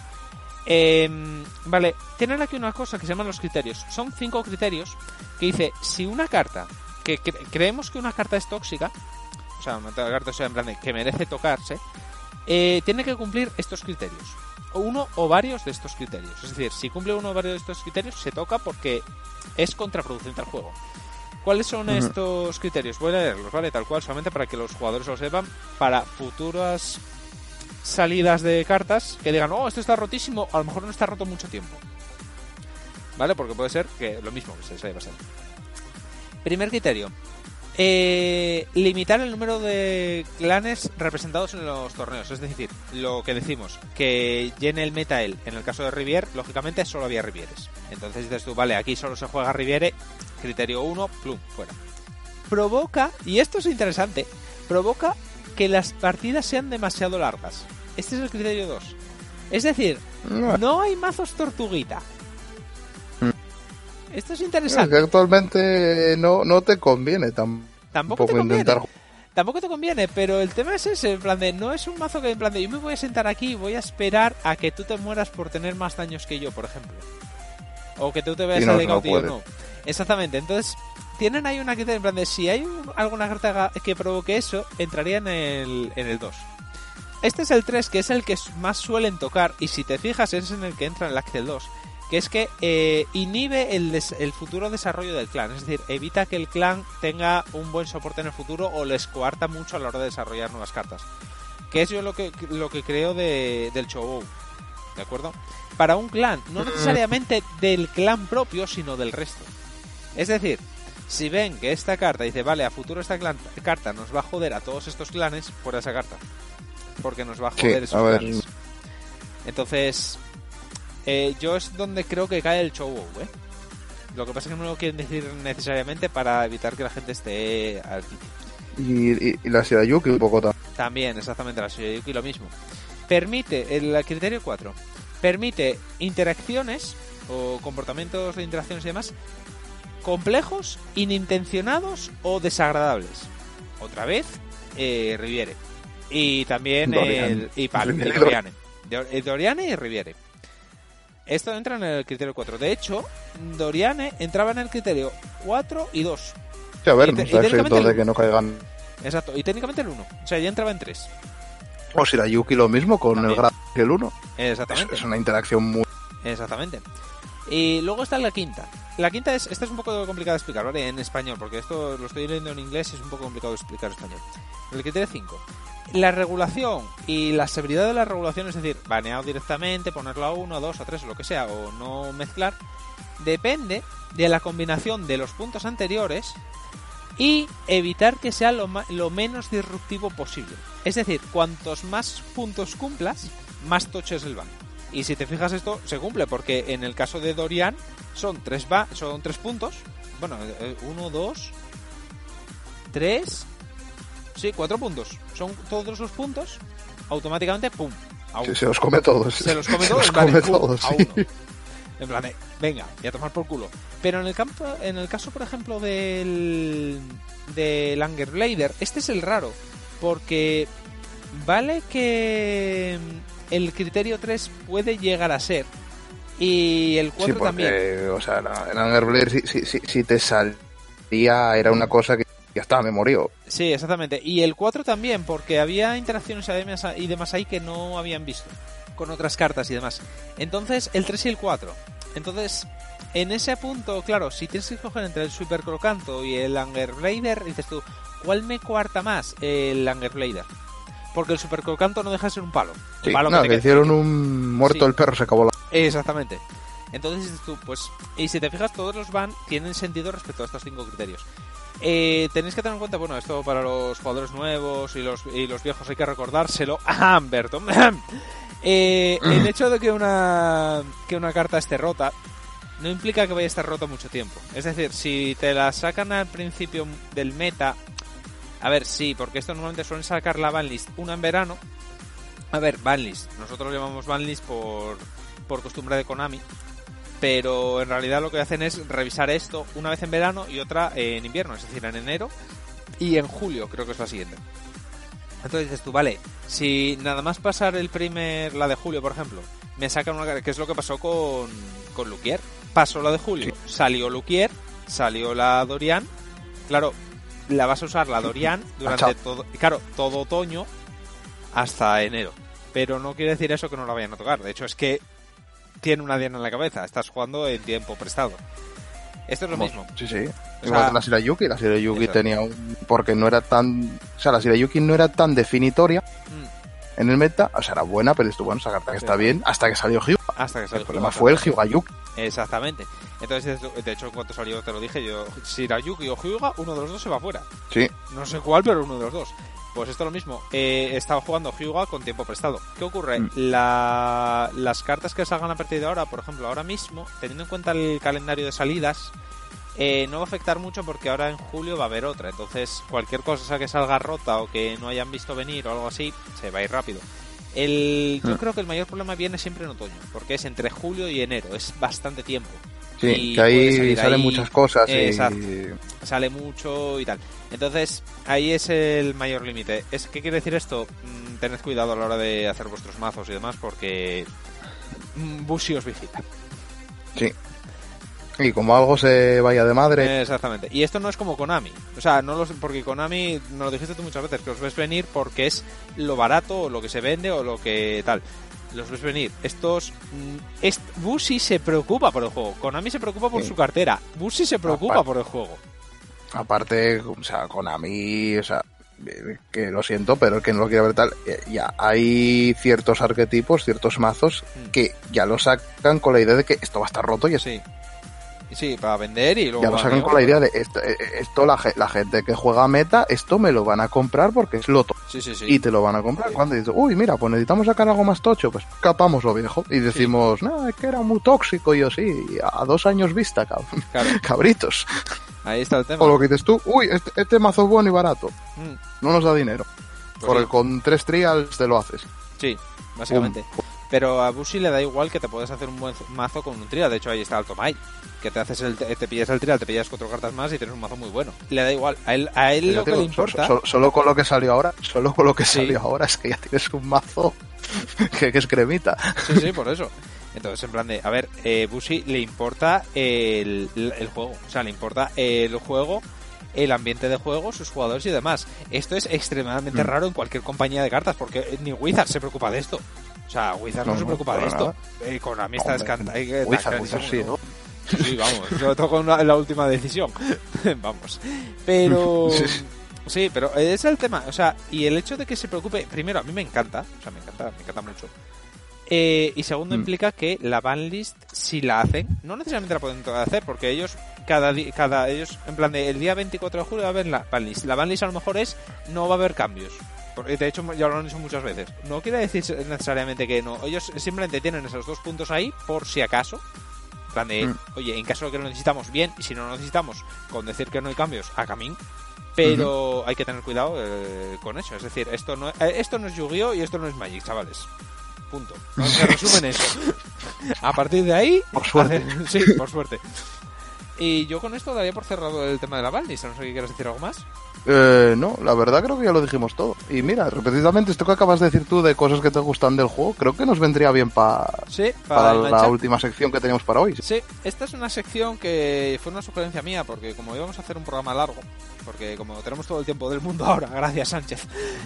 Vale, tienen aquí una cosa que se llaman los criterios. Son 5 criterios que dice, si una carta, que creemos que una carta es tóxica, o sea, una carta en plan de que merece tocarse, tiene que cumplir estos criterios. Uno o varios de estos criterios. Es decir, si cumple uno o varios de estos criterios, se toca porque es contraproducente al juego. ¿Cuáles son estos criterios? Voy a leerlos, ¿vale? Tal cual, solamente para que los jugadores lo sepan, para futuras salidas de cartas que digan, oh, esto está rotísimo, a lo mejor no está roto mucho tiempo, ¿vale? Porque puede ser que lo mismo que se va a ser. Primer criterio, limitar el número de clanes representados en los torneos. Es decir, lo que decimos, que llene el meta él. En el caso de Riviere, lógicamente solo había Rivieres. Entonces dices tú, vale, aquí solo se juega Riviere, criterio 1, plum, fuera. Provoca, y esto es interesante, provoca que las partidas sean demasiado largas. Este es el criterio 2. Es decir, no hay mazos tortuguita. Esto es interesante. Es que actualmente no te conviene tampoco te conviene. Tampoco te conviene, pero el tema es ese, en plan de, no es un mazo que en plan de, yo me voy a sentar aquí y voy a esperar a que tú te mueras por tener más daños que yo, por ejemplo. O que tú te veas alegado, tío, no. Exactamente, entonces tienen ahí una criterio en plan de, si hay alguna carta que provoque eso, entraría en el 2. Este es el 3, que es el que más suelen tocar, y si te fijas es en el que entra en el Axel 2, que es que inhibe el futuro desarrollo del clan, es decir, evita que el clan tenga un buen soporte en el futuro o les coarta mucho a la hora de desarrollar nuevas cartas. Que es yo lo que creo del Chow, ¿de acuerdo? Para un clan, no necesariamente del clan propio, sino del resto. Es decir, si ven que esta carta dice, vale, a futuro esta carta nos va a joder a todos estos clanes, fuera esa carta. Porque nos va a joder esos clanes. Entonces, yo es donde creo que cae el show, Lo que pasa es que no lo quieren decir necesariamente para evitar que la gente esté al y la Shirayuki un poco también, exactamente, la Shirayuki lo mismo. Permite, el criterio 4, permite interacciones o comportamientos de interacciones y demás complejos, inintencionados o desagradables. Otra vez, Riviere. Y también Doriane y Riviere. Esto entra en el criterio 4. De hecho, Doriane entraba en el criterio 4 y 2. Sí, a ver, no está exento de que no caigan. Exacto, y técnicamente el 1. O sea, ya entraba en 3. O Shirayuki lo mismo con también. El grado que el 1. Exactamente. Es una interacción muy... Exactamente. Y luego está la quinta. La quinta esta es un poco complicada de explicar, ¿vale? En español, porque esto lo estoy leyendo en inglés y es un poco complicado de explicar en español. El criterio 5. La regulación y la severidad de la regulación, es decir, baneado directamente, ponerlo a 1, a 2, a 3, o lo que sea, o no mezclar, depende de la combinación de los puntos anteriores y evitar que sea lo menos disruptivo posible. Es decir, cuantos más puntos cumplas, más tocho es el ban. Y si te fijas, esto se cumple, porque en el caso de Dorian son 3 puntos. Bueno, 1, 2, 3... Sí, 4 puntos. Son todos los puntos. Automáticamente, pum. Sí, se los come todos. Se los come todos, sí. A 1. En plan, venga, y a tomar por culo. Pero en el caso, por ejemplo, del Anger Blader, este es el raro. Porque vale que el criterio 3 puede llegar a ser. Y el 4 sí, porque, también. O sea, el Anger Blader, si te sale día era una cosa que ya estaba, me murió. Sí, exactamente. Y el 4 también, porque había interacciones y demás ahí que no habían visto con otras cartas y demás. Entonces, el 3 y el 4. Entonces, en ese punto, claro, si tienes que escoger entre el Super Crocanto y el Angerblader, dices tú, ¿cuál me cuarta más? El Angerblader. Porque el Super Crocanto no deja de ser un palo. Sí, un palo no, que hicieron un muerto del perro, se acabó la... Exactamente. Entonces dices tú, pues... Y si te fijas, todos los van tienen sentido respecto a estos 5 criterios. Tenéis que tener en cuenta, bueno, esto para los jugadores nuevos y los viejos hay que recordárselo. Berto. El hecho de que una carta esté rota no implica que vaya a estar rota mucho tiempo. Es decir, si te la sacan al principio del meta... A ver, sí, porque esto normalmente suelen sacar la banlist una en verano. A ver, banlist. Nosotros lo llamamos banlist por costumbre de Konami. Pero en realidad lo que hacen es revisar esto una vez en verano y otra en invierno, es decir, en enero y en julio, creo que es la siguiente. Entonces dices tú, vale, si nada más pasar la de julio, por ejemplo, me sacan una, que es lo que pasó con Luquier. Pasó la de julio, sí. Salió Luquier, salió la Dorian, claro, la vas a usar la Dorian durante todo otoño hasta enero. Pero no quiere decir eso que no la vayan a tocar, de hecho es que tiene una diana en la cabeza, estás jugando en tiempo prestado. Esto es lo mismo. Sí, sí. Igual que la Shirayuki tenía porque no era tan... O sea, la Shirayuki no era tan definitoria en el meta, o sea, era buena, pero esto, bueno, esa carta que está bien, hasta que salió Hyuga. El problema fue el Hyugayuki. Exactamente. Entonces, de hecho, en cuanto salió, te lo dije yo, Shirayuki o Hyuga, uno de los dos se va fuera. Sí. No sé cuál, pero uno de los dos. Pues esto es lo mismo, estaba jugando Hyuga con tiempo prestado. ¿Qué ocurre? Las cartas que salgan a partir de ahora, por ejemplo, ahora mismo, teniendo en cuenta el calendario de salidas, no va a afectar mucho porque ahora en julio va a haber otra. Entonces, cualquier cosa que salga rota o que no hayan visto venir o algo así, se va a ir rápido. Yo creo que el mayor problema viene siempre en otoño, porque es entre julio y enero, es bastante tiempo. Sí, y que ahí salen muchas cosas. Exacto. Sale mucho y tal. Entonces, ahí es el mayor límite. ¿Qué quiere decir esto? Tened cuidado a la hora de hacer vuestros mazos y demás, porque Bushi os visita. Sí. Y como algo se vaya de madre. Exactamente. Y esto no es como Konami. O sea, porque Konami, nos lo dijiste tú muchas veces, que os ves venir porque es lo barato o lo que se vende o lo que tal. Los ves venir. Bushi se preocupa por el juego. Konami se preocupa por su cartera. Bushi se preocupa por el juego. Aparte, o sea, Konami, o sea, que lo siento, pero el que no lo quiera ver tal, ya hay ciertos arquetipos, ciertos mazos que ya lo sacan con la idea de que esto va a estar roto y así. Sí, para vender y luego... Ya lo sacan con la idea de esto la gente que juega meta, esto me lo van a comprar porque es loto. Sí. Y te lo van a comprar cuando dices, uy, mira, pues necesitamos sacar algo más tocho, pues capamos lo viejo. Y decimos, no, es que era muy tóxico, y yo sí, a 2 años vista, cabritos. Ahí está el tema. O lo que dices tú, uy, este mazo es bueno y barato. No nos da dinero. Pues con 3 trials te lo haces. Sí, básicamente. Pero a Bushi le da igual que te puedes hacer un buen mazo con un trial. De hecho, ahí está el Tomai, que te pillas el trial, te pillas 4 cartas más y tienes un mazo muy bueno. Le da igual. A él lo que le importa... Solo con lo que salió ahora, es que ya tienes un mazo que es cremita. Sí, por eso. Entonces, en plan de, a ver, Bushi le importa el juego. O sea, le importa el juego, el ambiente de juego, sus jugadores y demás. Esto es extremadamente raro en cualquier compañía de cartas, porque ni Wizard se preocupa de esto. O sea, Wizard no se preocupa de esto. Konami está descantado. Wizard sí, ¿no? Sí, vamos, sobre todo con la última decisión. Vamos. Pero... Sí, pero es el tema. O sea, y el hecho de que se preocupe... Primero, a mí me encanta. O sea, me encanta mucho. Y segundo, implica que la banlist, si la hacen, no necesariamente la pueden hacer, porque ellos, ellos, en plan de el día 24 de julio va a haber la banlist. La banlist a lo mejor no va a haber cambios. De hecho, ya lo han dicho muchas veces. No quiere decir necesariamente que no. Ellos simplemente tienen esos 2 puntos ahí, por si acaso. En plan de, oye, en caso de que lo necesitamos, bien. Y si no lo necesitamos, con decir que no hay cambios, a camín. Pero hay que tener cuidado con eso. Es decir, esto no es Yu-Gi-Oh! Y esto no es Magic, chavales. Punto. No se resumen eso. A partir de ahí... Por suerte. Sí, por suerte. Y yo con esto daría por cerrado el tema de la Balnis. No sé si quieres decir algo más. No, la verdad creo que ya lo dijimos todo. Y mira, precisamente esto que acabas de decir tú de cosas que te gustan del juego, creo que nos vendría bien para la última sección que teníamos para hoy. Sí, esta es una sección que fue una sugerencia mía, porque como íbamos a hacer un programa largo, porque como tenemos todo el tiempo del mundo ahora, gracias Sánchez,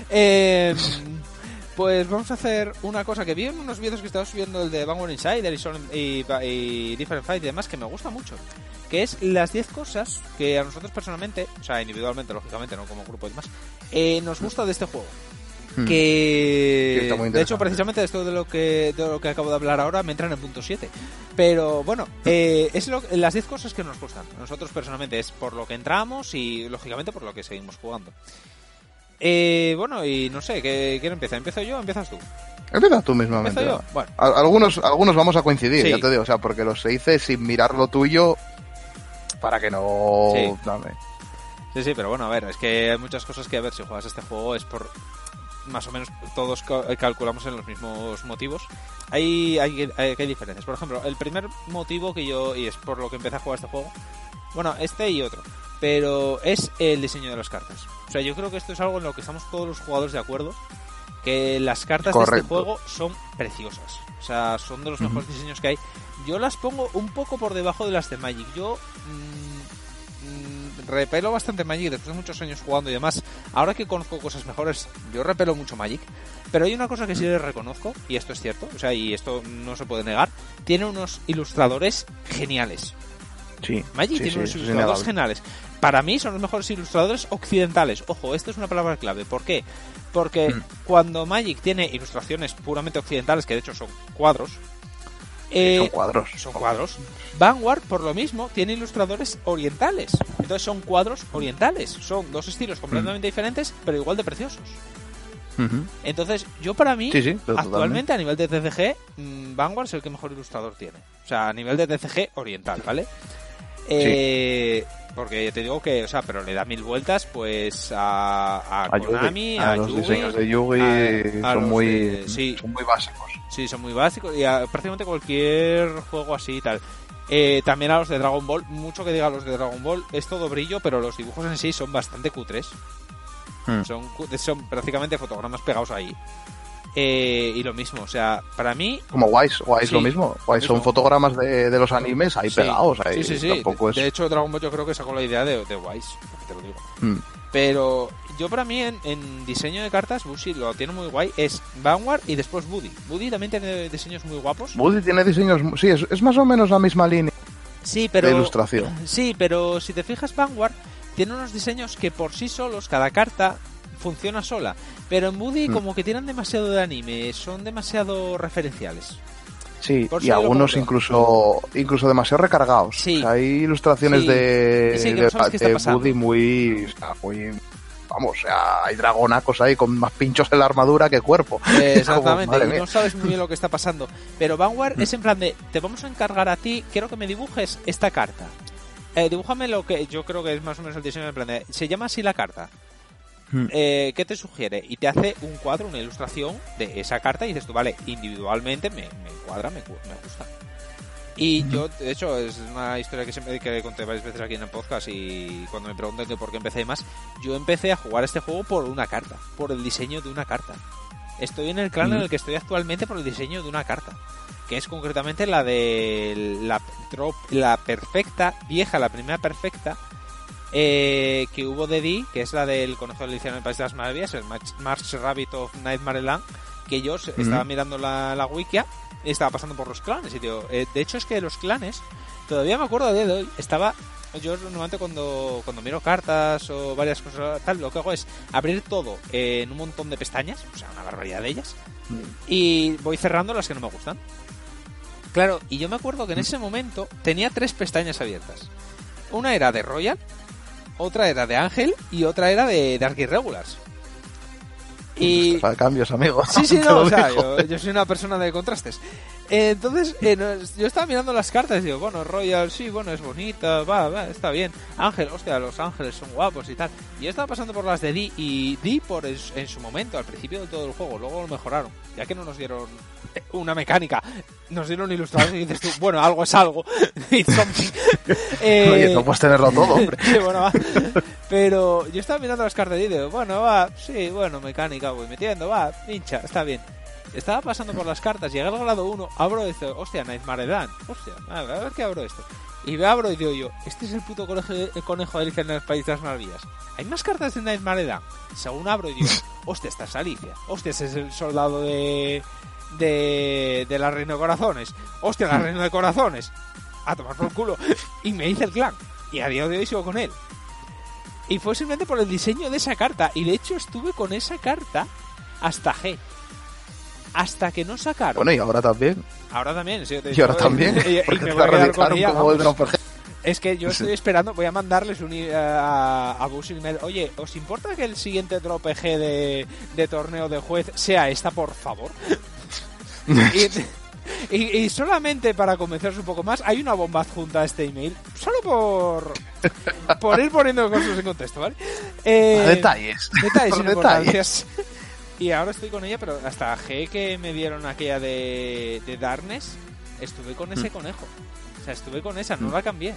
pues vamos a hacer una cosa que vi en unos vídeos que estaba subiendo, el de Vanguard Insider y Different Fight y demás, que me gusta mucho, que es las 10 cosas que a nosotros personalmente, o sea, individualmente, lógicamente, no como grupo y demás, nos gusta de este juego. Que de hecho, precisamente esto de lo que acabo de hablar ahora me entran en punto 7. Pero bueno, es las 10 cosas que nos gustan. A nosotros personalmente es por lo que entramos y lógicamente por lo que seguimos jugando. Bueno, y no sé, ¿quién empieza? ¿Empiezo yo o empiezas tú? Empieza tú mismamente. ¿Empiezo yo? Bueno. Algunos vamos a coincidir, sí. Ya te digo, o sea, porque los hice sin mirar lo tuyo para que no... Sí. Dame. Sí, pero bueno, a ver, es que hay muchas cosas que, a ver, si juegas este juego es por... Más o menos todos calculamos en los mismos motivos. Hay diferencias. Por ejemplo, el primer motivo que yo, y es por lo que empecé a jugar este juego, bueno, este y otro, pero es el diseño de las cartas. O sea, yo creo que esto es algo en lo que estamos todos los jugadores de acuerdo, que las cartas de este juego son preciosas. O sea, son de los mejores diseños que hay. Yo las pongo un poco por debajo de las de Magic. Yo repelo bastante Magic después de muchos años jugando y demás. Ahora que conozco cosas mejores, yo repelo mucho Magic. Pero hay una cosa que sí les reconozco, y esto es cierto, o sea, y esto no se puede negar. Tiene unos ilustradores geniales. Sí, Magic tiene unos ilustradores geniales. Para mí son los mejores ilustradores occidentales. Ojo, esto es una palabra clave. ¿Por qué? Porque cuando Magic tiene ilustraciones puramente occidentales, que de hecho son cuadros, son cuadros. Vanguard, por lo mismo, tiene ilustradores orientales. Entonces son cuadros orientales. Son dos estilos completamente diferentes, pero igual de preciosos. Entonces, yo para mí, actualmente a nivel de TCG, Vanguard es el que mejor ilustrador tiene. O sea, a nivel de TCG oriental, ¿vale? Porque te digo que, o sea, pero le da 1000 vueltas pues a Konami, a los Yugi, diseños de Yugi son muy básicos. Sí, son muy básicos y a prácticamente cualquier juego así y tal. También a los de Dragon Ball, mucho que diga los de Dragon Ball, es todo brillo, pero los dibujos en sí son bastante cutres. Son prácticamente fotogramas pegados ahí. Y lo mismo, o sea, para mí... Como Wise lo mismo. Wise son fotogramas de los animes ahí pegados. Ahí. Sí. Tampoco de hecho, Dragon Ball yo creo que sacó la idea de Wise, te lo digo. Pero yo para mí en diseño de cartas, Bushi lo tiene muy guay, es Vanguard y después Buddy. Buddy también tiene diseños muy guapos. Buddy tiene diseños... Sí, es más o menos la misma línea de ilustración. Sí, pero si te fijas, Vanguard tiene unos diseños que por sí solos, cada carta funciona sola, pero en Buddy como que tienen demasiado de anime, son demasiado referenciales. Sí, y algunos incluso demasiado recargados. Sí. O sea, hay ilustraciones de Buddy muy... Vamos, o sea, hay dragonacos ahí con más pinchos en la armadura que cuerpo. Exactamente, y no sabes muy bien lo que está pasando. Pero Vanguard es en plan de, te vamos a encargar a ti, quiero que me dibujes esta carta. Dibújame lo que yo creo que es más o menos el diseño del plan de, se llama así la carta. ¿Qué te sugiere? Y te hace un cuadro, una ilustración de esa carta y dices tú, vale, individualmente me cuadra, me gusta. Y yo, de hecho, es una historia que conté varias veces aquí en el podcast y cuando me preguntan que por qué empecé más, yo empecé a jugar este juego por una carta, por el diseño de una carta. Estoy en el clan en el que estoy actualmente por el diseño de una carta, que es concretamente la de la perfecta, vieja, la primera perfecta, que hubo de Dee, que es la del Conejo del Liceo en el País de las Maravillas, el March Rabbit of Nightmare Land, que yo estaba mirando la wikia y estaba pasando por los clanes y digo, de hecho es que los clanes, todavía me acuerdo de hoy, yo normalmente cuando miro cartas o varias cosas tal, lo que hago es abrir todo en un montón de pestañas, o sea, una barbaridad de ellas, y voy cerrando las que no me gustan. Claro, y yo me acuerdo que en ese momento tenía 3 pestañas abiertas. Una era de Royal, otra era de Ángel y otra era de Dark Irregulars. Y cambios, amigo. Sí, no, o sea, yo soy una persona de contrastes. Entonces, yo estaba mirando las cartas y digo, bueno, Royal, sí, bueno, es bonita, va, está bien. Ángel, hostia, los ángeles son guapos y tal. Y yo estaba pasando por las de Di, y Di en su momento, al principio de todo el juego, luego lo mejoraron. Ya que no nos dieron una mecánica, nos dieron ilustrados y dices tú, bueno, algo es algo. It's something. Oye, no puedes tenerlo todo, hombre. Sí, bueno, va. Pero yo estaba mirando las cartas y digo, bueno, va, sí, bueno, mecánica voy metiendo, va, pincha, está bien. Estaba pasando por las cartas, llegué al grado 1, abro y digo, hostia, Nightmare Dan, hostia, a ver qué abro esto. Y me abro y digo yo, este es el puto conejo de Alicia en el País de las Maravillas. ¿Hay más cartas de Nightmare Dan? Según abro y digo, hostia, esta es Alicia, hostia, ese es el soldado de la Reina de Corazones, hostia, la Reina de Corazones, a tomar por culo. Y me hice el clan, y a día de hoy sigo con él. Y fue simplemente por el diseño de esa carta, y de hecho estuve con esa carta hasta G. Hasta que no sacaron. Bueno, y ahora también. Ahora también, sí. Y ahora también. Y me voy a quedar con ella. Es que yo estoy sí. esperando, voy a mandarles a Bus un email. Oye, ¿os importa que el siguiente drop EG de torneo de juez sea esta, por favor? y solamente para convenceros un poco más, hay una bomba adjunta a este email. Solo por ir poniendo cosas en contexto, ¿vale? Detalles. Detalles sin importancias. Y ahora estoy con ella, pero hasta G que me dieron aquella de Darkness, estuve con ese conejo. O sea, estuve con esa, no la cambié.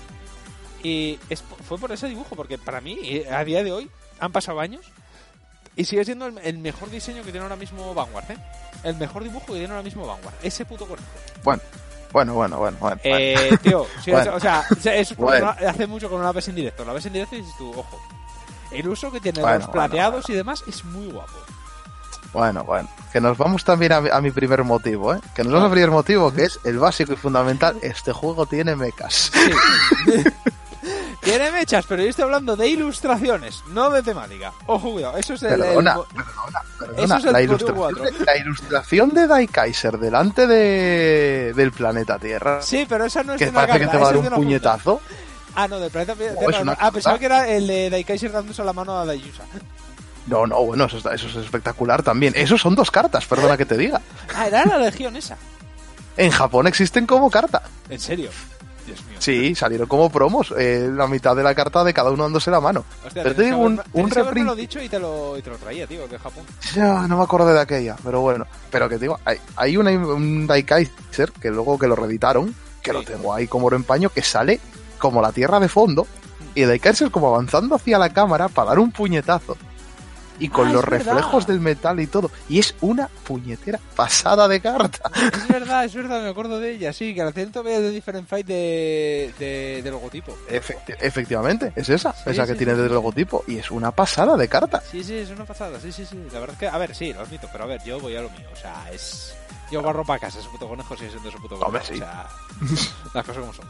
Y fue por ese dibujo, porque para mí, a día de hoy, han pasado años y sigue siendo el mejor diseño que tiene ahora mismo Vanguard, ¿eh? El mejor dibujo que tiene ahora mismo Vanguard. Ese puto conejo. Bueno. Tío, sí, bueno. O sea, es bueno. hace mucho que no la ves en directo. La ves en directo y dices tú, ojo. El uso que tiene los plateados y demás es muy guapo. Bueno, que nos vamos también a mi primer motivo, ¿eh? Que nos vamos al primer motivo, que es el básico y fundamental. Este juego tiene mechas. Sí. Tiene mechas, pero yo estoy hablando de ilustraciones, no de temática. Ojo, cuidado, eso es Perdona. Eso es el la ilustración de Daikaiser delante del planeta Tierra. Sí, pero esa no es que de una parece carta, que te va a dar es un puñetazo. Ah, no, del planeta Tierra. Pensaba que era el de Daikaiser dándose la mano a Dayusa. No, bueno, eso es espectacular también. Esos son 2 cartas, perdona que te diga. Ah, era la Legión esa. En Japón existen como carta. ¿En serio? Dios mío. Sí, salieron como promos. La mitad de la carta de cada uno dándose la mano. Hostia, pero te digo un reprint. Lo dicho y te lo traía, tío, de Japón. Ya, no me acuerdo de aquella, pero bueno. Pero que te digo, hay un Daikaiser que luego que lo reeditaron, que lo tengo ahí como oro en paño, que sale como la Tierra de fondo y el Daikaiser como avanzando hacia la cámara para dar un puñetazo. Y con los reflejos del metal y todo. Y es una puñetera pasada de carta. Es verdad, me acuerdo de ella. Sí, que al acento veía de Different Fight de logotipo. Efectivamente, es esa que tiene de logotipo. Y es una pasada de carta. Sí, es una pasada, sí. La verdad es que, a ver, sí, lo admito, pero a ver, yo voy a lo mío. O sea, yo barro para casa, ese puto conejo sigue siendo ese puto conejo. Hombre, sí. O sea, las cosas como son.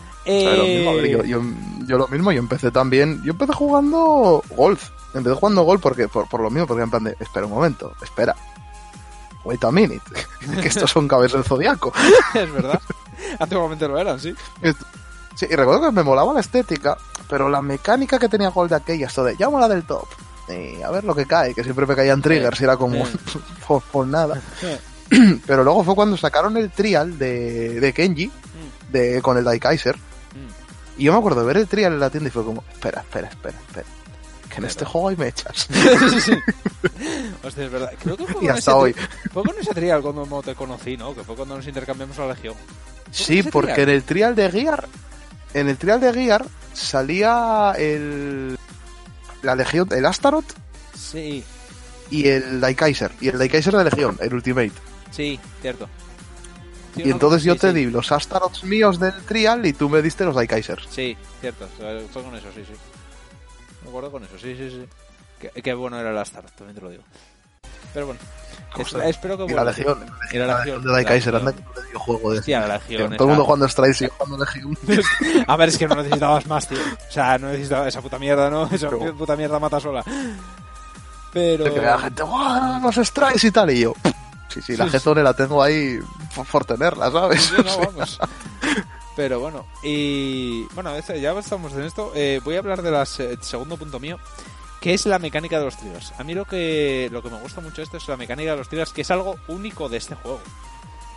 Yo lo mismo, yo empecé también. Yo empecé jugando golf. Empecé jugando golf porque por lo mismo, porque en plan de, espera un momento, wait a minute, que estos son cabezas del zodiaco. Es verdad, antiguamente lo eran, sí. Sí, y recuerdo que me molaba la estética, pero la mecánica que tenía Gold de aquella, esto de llámala del top, y a ver lo que cae, que siempre me caían triggers y era como por nada. Pero luego fue cuando sacaron el trial de Kenji, con el Daikaiser, y yo me acuerdo de ver el trial en la tienda y fue como, espera. Que en este juego hay mechas. Hostia, es verdad. Creo que fue y hasta hoy. Fue con ese trial cuando te conocí, ¿no? Que fue cuando nos intercambiamos a la Legión. Sí, porque trial? En el trial de Gear salía la Legión, el Astaroth. Sí. Y el Daikaiser. Y el Daikaiser de Legión, el Ultimate. Sí, cierto. Sí, y entonces yo te di los Astaroths míos del trial y tú me diste los Daikaisers. Sí, cierto. Fue con eso, sí. Me acuerdo con eso, sí. Qué bueno era el Astaroth, también te lo digo. Pero bueno, espero que vuelva. Y la Legión de Daikaiser, anda que no le dio juego de la Legión. Todo el mundo jugando Strikes y jugando Legión. A ver, es que no necesitabas más, tío. O sea, no necesitabas esa puta mierda, ¿no? Esa puta mierda mata sola. Pero... Que la gente, ¡guau! Los Strikes y tal, y yo... Sí, la G-Zone la tengo ahí por tenerla, ¿sabes? Sí, no, vamos. Pero bueno, y bueno, ya estamos en esto. Voy a hablar de segundo punto mío, que es la mecánica de los triggers. A mí lo que me gusta mucho de esto es la mecánica de los triggers, que es algo único de este juego. O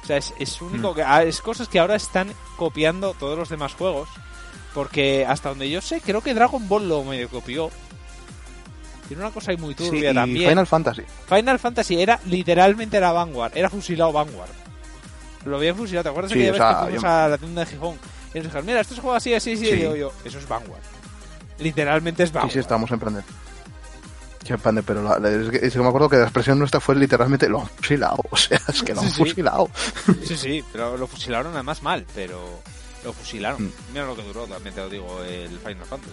sea, es único que es cosas que ahora están copiando todos los demás juegos, porque hasta donde yo sé, creo que Dragon Ball lo medio copió. Tiene una cosa ahí muy turbia también. Final Fantasy era literalmente la Vanguard, era fusilado Vanguard. Lo habían fusilado, ¿te acuerdas aquella vez que fuimos a la tienda de Gijón? Y nos dijeron, mira, esto se juega así, y digo yo, eso es Vanguard. Literalmente es Vanguard. Sí, estamos en Prender. Pero es que me acuerdo que la expresión nuestra fue literalmente lo han fusilado. O sea, es que lo han fusilado. Sí, pero lo fusilaron además mal, pero lo fusilaron. Mira lo que duró, también te lo digo, el Final Fantasy.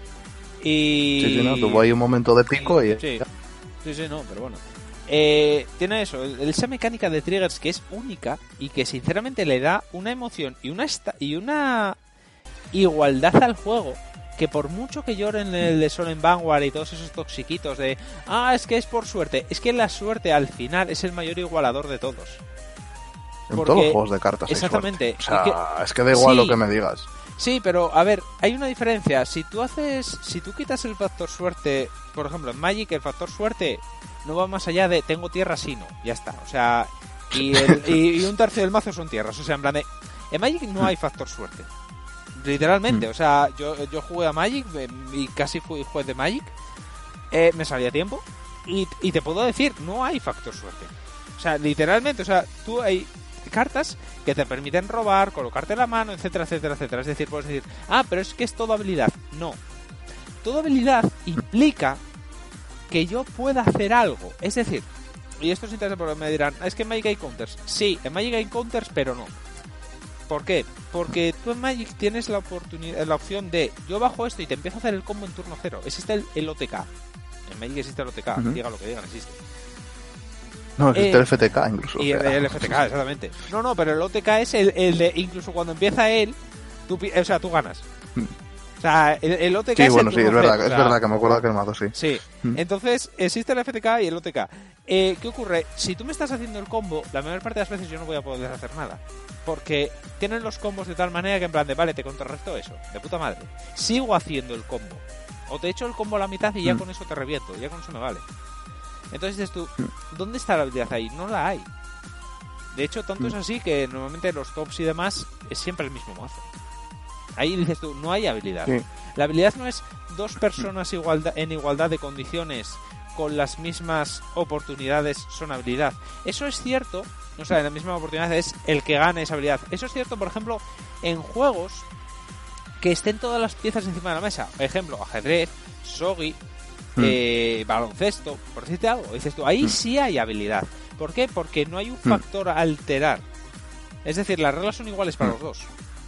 Y... Sí, no, tuvo ahí un momento de pico y... Sí, no, pero bueno. Tiene eso, esa mecánica de triggers que es única y que sinceramente le da una emoción y una igualdad al juego, que por mucho que lloren el de Sol en Vanguard y todos esos toxiquitos de es que es por suerte, es que la suerte al final es el mayor igualador de todos. En todos los juegos de cartas. Exactamente. O sea, es que da igual lo que me digas. Sí, pero a ver, hay una diferencia. Si tú quitas el factor suerte, por ejemplo, en Magic el factor suerte no va más allá de tengo tierras y no, ya está. O sea, y un tercio del mazo son tierras. O sea, en plan de, en Magic no hay factor suerte. Literalmente, o sea, yo jugué a Magic y casi fui juez de Magic. Me salía tiempo y te puedo decir, no hay factor suerte. O sea, literalmente, o sea, tú hay cartas que te permiten robar, colocarte la mano, etcétera, etcétera, etcétera. Es decir, puedes decir, pero es que es todo habilidad. No. Toda habilidad implica que yo pueda hacer algo. Es decir, y esto es interesante porque me dirán, es que en Magic hay counters. Sí, en Magic hay counters, pero no. ¿Por qué? Porque tú en Magic tienes la opción de yo bajo esto y te empiezo a hacer el combo en turno 0. Existe el OTK. En Magic existe el OTK, diga lo que digan, existe. No, existe el FTK incluso. Y el FTK, exactamente. No, pero el OTK es el de incluso cuando empieza él, tú ganas. O sea, el OTK es bueno, sí, es verdad que me acuerdo que el mazo, sí. Sí, entonces existe el FTK y el OTK. ¿Qué ocurre? Si tú me estás haciendo el combo, la mayor parte de las veces yo no voy a poder hacer nada. Porque tienen los combos de tal manera que en plan de, vale, te contrarresto eso, de puta madre. Sigo haciendo el combo. O te echo el combo a la mitad y ya con eso te reviento, ya con eso me vale. Entonces dices tú, ¿dónde está la habilidad ahí? No la hay. De hecho, tanto es así que normalmente los tops y demás es siempre el mismo mazo. Ahí dices tú, no hay habilidad. Sí. La habilidad no es dos personas en igualdad de condiciones con las mismas oportunidades son habilidad. Eso es cierto, o sea, en la misma oportunidad es el que gane esa habilidad. Eso es cierto, por ejemplo, en juegos que estén todas las piezas encima de la mesa. Por ejemplo, ajedrez, shogi, baloncesto, por decirte algo. Dices tú, ahí sí hay habilidad. ¿Por qué? Porque no hay un factor a alterar. Es decir, las reglas son iguales para los dos.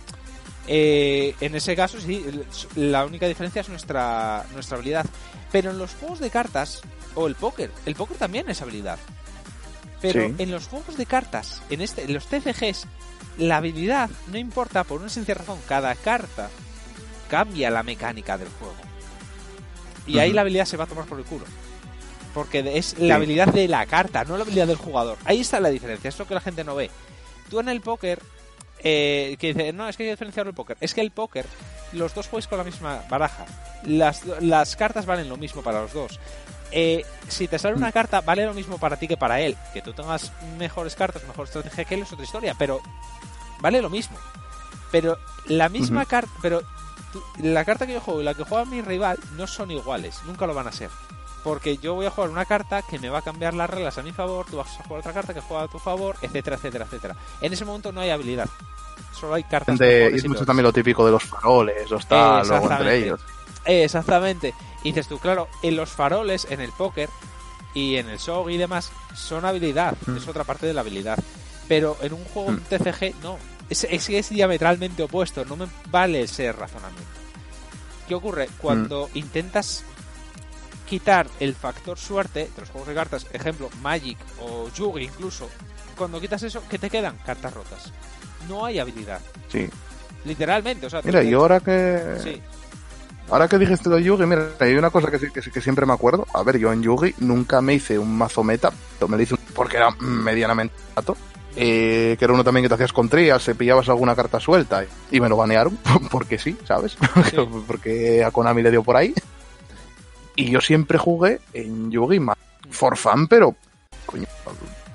En ese caso sí, la única diferencia es nuestra habilidad. Pero en los juegos de cartas o el póker también es habilidad. Pero en los juegos de cartas, en los TCGs, la habilidad no importa por una sencilla razón. Cada carta cambia la mecánica del juego. Y ahí la habilidad se va a tomar por el culo. Porque es la habilidad de la carta, no la habilidad del jugador. Ahí está la diferencia, es lo que la gente no ve. Tú en el póker, que dice, no, es que hay que diferenciar el póker. Es que el póker, los dos juegas con la misma baraja. Las cartas valen lo mismo para los dos. Si te sale una carta, vale lo mismo para ti que para él. Que tú tengas mejores cartas, mejor estrategia que él es otra historia, pero vale lo mismo. Pero la misma carta, pero la carta que yo juego y la que juega mi rival no son iguales, nunca lo van a ser. Porque yo voy a jugar una carta que me va a cambiar las reglas a mi favor, tú vas a jugar otra carta que juega a tu favor, etcétera, etcétera, etcétera. En ese momento no hay habilidad, solo hay cartas. Y es mucho también lo típico de los faroles, los tal, luego entre ellos. Exactamente. Y dices tú, claro, en los faroles, en el póker y en el shogi y demás, son habilidad, es otra parte de la habilidad. Pero en un juego TCG, no. Es diametralmente opuesto, no me vale ese razonamiento. ¿Qué ocurre? Cuando intentas quitar el factor suerte de los juegos de cartas, ejemplo, Magic o Yugi incluso, cuando quitas eso, ¿qué te quedan? Cartas rotas. No hay habilidad. Sí. Literalmente, o sea... Mira, y ahora que... Sí. Ahora que dijiste lo de Yugi, mira, hay una cosa que siempre me acuerdo. A ver, yo en Yugi nunca me hice un mazo meta, pero me lo hice porque era medianamente barato. Que era uno también que te hacías con trías, pillabas alguna carta suelta y me lo banearon, porque sí, ¿sabes? Sí. Porque a Konami le dio por ahí. Y yo siempre jugué en Yugi for fun, pero coño,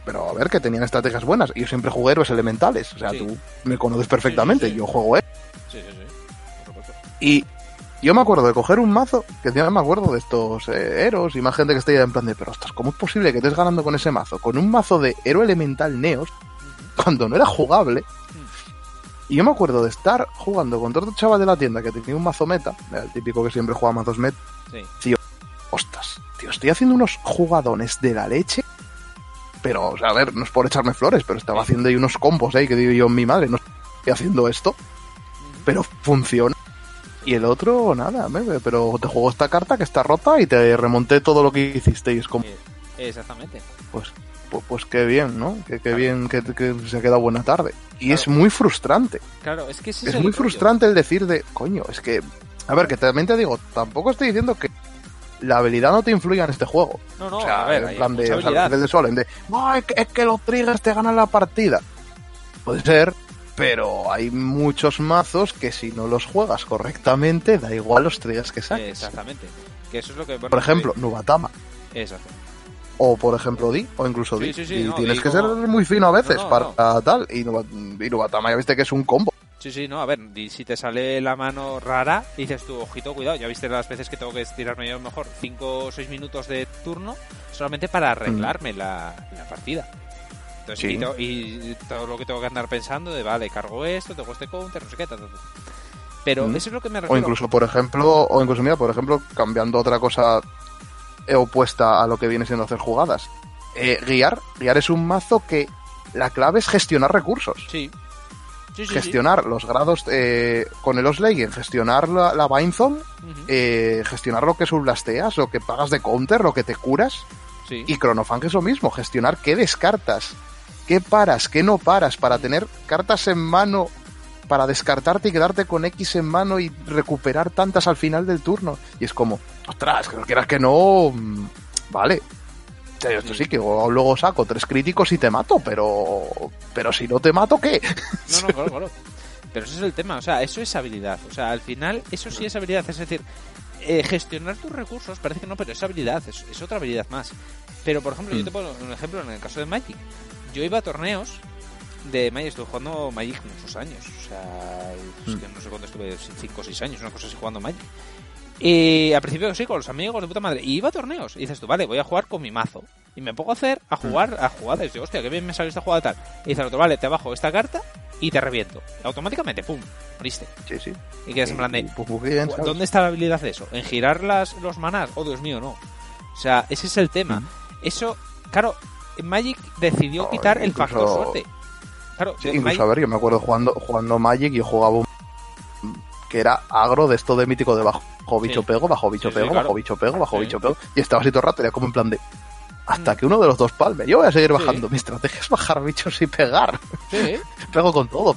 pero a ver, que tenían estrategias buenas. Y yo siempre jugué héroes elementales, o sea, tú me conoces perfectamente, yo juego Sí. Por supuesto. Y yo me acuerdo de coger un mazo, que encima me acuerdo de estos héroes y más gente que está en plan de, pero ostras, ¿cómo es posible que estés ganando con ese mazo? Con un mazo de héroe elemental Neos, cuando no era jugable. Y yo me acuerdo de estar jugando con otro chaval de la tienda que tenía un mazo meta, el típico que siempre juega mazos meta. Tío, ostras, tío, estoy haciendo unos jugadones de la leche. Pero, o sea, a ver, no es por echarme flores, pero estaba haciendo ahí unos combos, que digo yo, mi madre, no estoy haciendo esto. Pero funciona. Y el otro, nada, pero te juego esta carta que está rota y te remonté todo lo que hiciste y es como... Exactamente. Pues qué bien, ¿no? Qué bien que se ha quedado buena tarde. Y claro, es muy frustrante. Claro, es que ese es muy frustrante el decir de, coño, es que... A ver, que también te digo, tampoco estoy diciendo que la habilidad no te influya en este juego. No, o sea, a ver, en plan de, o sea, del Solen, de, no, es que los triggers te ganan la partida. Puede ser, pero hay muchos mazos que si no los juegas correctamente, da igual los triggers que saques. Exactamente. Que eso es lo que... Por ejemplo, Nubatama. Exacto. O por ejemplo Di, o incluso Di. Y no, tienes Di que ser muy fino a veces para tal. Y Nubatama ya viste que es un combo. Sí, no, a ver, si te sale la mano rara, dices tú, ojito, cuidado, ya viste las veces que tengo que estirarme yo mejor 5 o 6 minutos de turno solamente para arreglarme la partida. Entonces, y todo lo que tengo que andar pensando de, vale, cargo esto, tengo este counter, no sé qué, tal. Pero eso es lo que me refiero. O incluso, por ejemplo, cambiando otra cosa opuesta a lo que viene siendo hacer jugadas. Guiar es un mazo que la clave es gestionar recursos. Sí, gestionar los grados con el Osleigen, gestionar la Bindzone, gestionar lo que subblasteas, lo que pagas de counter, lo que te curas. Y Chronofang es lo mismo, gestionar qué descartas, qué paras, qué no paras, para tener cartas en mano, para descartarte y quedarte con X en mano y recuperar tantas al final del turno. Y es como, ostras, que no quieras que no... Vale. Esto sí, que luego saco 3 críticos y te mato, pero si no te mato, ¿qué? No, claro. Pero ese es el tema, o sea, eso es habilidad. O sea, al final, eso sí es habilidad. Es decir, gestionar tus recursos parece que no, pero es habilidad, es otra habilidad más. Pero, por ejemplo, yo te pongo un ejemplo en el caso de Magic. Yo iba a torneos de Magic, estuve jugando Magic muchos años. O sea, es que no sé cuándo estuve, 5 o 6 años, una cosa así, jugando Magic. Y al principio sí, con los amigos de puta madre. Y iba a torneos. Y dices tú, vale, voy a jugar con mi mazo. Y me pongo a jugar a jugadas. Y digo, hostia, qué bien me salió esta jugada tal. Y dice el otro, vale, te bajo esta carta y te reviento. Automáticamente, pum, moriste. Sí. Y quedas en plan de, ¿dónde está la habilidad de eso? ¿En girar los manás? Oh, Dios mío, no. O sea, ese es el tema. Eso, claro, Magic decidió quitar el factor suerte. Claro, sí, incluso, Magic... a ver, yo me acuerdo jugando Magic, yo jugaba un que era agro de esto de mítico de bajo bicho pego, bajo bicho pego, claro. Bajo bicho pego, bajo bicho pego. Y estaba así todo el rato, era como en plan de, hasta que uno de los dos palme. Yo voy a seguir bajando. Mi estrategia es bajar bichos y pegar. Sí. Pego con todo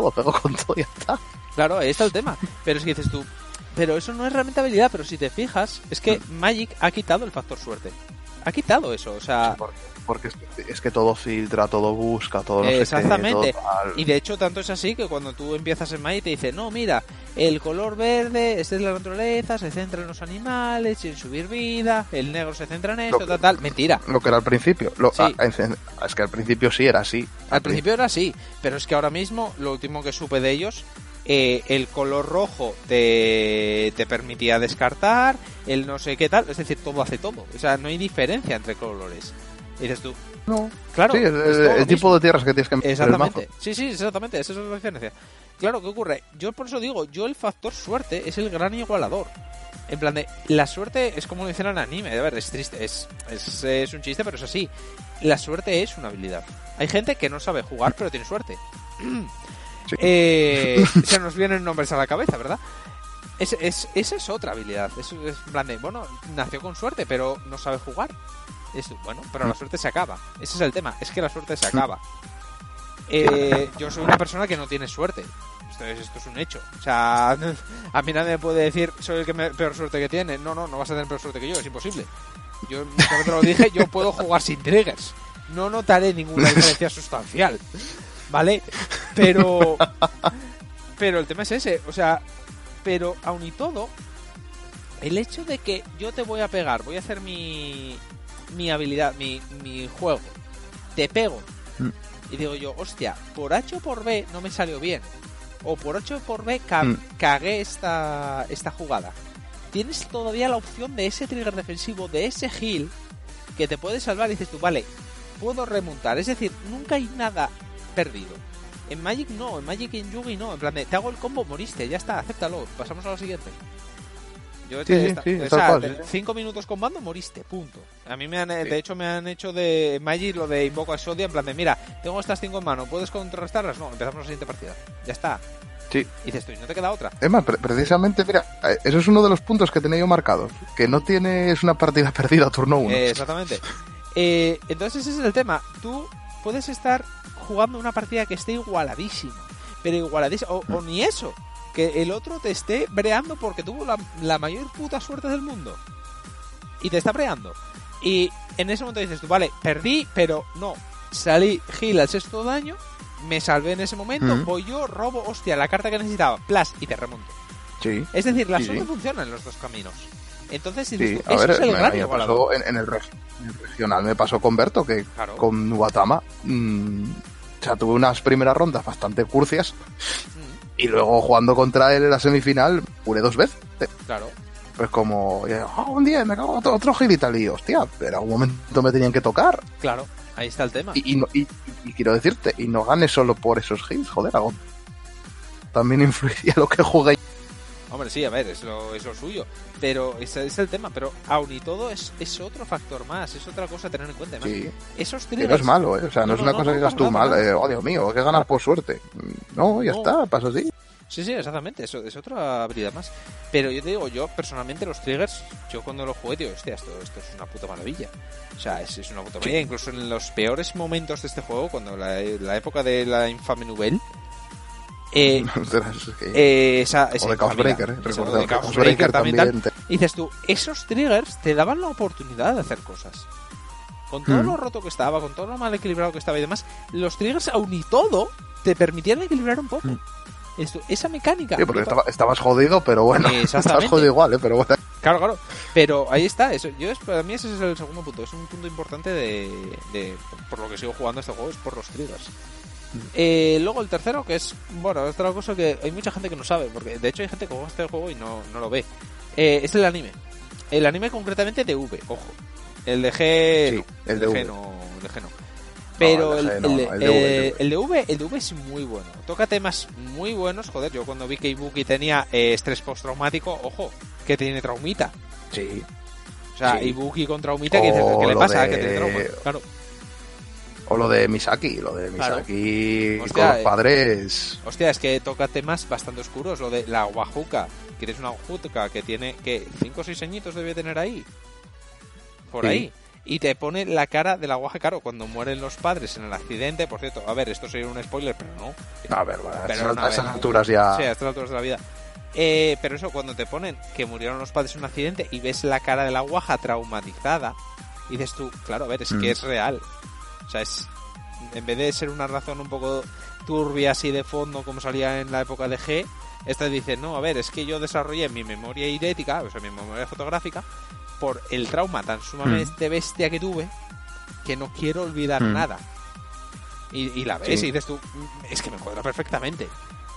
y ya está. Claro, ahí está el tema. Pero es que dices tú, pero eso no es realmente habilidad. Pero si te fijas, es que Magic ha quitado el factor suerte. Ha quitado eso, o sea... Porque es que todo filtra, todo busca, todo no exactamente. Sé qué, todo... Y de hecho tanto es así que cuando tú empiezas en Magic te dice, no, mira, el color verde es de la naturaleza, se centra en los animales y en subir vida, el negro se centra en esto, tal. Mentira. Lo que era al principio. Sí. Es que al principio sí era así. Al principio era así, pero es que ahora mismo, lo último que supe de ellos... el color rojo te permitía descartar, el no sé qué tal, es decir, todo hace todo, o sea, no hay diferencia entre colores. Y dices tú, no, claro, sí, el tipo de tierras que tienes que meter. Exactamente, sí, exactamente, esa es la diferencia. Claro, ¿qué ocurre? Yo por eso digo, el factor suerte es el gran igualador. En plan de, la suerte es como lo dicen en el anime, a ver, es triste, es un chiste, pero es así. La suerte es una habilidad. Hay gente que no sabe jugar, pero tiene suerte. Sí. Se nos vienen nombres a la cabeza, ¿verdad? Esa es otra habilidad. Es en plan de, bueno, nació con suerte, pero no sabe jugar. Bueno, pero la suerte se acaba. Ese es el tema, es que la suerte se acaba. Yo soy una persona que no tiene suerte. Esto es un hecho. O sea, a mí nadie me puede decir soy el que peor suerte que tiene. No vas a tener peor suerte que yo, es imposible. Yo te lo dije, yo puedo jugar sin triggers. No notaré ninguna diferencia sustancial. ¿Vale? Pero el tema es ese, o sea, pero aun y todo, el hecho de que yo te voy a pegar, voy a hacer mi habilidad, mi juego, te pego. Y digo yo, hostia, por H o por B no me salió bien. O por H o por B cagué esta jugada. Tienes todavía la opción de ese trigger defensivo, de ese heal, que te puede salvar y dices tú, vale, puedo remontar. Es decir, nunca hay nada perdido. En Magic no, en Magic y en Yugi no. En plan de, te hago el combo, moriste, ya está, acéptalo, pasamos a lo siguiente. Yo 5 minutos con bando, moriste, punto. A mí de hecho me han hecho de Magic lo de Invoco a Exodia, en plan de, mira, tengo estas 5 en mano, ¿puedes contrarrestarlas? No, empezamos la siguiente partida. Ya está. Sí. Y dices tú, ¿y no te queda otra? Es más, precisamente, mira, eso es uno de los puntos que tenía yo marcados, que no tienes una partida perdida a turno 1. Exactamente. Entonces ese es el tema. Tú puedes estar jugando una partida que esté igualadísima, pero igualadísima, o ni eso, que el otro te esté breando porque tuvo la mayor puta suerte del mundo y te está breando, y en ese momento dices tú, vale, perdí, pero no, salí heal al 6º daño, me salvé en ese momento, voy yo, robo, hostia, la carta que necesitaba, plus, y te remonto. Sí. Es decir, la suerte funciona en los dos caminos. Entonces, si sí, tú, eso es el gran igualador. En el regional me pasó con Berto, que con Nubatama o sea, tuve unas primeras rondas bastante curcias y luego jugando contra él en la semifinal pure 2 veces. Claro. Pues como, un día me cago otro gil y tal, y hostia, pero a algún momento me tenían que tocar. Claro, ahí está el tema. Y quiero decirte, y no ganes solo por esos hits, joder, también influiría lo que jugué. Hombre, sí, a ver, es lo suyo, pero ese es el tema, pero aún y todo es otro factor más, es otra cosa a tener en cuenta. Además, sí, esos triggers, que no es malo, o sea, no es una cosa que digas tú mal, oh Dios mío, que ganas por suerte. No, ya está, pasa así. Sí, exactamente, eso es otra habilidad más. Pero yo te digo, yo personalmente los triggers, yo cuando los jugué, digo, hostia, esto es una puta maravilla. O sea, es una puta maravilla, incluso en los peores momentos de este juego, cuando la época de la infame Nouvelle, o de Chaos Breaker, recuerdo, de Chaos Breaker también. Y dices tú, esos triggers te daban la oportunidad de hacer cosas. Con todo lo roto que estaba, con todo lo mal equilibrado que estaba y demás, los triggers, aún y todo, te permitían equilibrar un poco. Esa mecánica. Sí, porque estabas jodido, pero bueno. Estabas jodido igual, pero bueno. Claro. Pero ahí está. Para mí ese es el segundo punto. Es un punto importante por lo que sigo jugando este juego, es por los triggers. Luego el tercero, que es, bueno, otra cosa que hay mucha gente que no sabe, porque de hecho hay gente que juega este juego y no lo ve. Es el anime. El anime concretamente de V, ojo. El de G. Sí, el de V. No. Pero el de V es muy bueno. Toca temas muy buenos. Joder, yo cuando vi que Ibuki tenía estrés postraumático, ojo, que tiene traumita. Sí. O sea, Ibuki con traumita, que dices, ¿qué le pasa? Que tiene trauma. Claro. O lo de Misaki, claro. Hostia, con los padres. Hostia, es que toca temas bastante oscuros. Lo de la Wajuka, que eres una Wajuka que tiene, que 5 o 6 añitos debe tener ahí. Por ahí. Y te pone la cara de la guaja, claro, cuando mueren los padres en el accidente. Por cierto, a ver, esto sería un spoiler, pero no. A ver, bueno, a esas alturas ya. Sí, a estas alturas de la vida. Pero eso, cuando te ponen que murieron los padres en un accidente y ves la cara de la guaja traumatizada, y dices tú, claro, a ver, es que es real. O sea, en vez de ser una razón un poco turbia así de fondo, como salía en la época de G, esta dice, no, a ver, es que yo desarrollé mi memoria idética, o sea, mi memoria fotográfica, por el trauma tan sumamente bestia que tuve, que no quiero olvidar nada. Y la ves y dices tú, es que me cuadra perfectamente.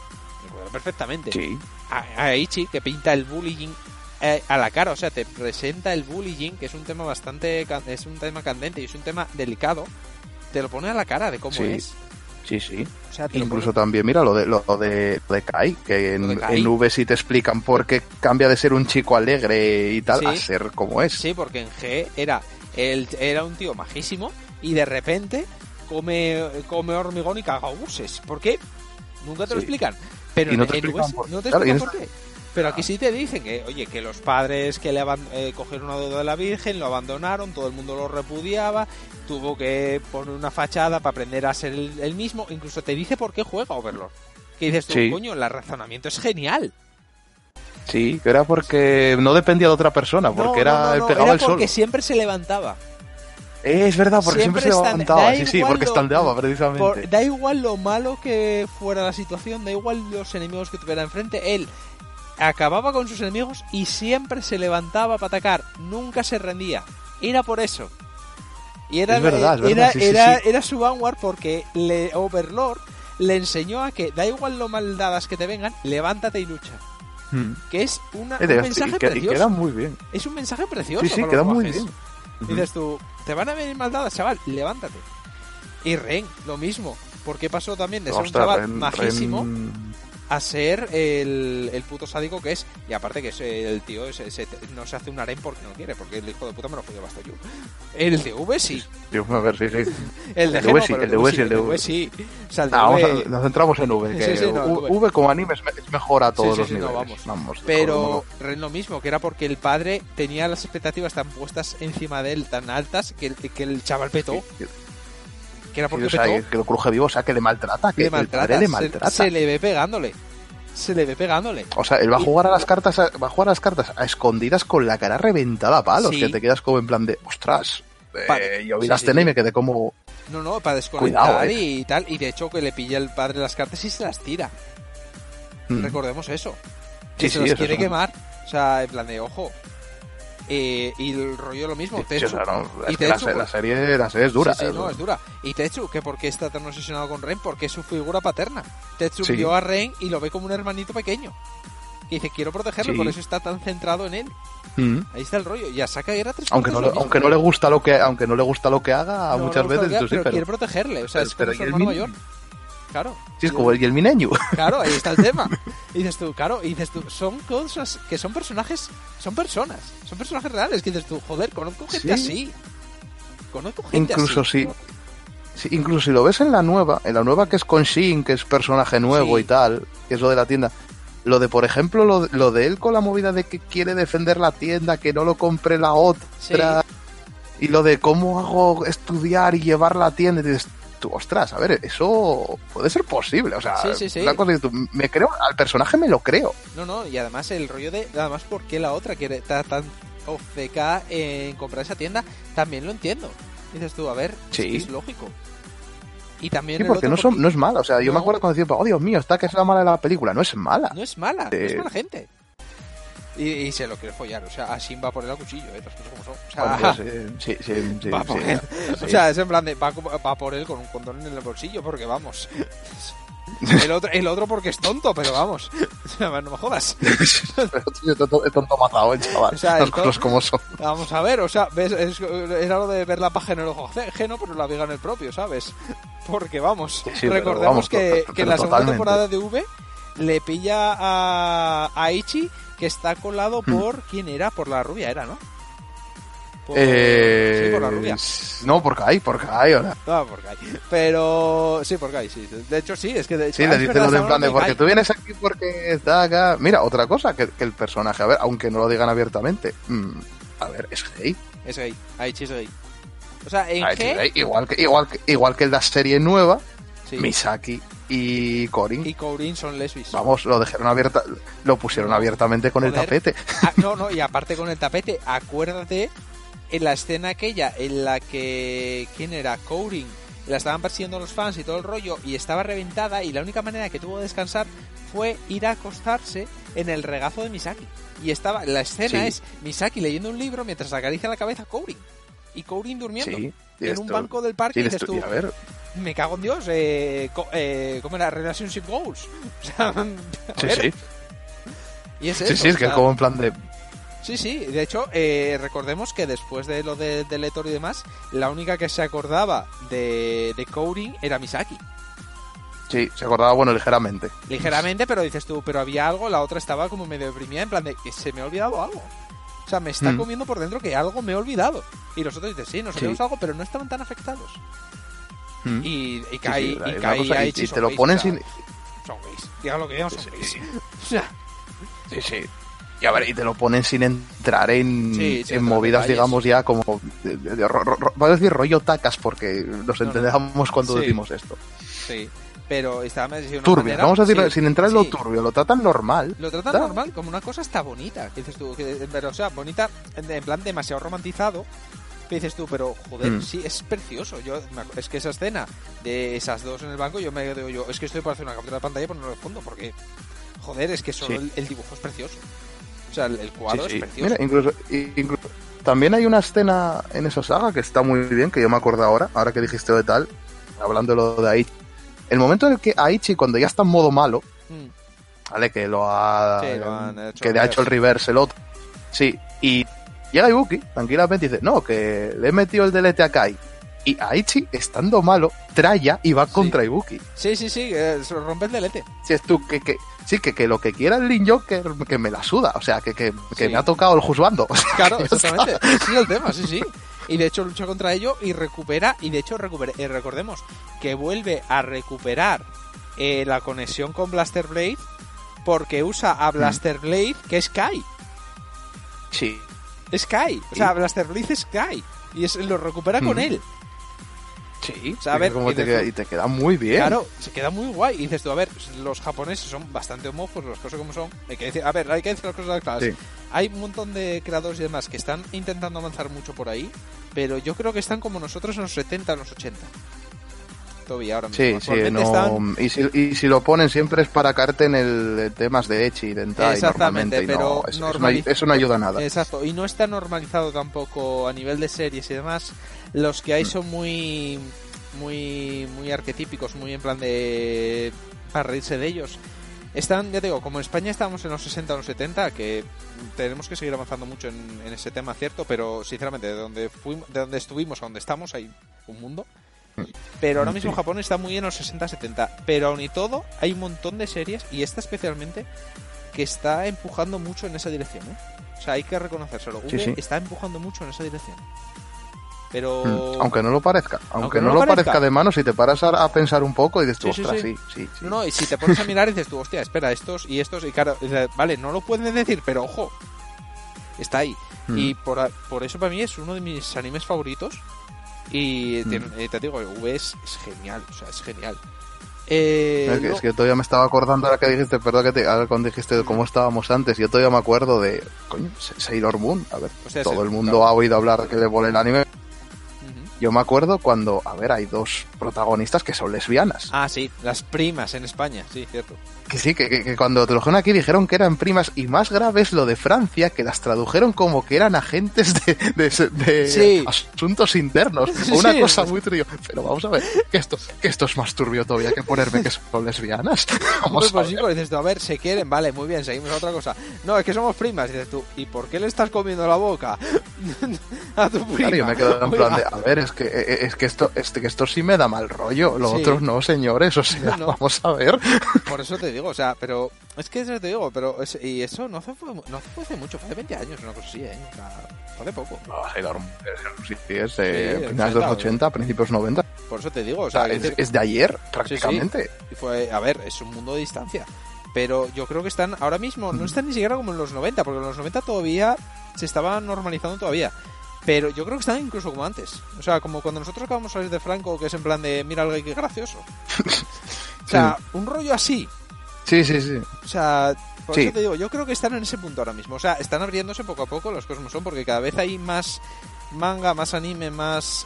Sí. A Ichi, que pinta el bullying a la cara, o sea, te presenta el bullying, que es un tema es un tema candente y es un tema delicado, te lo pone a la cara de cómo es. Sí. O sea, incluso también, mira, lo de Kai, que en V sí te explican por qué cambia de ser un chico alegre y tal a ser como es. Sí, porque en G era un tío majísimo y de repente come hormigón y caga buses. ¿Por qué? Nunca te lo explican. Pero no te explican por qué. Pero aquí sí te dicen que, oye, que los padres que le cogieron una deuda de la Virgen, lo abandonaron, todo el mundo lo repudiaba, tuvo que poner una fachada para aprender a ser el mismo, incluso te dice por qué juega Overlord. Que dices tú, coño, el razonamiento es genial. Sí, que era porque no dependía de otra persona, porque él pegaba el sol. Porque siempre se levantaba. Es verdad, porque siempre se levantaba, sí, porque estaldeaba precisamente. Da igual lo malo que fuera la situación, da igual los enemigos que tuviera enfrente, él acababa con sus enemigos y siempre se levantaba para atacar, nunca se rendía. Era por eso. Y era, es verdad, era su Vanguard porque Overlord le enseñó a que da igual lo mal dadas que te vengan, levántate y lucha. Que es un mensaje precioso. Y queda muy bien. Es un mensaje precioso. Sí, queda muy bien. Dices tú, te van a venir mal dadas, chaval, levántate. Y Ren, lo mismo. Porque pasó también de ser un chaval majísimo a ser el puto sádico que es. Y aparte que el tío no se hace un harem porque no quiere, porque el hijo de puta me lo jodió bastante yo. El de V sí. A ver, sí. El de V sí, el de V sí. O sea, nos centramos en V. Que V como anime es mejor a todos los niveles. Vamos. Pero Ren lo mismo, que era porque el padre tenía las expectativas tan puestas encima de él, tan altas, que el chaval petó. Sí. Que era porque que lo cruje vivo, o sea, que le maltrata, que el padre le maltrata. Se le ve pegándole. O sea, él va a jugar a las cartas a escondidas con la cara reventada a palos, que te quedas como en plan de, ostras, yo vi la escena y me quedé como... No, para desconectar y tal, y de hecho que le pilla el padre las cartas y se las tira. Recordemos eso. Que se las quiere quemar. O sea, en plan de, ojo... y el rollo lo mismo, Tetsu. La serie es dura. Sí, es dura. Y Tetsu, que por qué está tan obsesionado con Ren, porque es su figura paterna. Tetsu vio a Ren y lo ve como un hermanito pequeño. Y dice, quiero protegerlo, por eso está tan centrado en él. Ahí está el rollo. Y a Saka era aunque no le gusta lo que haga muchas veces, pero quiere protegerle, o sea, es como su hermano mayor. Claro. Sí, es como el Mineño. Claro, ahí está el tema. Y dices tú, son cosas que son personajes, son personas reales. Que dices tú, joder, conozco gente así. Incluso si lo ves en la nueva que es con Shin, que es personaje nuevo y tal, que es lo de la tienda. Lo de, por ejemplo, lo de él con la movida de que quiere defender la tienda, que no lo compre la otra. Y lo de cómo hago estudiar y llevar la tienda, y dices, tú, ostras, a ver, eso puede ser posible, o sea, una cosa que tú, me creo, al personaje me lo creo. No, y además el rollo de, además porque la otra quiere estar tan OFK en comprar esa tienda, también lo entiendo. Dices tú, a ver, es lógico. Y también porque no es mala, o sea, yo me acuerdo cuando decía, oh Dios mío, está que es la mala de la película, no es mala. No es mala gente. Y se lo quiere follar, o sea, a Shin va por él a cuchillo, las cosas como son. O sea, sí, va por él. O sea, es en plan de, va por él con un condón en el bolsillo, porque vamos. El otro porque es tonto, pero vamos. No me jodas. Es tonto matado, chaval. O sea, las cosas como son. Vamos a ver, o sea, ves, era lo de ver la paja en el ojo ajeno, pero la viga en el propio, ¿sabes? Porque vamos, recordemos que en la segunda temporada de V le pilla a Ichi, que está colado por... ¿Quién era? Por la rubia era, ¿no? Sí, por la rubia. No, por Kai ahora. No, por Kai. Pero... Sí, por Kai, sí. De hecho, sí, es que... De hecho, sí, le dice lo de en plan de, porque tú vienes aquí porque está acá... Mira, otra cosa, que el personaje, a ver, aunque no lo digan abiertamente, a ver, es gay. Es gay. Aichi es gay. O sea, en Aichi G... Igual que en la serie nueva, Misaki y Corin son lesbis. Vamos, lo pusieron abiertamente con el tapete. No, y aparte con el tapete, acuérdate en la escena aquella en la que ¿quién era? Corin, la estaban persiguiendo los fans y todo el rollo y estaba reventada y la única manera que tuvo de descansar fue ir a acostarse en el regazo de Misaki. Y la escena es Misaki leyendo un libro mientras acaricia la cabeza a Corin. Y Corin durmiendo en un banco del parque y dices tú, a ver, me cago en Dios, ¿cómo era? Relationship Goals. O sea, sí. Y es eso, es que es como en plan de... Sí, de hecho, recordemos que después de lo de Letor y demás, la única que se acordaba de Corin era Misaki. Sí, se acordaba, bueno, ligeramente. Ligeramente, pero dices tú, pero había algo, la otra estaba como medio deprimida, en plan de que se me ha olvidado algo. O sea, me está comiendo por dentro que algo me he olvidado. Y los otros dicen, sí, nos olvidamos algo, pero no estaban tan afectados. Y Kai y Aichi te lo ponen sin... Son gays. Digan lo que digan, son gays. O sea... Sí. Y a ver, y te lo ponen sin entrar en movidas, digamos, ya como... Voy a decir rollo tacas, porque nos entendemos cuando decimos esto. Sí. Pero estaba diciendo turbio, manera, vamos a decir, sin entrar en lo turbio, lo tratan normal. Lo tratan normal, como una cosa está bonita. Que dices tú, pero o sea, bonita, en plan demasiado romantizado. Que dices tú, pero joder, sí, es precioso. Es que esa escena de esas dos en el banco, yo me digo, es que estoy para hacer una captura de pantalla y ponerlo de fondo, porque joder, es que solo el dibujo es precioso. O sea, el cuadro es precioso. Mira, también hay una escena en esa saga que está muy bien, que yo me acuerdo ahora que dijiste de tal, hablando de lo de Aichi. El momento en el que Aichi, cuando ya está en modo malo, ¿vale? Que lo han hecho, que le ha hecho el reverse el otro. Sí, y llega Ibuki, tranquilamente, y dice, no, que le he metido el delete a Kai. Y Aichi, estando malo, traya y va contra Ibuki. Sí, se rompe el delete. Si es tú, que lo que quiera el Lin Joker, que me la suda. O sea, que me ha tocado el juzgando. O sea, claro, exactamente. Sí, el tema, sí. Y de hecho lucha contra ello y recupera, y de hecho recordemos que vuelve a recuperar la conexión con Blaster Blade porque usa a Blaster Blade, que es Kai. Sí. Es Kai. O sea, Blaster Blade es Kai. Y lo recupera con él. Sí, o sea, a ver, y te queda muy bien. Claro, se queda muy guay. Y dices tú, a ver, los japoneses son bastante homófobos, las cosas como son. Hay que decir las cosas claras. Sí. Hay un montón de creadores y demás que están intentando avanzar mucho por ahí, pero yo creo que están como nosotros en los 70, en los 80. Todavía ahora mismo. Sí, no, y si lo ponen siempre es para caerte en el temas de Echi y Dentai. Exactamente, pero eso no ayuda a nada. Exacto, y no está normalizado tampoco a nivel de series y demás. Los que hay son muy arquetípicos, muy en plan de para reírse de ellos. Están, ya te digo, como en España estábamos en los 60 o los 70, que tenemos que seguir avanzando mucho en ese tema, cierto, pero sinceramente de donde estuvimos a donde estamos hay un mundo. Pero ahora mismo Japón está muy en los 60-70, pero aún y todo hay un montón de series, y esta especialmente, que está empujando mucho en esa dirección, ¿eh? O sea, hay que reconocérselo. Está empujando mucho en esa dirección. Pero... aunque no lo parezca. Aunque no lo parezca de mano, si te paras a pensar un poco y dices tú, ostras, sí. No, y si te pones a mirar y dices tú, hostia, espera, estos, y claro, vale, no lo pueden decir, pero ojo, está ahí. Y por eso para mí es uno de mis animes favoritos. Y te digo, V es genial, o sea, es genial. Es que todavía me estaba acordando ahora que dijiste, ahora cuando dijiste cómo estábamos antes, yo todavía me acuerdo de, Sailor Moon. A ver, o sea, todo el mundo ha oído hablar que le pone el anime. Yo me acuerdo cuando, hay dos protagonistas que son lesbianas. Ah, sí, las primas en España, sí, cierto. Que sí, que cuando tradujeron aquí dijeron que eran primas, y más grave es lo de Francia, que las tradujeron como que eran agentes de asuntos internos, o una cosa muy turbia. Pero vamos a ver, que esto es más turbio todavía que ponerme que son lesbianas. Pues sí, pues dices tú, a ver, se quieren, vale, muy bien, seguimos a otra cosa. No, es que somos primas, y dices tú, ¿y por qué le estás comiendo la boca a tu prima? Claro, yo me quedo en plan de, a ver, es que esto sí me da mal rollo, los otros no, señores, o sea, vamos a ver. Por eso te digo, o sea, pero es que eso te digo, y eso no fue hace mucho, fue hace 20 años, una cosa así, o sea, fue hace poco. No, sí, es finales de los 80, principios 90. Por eso te digo, o sea, es de ayer, prácticamente. Sí. Y fue, a ver, es un mundo de distancia. Pero yo creo que están, ahora mismo, no están ni siquiera como en los 90, porque en los 90 todavía se estaba normalizando todavía. Pero yo creo que están incluso como antes. O sea, como cuando nosotros acabamos de salir de Franco, que es en plan de, mira algo que gracioso. O sea, un rollo así. Sí. O sea, por eso te digo, yo creo que están en ese punto ahora mismo. O sea, están abriéndose poco a poco, las cosas como son, porque cada vez hay más manga, más anime, más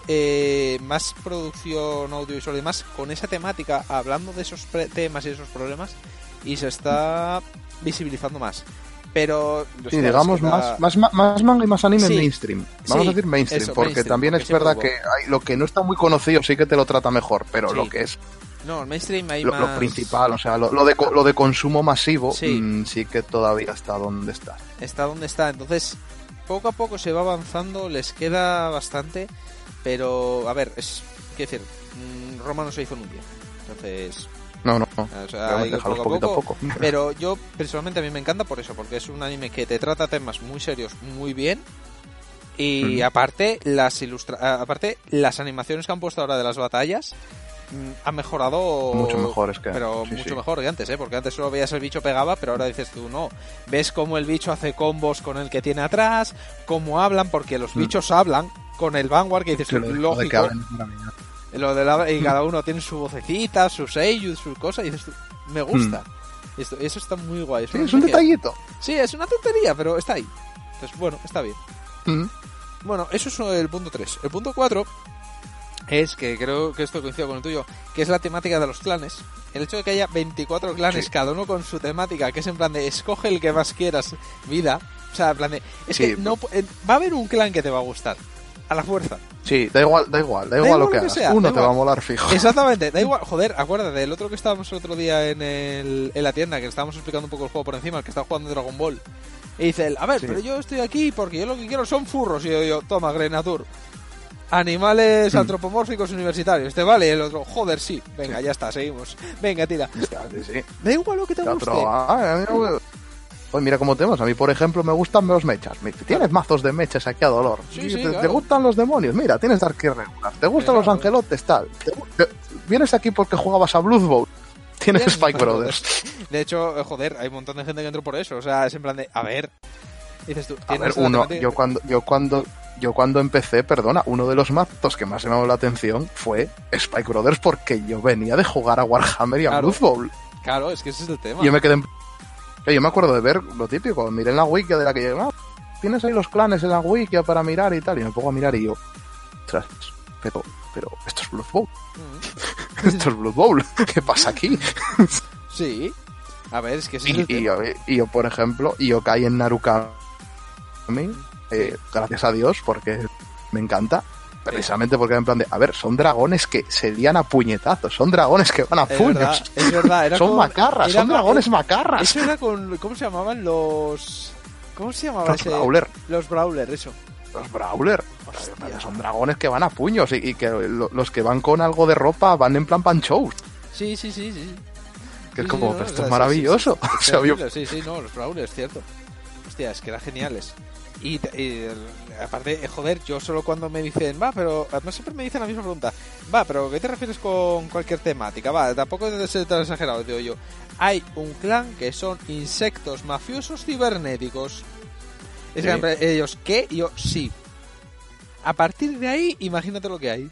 producción audiovisual y demás con esa temática, hablando de esos temas y de esos problemas, y se está visibilizando más. Pero sí, digamos más manga y más anime mainstream. Vamos a decir mainstream, porque mainstream, también es verdad que lo que no está muy conocido sí que te lo trata mejor, pero lo que es no, el mainstream hay lo principal, o sea, lo de consumo masivo sí que todavía está donde está. Está donde está, entonces poco a poco se va avanzando, les queda bastante, pero a ver, quiero decir, Roma no se hizo en un día, entonces... No. O sea, hay poquito a poco. Pero yo, personalmente, a mí me encanta por eso, porque es un anime que te trata temas muy serios muy bien. Y aparte, las animaciones que han puesto ahora de las batallas han mejorado... Mucho mejores que... Pero mucho mejor que antes, ¿eh? Porque antes solo veías el bicho pegaba, pero ahora dices tú, no. Ves cómo el bicho hace combos con el que tiene atrás, cómo hablan, porque los bichos hablan con el Vanguard, que dices tú, lógico. Y cada uno tiene su vocecita, sus seiyuu, sus cosas, y dices tú, me gusta. Eso está muy guay. Es un detallito. Sí, es una tontería, pero está ahí. Entonces, bueno, está bien. Bueno, eso es el punto 3. El punto 4 es que creo que esto coincide con el tuyo, que es la temática de los clanes. El hecho de que haya 24 clanes, cada uno con su temática, que es en plan de escoge el que más quieras, vida, O sea, en plan de... Es que no, va a haber un clan que te va a gustar. A la fuerza. Sí, da igual lo que hagas. Sea, uno te va a molar fijo. Exactamente, da igual. Joder, acuérdate, el otro que estábamos el otro día en la tienda, que estábamos explicando un poco el juego por encima, el que estaba jugando Dragon Ball. Y dice él, a ver, pero yo estoy aquí porque yo lo que quiero son furros. Y yo toma, Grenatur. Animales antropomórficos universitarios. ¿Te vale? Y el otro, joder, sí. Venga, ya está, seguimos. Venga, tira. Sí. Da igual lo que te guste. Pues mira cómo tenemos. A mí, por ejemplo, me gustan los mechas. Tienes mazos de mechas aquí a dolor. Sí, ¿Te gustan los demonios? Mira, tienes Dark Irregular. ¿Te gustan los angelotes? Tal. ¿Vienes aquí porque jugabas a Blood Bowl? Tienes Spike Brothers. De hecho, joder, hay un montón de gente que entró por eso. O sea, es en plan de, a ver... Dices tú, a ver, yo cuando empecé, perdona, uno de los mazos que más me llamó la atención fue Spike Brothers, porque yo venía de jugar a Warhammer y a Blood Bowl. Claro, es que ese es el tema. Yo me acuerdo de ver lo típico, miré en la wiki de la que llegué, tienes ahí los clanes en la wiki para mirar y tal, y me pongo a mirar y yo, ostras, pero esto es Blood Bowl. Esto es Blood Bowl. ¿Qué pasa aquí? Sí. A ver, es que y yo, por ejemplo, yo caí en Narukami, gracias a Dios, porque me encanta. Precisamente porque en plan de, a ver, son dragones que se lían a puñetazos, son dragones que van a puños. Es verdad, era son macarras, son dragones macarras. Eso era con, ¿cómo se llamaban los? ¿Cómo se llamaba los Brawler? Los Brawler, eso. Los Brawler. Son dragones que van a puños y que los que van con algo de ropa van en plan panchos. Sí. Que es como, pero esto es maravilloso. Sí, no, los Brawlers, cierto. Hostia, es que eran geniales. Y aparte, joder, yo solo cuando me dicen, pero además siempre me dicen la misma pregunta, pero ¿qué te refieres con cualquier temática? Tampoco debe ser tan exagerado, digo yo. Hay un clan que son insectos mafiosos cibernéticos. Es que ellos, ¿qué? Yo, sí. A partir de ahí, imagínate lo que hay.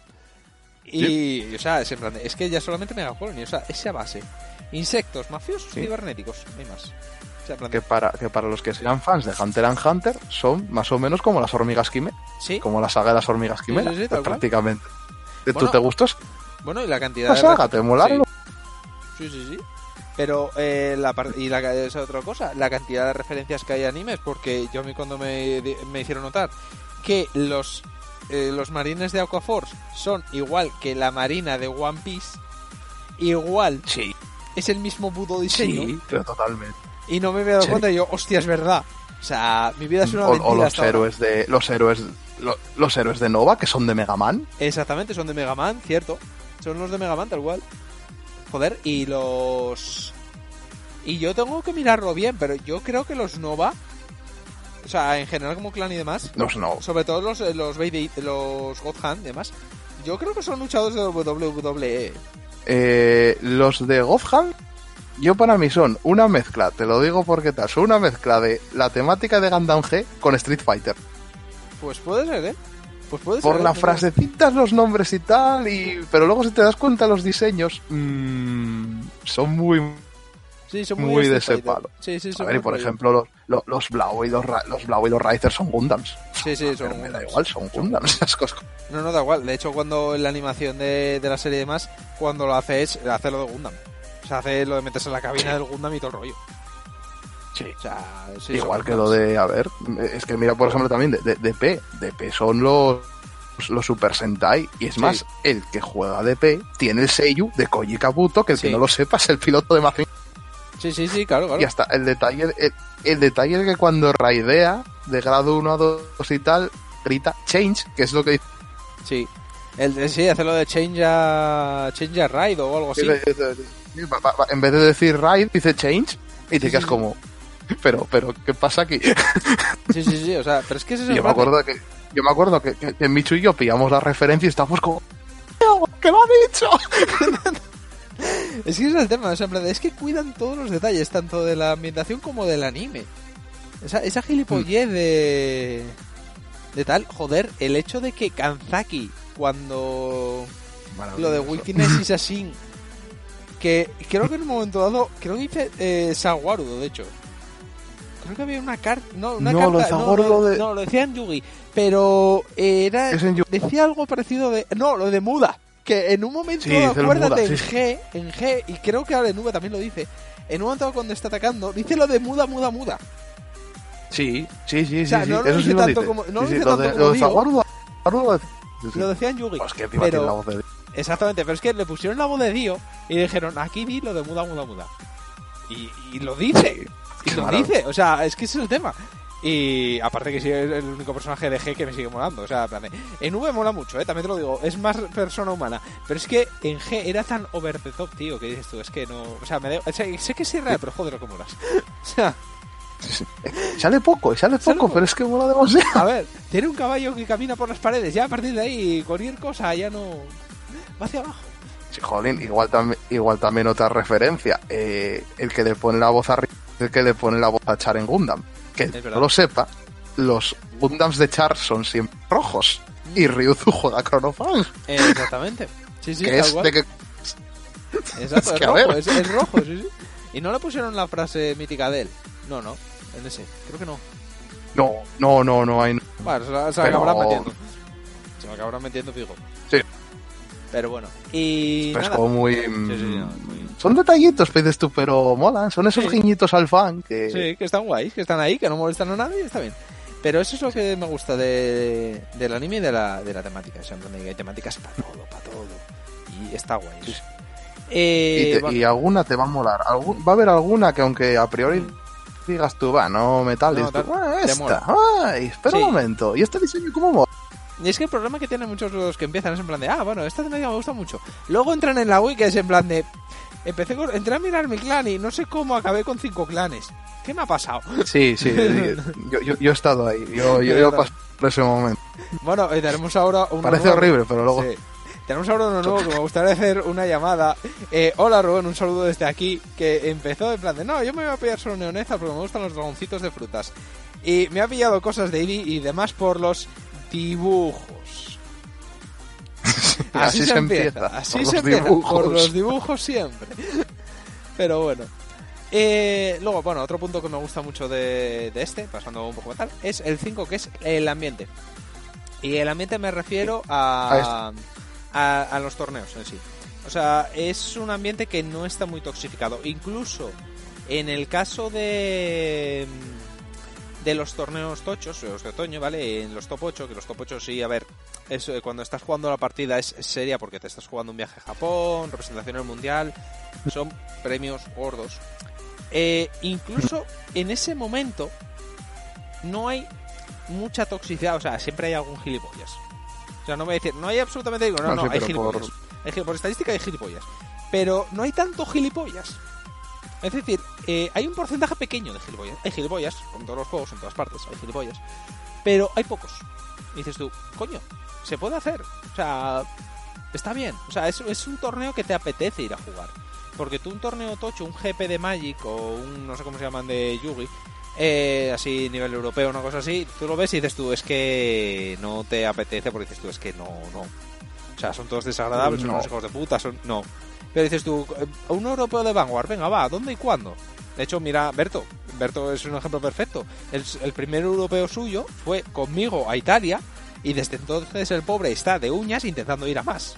Y, o sea, es que ya solamente Megacolony, o sea, esa base. Insectos mafiosos cibernéticos, no hay más. Que para los que sean fans de Hunter x Hunter son más o menos como las hormigas quimera. Sí. Como la saga de las hormigas quimera, sí, pues prácticamente. Bueno, ¿Tú te gustas? Bueno, y la cantidad de... saga, ¿te molaron? Sí. Pero esa otra cosa, la cantidad de referencias que hay a animes, porque yo a mí cuando me hicieron notar que los marines de Aquaforce son igual que la marina de One Piece, igual. Sí. Es el mismo puto diseño. Sí, pero totalmente. Y no me había dado cuenta y yo, hostia, es verdad. O sea, mi vida es una mentira. O los héroes de Nova, que son de Mega Man. Exactamente, son de Mega Man, cierto. Son los de Mega Man, tal cual. Joder, y yo tengo que mirarlo bien, pero yo creo que los Nova, o sea, en general como clan y demás, los Nova, sobre todo los God Hand y demás, yo creo que son luchadores de WWE. Los de God Hand, yo para mí son una mezcla, te lo digo porque tal, son una mezcla de la temática de Gundam G con Street Fighter. Pues puede ser, Por las frasecitas, los nombres y tal, pero luego si te das cuenta los diseños, son muy de ese palo. Sí, a ver, y por ejemplo, los Blau y los Raizers son Gundams. Sí, son me da igual, son Gundams esas cosas. No da igual. De hecho, cuando en la animación de la serie y demás, cuando lo hace lo de Gundam. O sea, hace lo de meterse en la cabina del Gundam y todo el rollo. Sí. O sea, igual que lo de, a ver, es que mira, por ejemplo, también de P son los Super Sentai, y es más, el que juega de P tiene el seiyuu de Koji Kabuto, que el que no lo sepa es el piloto de Machine. Sí, claro. Y hasta el detalle de que cuando raidea de grado 1 a 2 y tal, grita Change, que es lo que dice. Sí. Hace lo de Change a Raid o algo así. En vez de decir Raid, dice Change, y te quedas como... Pero, ¿qué pasa aquí? Sí, o sea, pero es que es eso. Yo me acuerdo que Michu y yo pillamos la referencia y estábamos como... ¿Qué lo ha dicho? Es que ese es el tema, o sea, es que cuidan todos los detalles, tanto de la ambientación como del anime. Esa gilipollez de tal, joder, el hecho de que Kanzaki, cuando lo de Witness is Assassin, que creo que en un momento dado, creo que dice Saguarudo, de hecho. Creo que había una carta, lo decía en Yugi, pero decía algo parecido lo de Muda. Que en un momento, acuérdate, en G, y creo que ahora en V también lo dice, en un momento cuando está atacando, dice lo de muda. Sí. O sea, no lo dice tanto como Dio. Lo decía en Yugi. Pues que encima tiene la voz de Dio. Exactamente, pero es que le pusieron la voz de Dio y dijeron, aquí di lo de muda. Y lo dice. Y lo dice. O sea, es que ese es el tema. Y aparte que sí es el único personaje de G que me sigue molando. O sea, en V mola mucho, también te lo digo. Es más persona humana. Pero es que en G era tan over the top, tío, que dices tú, es que no... O sea, sé que es real, pero joder, lo que molas. O sea... Sí. Sale poco, pero es que mola demasiado. A ver, tiene un caballo que camina por las paredes. Ya a partir de ahí, cualquier cosa ya no... Va hacia abajo. Sí, jolín, igual también otra referencia. El que le pone la voz a Char en Gundam. Que no lo sepa, los Gundams de Char son siempre rojos. Y Ryuzu juega Chrono Fang. Exactamente. Sí, que es de que... Exacto, es rojo, es rojo, sí. ¿Y no le pusieron la frase mítica de él? No, en ese, creo que no. No, hay... Bueno, se la acabarán metiendo. Se la acabarán metiendo, fijo. Sí. Pero bueno, y pues nada. Como muy... Son detallitos, dices tú, pero molan. Son esos guiñitos al fan que... Sí, que están guays, que están ahí, que no molestan a nadie y está bien. Pero eso es lo que me gusta del anime y de la temática. O sea, hay temáticas para todo. Y está guay. Sí. Y alguna te va a molar. Va a haber alguna que aunque a priori digas tú, no metal, dices tú, esta, espera un momento. ¿Y este diseño cómo mola? Y es que el problema que tienen muchos de los que empiezan es en plan de, bueno, esta temática me gusta mucho. Luego entran en la Wii que es en plan de, entré a mirar mi clan y no sé cómo acabé con 5 clanes. ¿Qué me ha pasado? Sí. Yo he estado ahí. Yo pasé por ese momento. Bueno, tenemos ahora uno Parece nuevo. Horrible, pero luego... Sí. Tenemos ahora uno nuevo que me gustaría hacer una llamada. Hola Rubén, un saludo desde aquí. Que empezó en plan de, yo me voy a pillar solo Neoneza porque me gustan los dragoncitos de frutas. Y me ha pillado cosas de Eevee y demás por los dibujos. Así se empieza. Así se empieza. Por los dibujos siempre. Pero bueno. Luego, bueno, otro punto que me gusta mucho de este, pasando un poco tal, es el 5, que es el ambiente. Y el ambiente me refiero a los torneos en sí. O sea, es un ambiente que no está muy toxificado. Incluso en el caso de los torneos tochos, los de otoño, ¿vale? En los top 8, que los top 8 sí, a ver, es, cuando estás jugando la partida es seria porque te estás jugando un viaje a Japón, representación en el mundial, son premios gordos. Incluso en ese momento no hay mucha toxicidad, o sea, siempre hay algún gilipollas. O sea, no me voy a decir, no hay absolutamente... No, hay gilipollas. Por estadística hay gilipollas. Pero no hay tanto gilipollas. Es decir, hay un porcentaje pequeño de gilipollas. Hay gilipollas, como en todos los juegos, en todas partes hay gilipollas. Pero hay pocos. Y dices tú, coño, se puede hacer. O sea, está bien. O sea, es un torneo que te apetece ir a jugar. Porque tú un torneo tocho, un GP de Magic o un, no sé cómo se llaman, de Yugi, así nivel europeo, una cosa así, tú lo ves y dices tú, es que no te apetece porque dices tú, es que no. O sea, son todos desagradables, son unos hijos de puta, no. Pero dices tú, un europeo de Vanguard, venga, va, ¿dónde y cuándo? De hecho, mira, Berto es un ejemplo perfecto. El primer europeo suyo fue conmigo a Italia y desde entonces el pobre está de uñas intentando ir a más.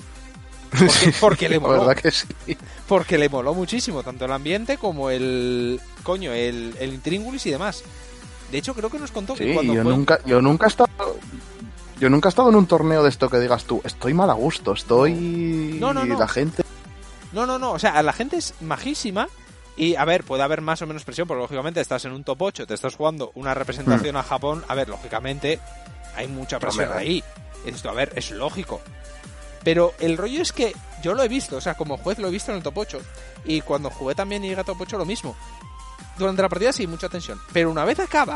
Porque le moló. La verdad que sí. Porque le moló muchísimo, tanto el ambiente como el intríngulis y demás. De hecho, creo que nos contó que cuando yo nunca he estado en un torneo de esto que digas tú, estoy mal a gusto, No. La gente... No, o sea, la gente es majísima. Y, a ver, puede haber más o menos presión, porque lógicamente estás en un top 8, te estás jugando una representación a Japón. A ver, lógicamente hay mucha presión ahí. Y dices tú, a ver, es lógico. Pero el rollo es que yo lo he visto, o sea, como juez lo he visto en el top 8. Y cuando jugué también y llegué a top 8 lo mismo. Durante la partida sí, mucha tensión. Pero una vez acaba,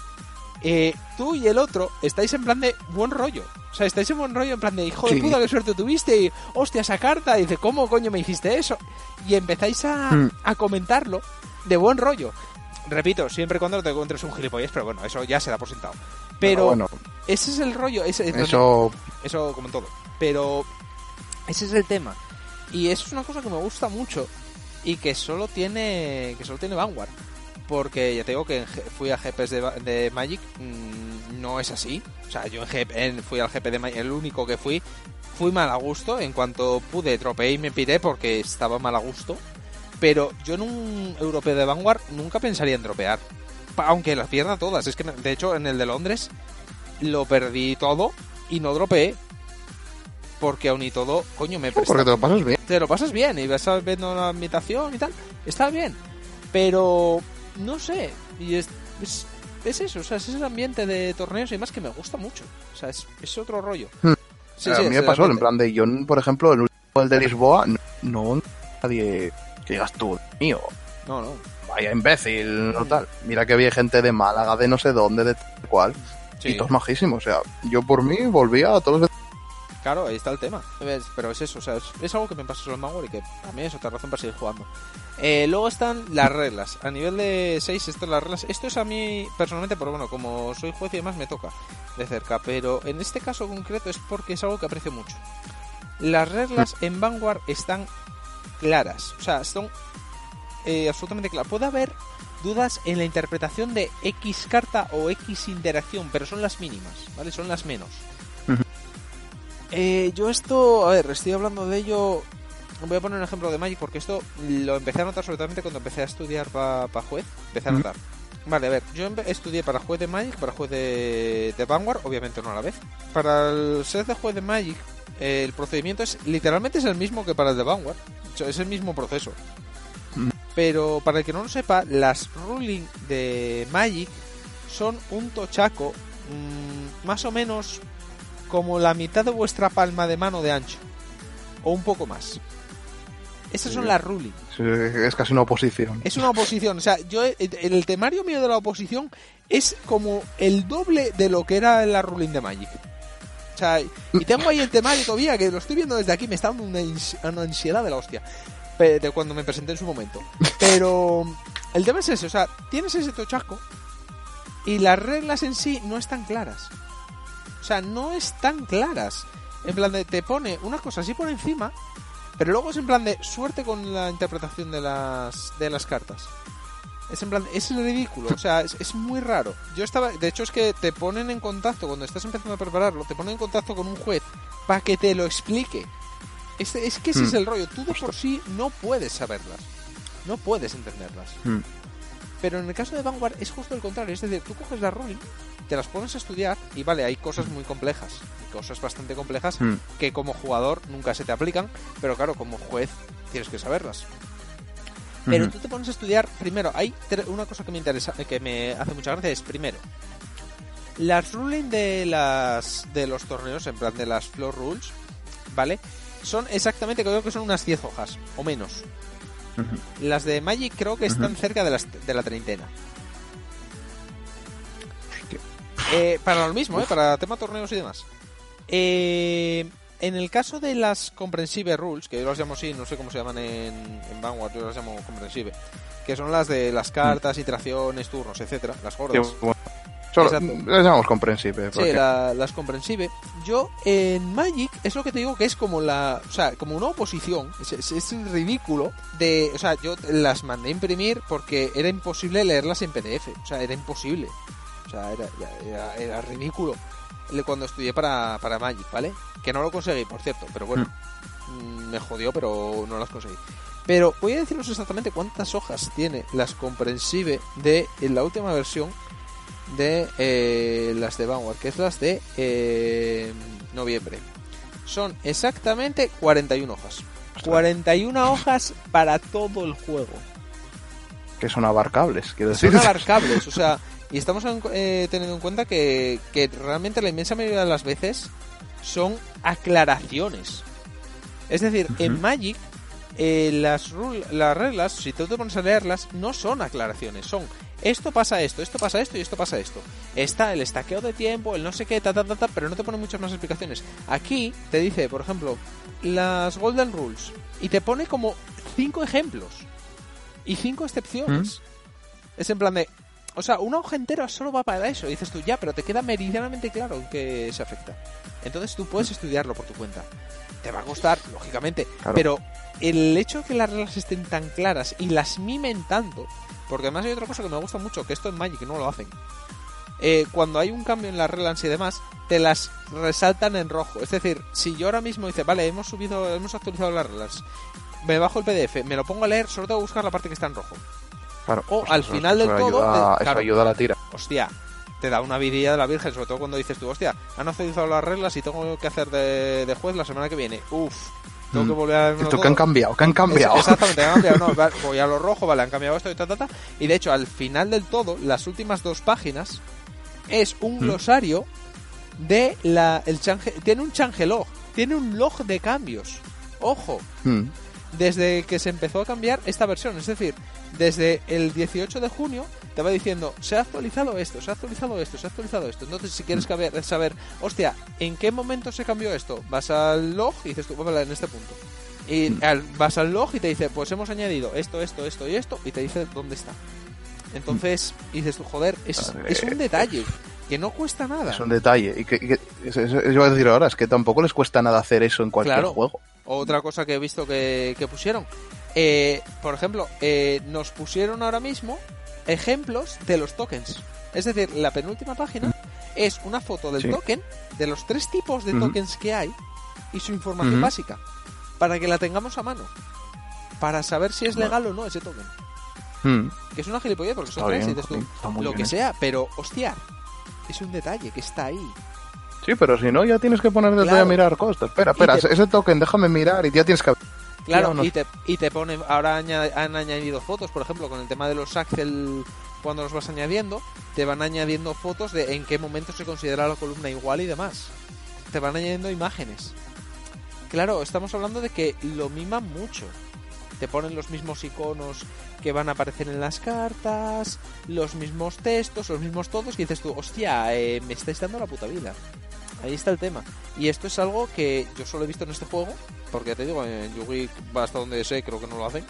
tú y el otro estáis en plan de buen rollo. O sea, estáis en buen rollo en plan de, hijo de puta, qué suerte tuviste. Y, hostia, esa carta. Y dice, ¿cómo coño me hiciste eso? Y empezáis a comentarlo de buen rollo. Repito, siempre y cuando te encuentres un gilipollas, pero bueno, eso ya se da por sentado. Pero bueno, ese es el rollo. Eso como en todo. Pero ese es el tema. Y eso es una cosa que me gusta mucho y que solo tiene Vanguard. Porque ya te digo que fui a GPs de Magic, no es así. O sea, yo fui al GP de Magic, el único que fui mal a gusto. En cuanto pude, dropeé y me piré porque estaba mal a gusto. Pero yo en un europeo de Vanguard nunca pensaría en dropear. aunque las pierda todas. Es que, de hecho, en el de Londres lo perdí todo y no dropeé. Porque aún y todo, coño, me presta. Porque te lo pasas bien. Te lo pasas bien y vas viendo la ambientación y tal. Está bien. Pero, no sé. Y es eso, o sea, es ese ambiente de torneos y demás que me gusta mucho. O sea, es otro rollo. Sí, a mí me pasó, en plan de yo, por ejemplo, el último, el de Lisboa, no nadie que digas tú, mío. No. Vaya imbécil, no tal. Mira que había gente de Málaga, de no sé dónde, de tal cual. Sí. Y todos majísimos, o sea, yo por mí volvía a todos los... Claro, ahí está el tema. Pero es eso, o sea, es algo que me pasa solo en Vanguard y que a mí es otra razón para seguir jugando. Luego están las reglas. A nivel de 6, estas las reglas. Esto es a mí, personalmente, pero bueno, como soy juez y demás, me toca de cerca. Pero en este caso concreto es porque es algo que aprecio mucho. Las reglas en Vanguard están claras. O sea, son absolutamente claras. Puede haber dudas en la interpretación de X carta o X interacción, pero son las mínimas, ¿vale? Son las menos. Yo esto, a ver, estoy hablando de ello. Voy a poner un ejemplo de Magic porque esto lo empecé a notar sobre todo cuando empecé a estudiar para juez. Empecé a notar. Vale, a ver, yo estudié para juez de Magic, para juez de Vanguard, obviamente no a la vez. Para el set de juez de Magic, el procedimiento literalmente es el mismo que para el de Vanguard. O sea, es el mismo proceso. Pero para el que no lo sepa, las ruling de Magic son un tochaco más o menos como la mitad de vuestra palma de mano de ancho, o un poco más. Esas son las ruling. Sí, es casi una oposición. Es una oposición, o sea, el temario mío de la oposición es como el doble de lo que era la ruling de Magic. O sea, y tengo ahí el temario todavía, que lo estoy viendo desde aquí, me está dando una ansiedad de la hostia, de cuando me presenté en su momento. Pero el tema es ese, o sea, tienes ese tochaco y las reglas en sí no están claras. O sea, no están claras. En plan de, te pone una cosa así por encima, pero luego es en plan de suerte con la interpretación de las cartas. Es en plan, es ridículo, o sea, es muy raro. De hecho es que te ponen en contacto, cuando estás empezando a prepararlo, te ponen en contacto con un juez para que te lo explique. Es que ese es el rollo. Tú de por sí no puedes saberlas, no puedes entenderlas. Pero en el caso de Vanguard es justo el contrario. Es decir, tú coges la ruling, te las pones a estudiar y vale, hay cosas muy complejas, cosas bastante complejas que como jugador nunca se te aplican, pero claro, como juez tienes que saberlas. Pero tú te pones a estudiar, primero, hay una cosa que me interesa, que me hace mucha gracia, es primero, las ruling de los torneos, en plan de las floor rules, ¿vale? Son exactamente, creo que son unas 10 hojas, o menos. Las de Magic creo que están cerca de la treintena. Para lo mismo, para tema torneos y demás. En el caso de las Comprehensive Rules, que yo las llamo así, no sé cómo se llaman en Vanguard, yo las llamo Comprehensive, que son las de las cartas, iteraciones, turnos, etcétera, las gordas. Sí, bueno. Las llamamos Comprehensive. Sí, las Comprehensive. Yo en Magic es lo que te digo, que es como como una oposición, es ridículo de, o sea, yo las mandé a imprimir porque era imposible leerlas en PDF, o sea, era imposible. O sea, era ridículo cuando estudié para Magic, ¿vale? Que no lo conseguí, por cierto, pero bueno, me jodió, pero no las conseguí. Pero voy a deciros exactamente cuántas hojas tiene las Comprehensive de la última versión de las de Vanguard, que es las de noviembre. Son exactamente 41 hojas. 41 hojas para todo el juego. Que son abarcables, quiero decir. Son abarcables, o sea, y estamos teniendo en cuenta que realmente la inmensa mayoría de las veces son aclaraciones. Es decir, en Magic las reglas, si tú te pones a leerlas, no son aclaraciones, son esto pasa esto pasa esto y esto pasa esto. Está el estaqueo de tiempo, el no sé qué, pero no te pone muchas más explicaciones. Aquí te dice, por ejemplo, las Golden Rules y te pone como 5 ejemplos y 5 excepciones. Es en plan de, o sea, una hoja entera solo va para eso. Y dices tú, ya, pero te queda meridianamente claro en qué se afecta. Entonces tú puedes estudiarlo por tu cuenta. Te va a costar, lógicamente, claro. Pero el hecho de que las reglas estén tan claras y las mimen tanto, porque además hay otra cosa que me gusta mucho, que esto en Magic no lo hacen. Cuando hay un cambio en las reglas y demás, te las resaltan en rojo. Es decir, si yo ahora mismo dice, vale, hemos actualizado las reglas, me bajo el PDF, me lo pongo a leer, solo tengo que buscar la parte que está en rojo. Claro, o al final del todo... Eso ayuda a la tira. Hostia, te da una vidilla de la Virgen, sobre todo cuando dices tú, hostia, han actualizado las reglas y tengo que hacer de juez la semana que viene. Uf, tengo que volver a verlo esto todo. ¿Qué han cambiado? Exactamente, han cambiado. No, voy a lo rojo, vale, han cambiado esto y ta. Y de hecho, al final del todo, las últimas 2 páginas es un glosario de tiene un changelog, tiene un log de cambios. Ojo. Desde que se empezó a cambiar esta versión, es decir, desde el 18 de junio te va diciendo, se ha actualizado esto, se ha actualizado esto, se ha actualizado esto. Entonces, si quieres saber, hostia, ¿en qué momento se cambió esto? Vas al log y dices tú, vale, en este punto. Y vas al log y te dice, pues hemos añadido esto y esto, y te dice dónde está. Entonces, y dices tú, joder, es un detalle que no cuesta nada. Es un detalle. Y que eso iba a decir ahora, es que tampoco les cuesta nada hacer eso en cualquier juego. Otra cosa que he visto que pusieron, por ejemplo, nos pusieron ahora mismo ejemplos de los tokens. Es decir, la penúltima página es una foto del token, de los 3 tipos de tokens que hay y su información básica, para que la tengamos a mano, para saber si es legal o no ese token. Que es una gilipollez, porque son 3 y dices tú, lo que sea, pero hostia, es un detalle que está ahí. Sí, pero si no, ya tienes que ponerte a mirar cosas. Espera, ese token, déjame mirar y ya tienes que... Claro, no. y te pone... Ahora han añadido fotos, por ejemplo, con el tema de los Axel, cuando los vas añadiendo, te van añadiendo fotos de en qué momento se considera la columna igual y demás. Te van añadiendo imágenes. Claro, estamos hablando de que lo miman mucho. Te ponen los mismos iconos que van a aparecer en las cartas, los mismos textos, los mismos todos, y dices tú, hostia, me estáis dando la puta vida. Ahí está el tema. Y esto es algo que yo solo he visto en este juego, porque ya te digo, en Yugi, hasta donde sé, creo que no lo hacen.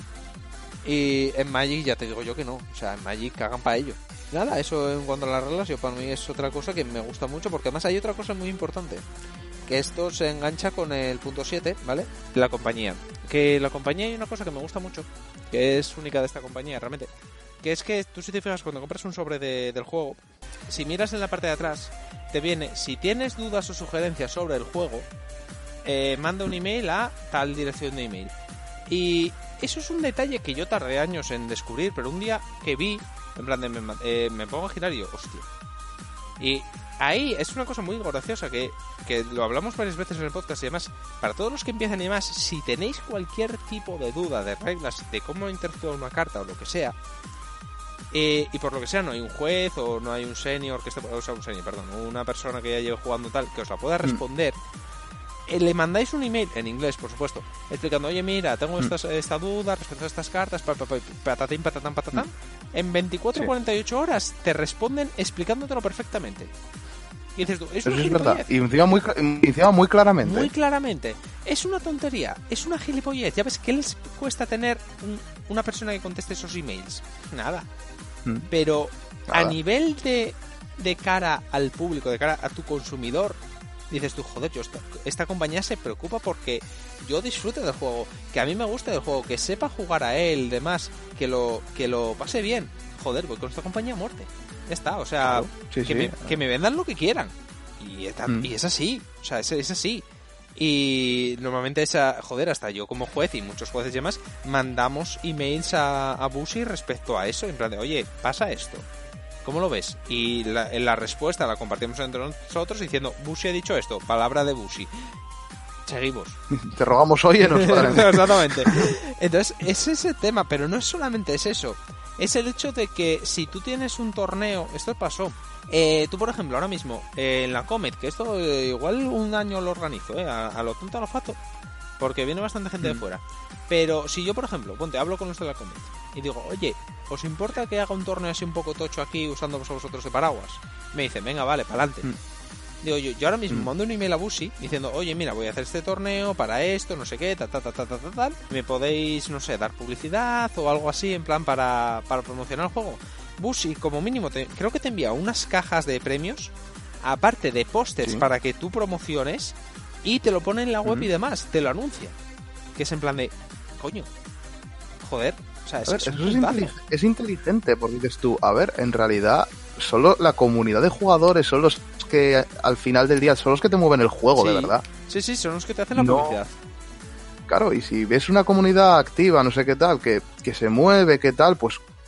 Y en Magic ya te digo yo que no. O sea, en Magic cagan para ello. Nada, eso en cuanto a las reglas, yo para mí es otra cosa que me gusta mucho, porque además hay otra cosa muy importante, que esto se engancha con el punto 7, ¿vale? La compañía. Que la compañía hay una cosa que me gusta mucho, que es única de esta compañía, realmente. Que es que tú, si te fijas, cuando compras un sobre del juego, si miras en la parte de atrás, te viene, si tienes dudas o sugerencias sobre el juego, manda un email a tal dirección de email. Y eso es un detalle que yo tardé años en descubrir, pero un día que vi, en plan de me pongo a girar y yo, hostia. Y ahí es una cosa muy graciosa que lo hablamos varias veces en el podcast, y además, para todos los que empiezan y demás, si tenéis cualquier tipo de duda de reglas, de cómo interactuar una carta o lo que sea, y por lo que sea no hay un juez o no hay un senior que esté, o sea, una persona que ya lleve jugando tal, que os la pueda responder, le mandáis un email, en inglés por supuesto, explicando, oye mira, tengo esta duda respecto a estas cartas, patatín, patatán, patatán. En 24-48 horas te responden explicándotelo perfectamente. Y dices tú, eso es verdad, y encima muy claramente. Muy claramente. Es una tontería, es una gilipollez. Ya ves, ¿qué les cuesta tener una persona que conteste esos emails? Nada. Pero nada. A nivel de cara al público, de cara a tu consumidor, dices tú, joder, esta compañía se preocupa porque yo disfrute del juego, que a mí me guste del juego, que sepa jugar a él, demás, que lo pase bien. Joder, voy con esta compañía a muerte. Ya está, o sea, claro, que me vendan lo que quieran. Y es así, o sea, es así. Y normalmente hasta yo como juez y muchos jueces y demás, mandamos emails a Bushi respecto a eso, en plan de, oye, pasa esto, ¿cómo lo ves? Y la respuesta la compartimos entre nosotros diciendo, Bushi ha dicho esto, palabra de Bushi. Seguimos. Te rogamos, óyenos, padre. Exactamente. Entonces, es ese tema, pero no solamente es eso. Es el hecho de que si tú tienes un torneo, esto pasó. Tú, por ejemplo, ahora mismo, en la Comet, que esto igual un año lo organizo, a lo tonto a lo fato, porque viene bastante gente de fuera. Pero si yo, por ejemplo, hablo con los de la Comet y digo, oye, ¿os importa que haga un torneo así un poco tocho aquí usando a vosotros de paraguas? Me dicen, venga, vale, pa'lante. Digo, yo ahora mismo mando un email a Bushi diciendo, oye, mira, voy a hacer este torneo para esto, no sé qué, tal. ¿Me podéis, no sé, dar publicidad o algo así en plan para promocionar el juego? Bushi, como mínimo, creo que te envía unas cajas de premios, aparte de pósters para que tú promociones, y te lo pone en la web y demás, te lo anuncia. Que es en plan de, coño, joder, o sea, eso es inteligente, porque dices tú, a ver, en realidad, solo la comunidad de jugadores son los que al final del día son los que te mueven el juego, de verdad. Sí, son los que te hacen la publicidad. Claro, y si ves una comunidad activa, no sé qué tal, que se mueve, qué tal, pues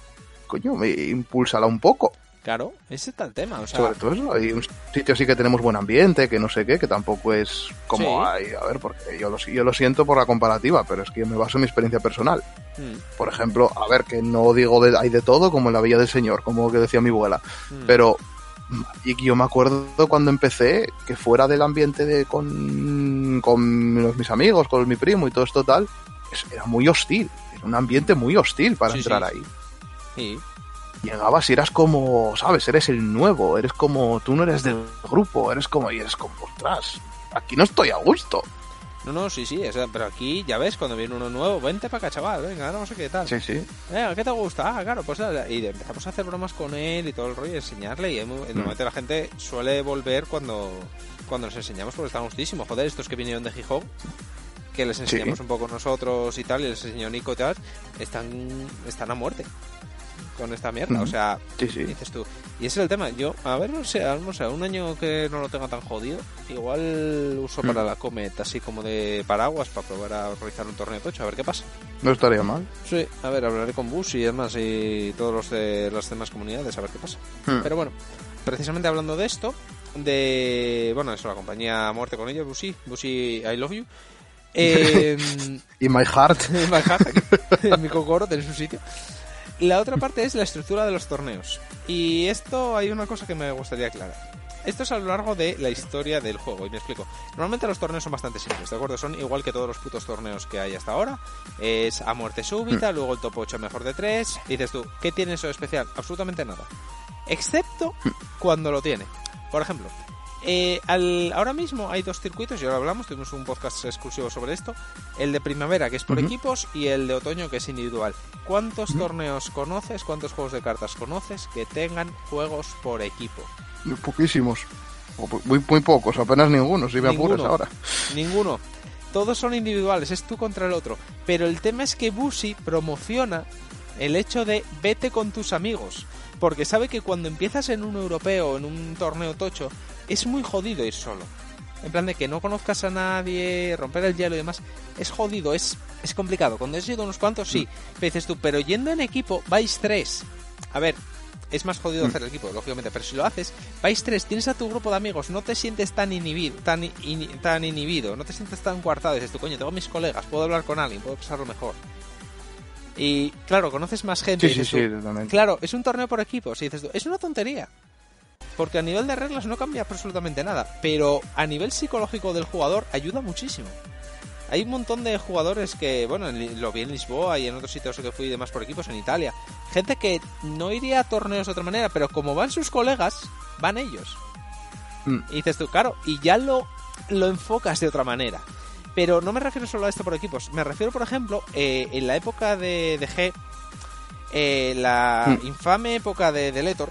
coño, impúlsala un poco. Claro, ese está el tema, o sea... Sobre todo eso, hay un sitio sí que tenemos buen ambiente, que no sé qué, que tampoco es como hay, a ver, porque yo lo siento por la comparativa, pero es que yo me baso en mi experiencia personal. Por ejemplo, a ver, que no digo hay de todo, como en la Villa del Señor, como que decía mi abuela, pero y yo me acuerdo cuando empecé, que fuera del ambiente con mis amigos, con mi primo y todo esto tal, era muy hostil, era un ambiente muy hostil para entrar ahí. Sí. Llegabas y eras como, ¿sabes? Eres el nuevo, eres como, tú no eres del grupo, eres como, ostras, aquí no estoy a gusto. No, sí, pero aquí, ya ves, cuando viene uno nuevo, vente para acá, chaval, venga, no sé qué tal. Sí. ¿Qué te gusta? Claro, pues nada. Y empezamos a hacer bromas con él y todo el rollo, y enseñarle, y normalmente la gente suele volver cuando nos enseñamos, porque está gustísimo. Joder, estos que vinieron de Gijón, que les enseñamos un poco nosotros y tal, y les enseñó Nico y tal, están a muerte con esta mierda, o sea, dices tú. Y ese es el tema. Yo, a ver, no sé, un año que no lo tenga tan jodido, igual uso para la Comet, así como de paraguas, para probar a realizar un torneo tocho, a ver qué pasa. No estaría mal. Sí, a ver, hablaré con Bus y demás, y todos los de las demás comunidades, a ver qué pasa. Pero bueno, precisamente hablando de esto, eso, la compañía Muerte con ellos, Busi, I love you. Y my heart. In my heart, aquí, en mi cocoro, tenés un sitio. La otra parte es la estructura de los torneos. Y esto hay una cosa que me gustaría aclarar. Esto es a lo largo de la historia del juego, y me explico. Normalmente los torneos son bastante simples, ¿de acuerdo? Son igual que todos los putos torneos que hay hasta ahora. Es a muerte súbita, luego el top 8 mejor de 3. Y dices tú, ¿qué tiene eso de especial? Absolutamente nada. Excepto cuando lo tiene. Por ejemplo, ahora mismo hay dos circuitos, y ahora hablamos, tuvimos un podcast exclusivo sobre esto. El de primavera, que es por equipos, y el de otoño, que es individual. ¿Cuántos torneos conoces, cuántos juegos de cartas conoces que tengan juegos por equipo? Poquísimos, muy pocos, apenas ninguno, si me apuras ahora. Ninguno, todos son individuales, es tú contra el otro. Pero el tema es que Busi promociona el hecho de vete con tus amigos, porque sabe que cuando empiezas en un europeo, en un torneo tocho, es muy jodido ir solo. En plan de que no conozcas a nadie, romper el hielo y demás, es jodido, es complicado. Cuando has ido unos cuantos, sí. Pero dices tú, pero yendo en equipo, vais 3. A ver, es más jodido hacer el equipo, lógicamente, pero si lo haces, vais 3, tienes a tu grupo de amigos, no te sientes tan inhibido, no te sientes tan coartado. Dices tú, coño, tengo mis colegas, puedo hablar con alguien, puedo pasarlo mejor. Y claro, conoces más gente. Sí, totalmente. Claro, es un torneo por equipos, y dices tú, es una tontería. Porque a nivel de reglas no cambia absolutamente nada, pero a nivel psicológico del jugador ayuda muchísimo. Hay un montón de jugadores que, bueno, lo vi en Lisboa y en otros sitios que fui de más por equipos, en Italia. Gente que no iría a torneos de otra manera, pero como van sus colegas, van ellos. Y dices tú, claro, y ya lo enfocas de otra manera. Pero no me refiero solo a esto por equipos. Me refiero, por ejemplo, en la época de G, la infame época de Letor,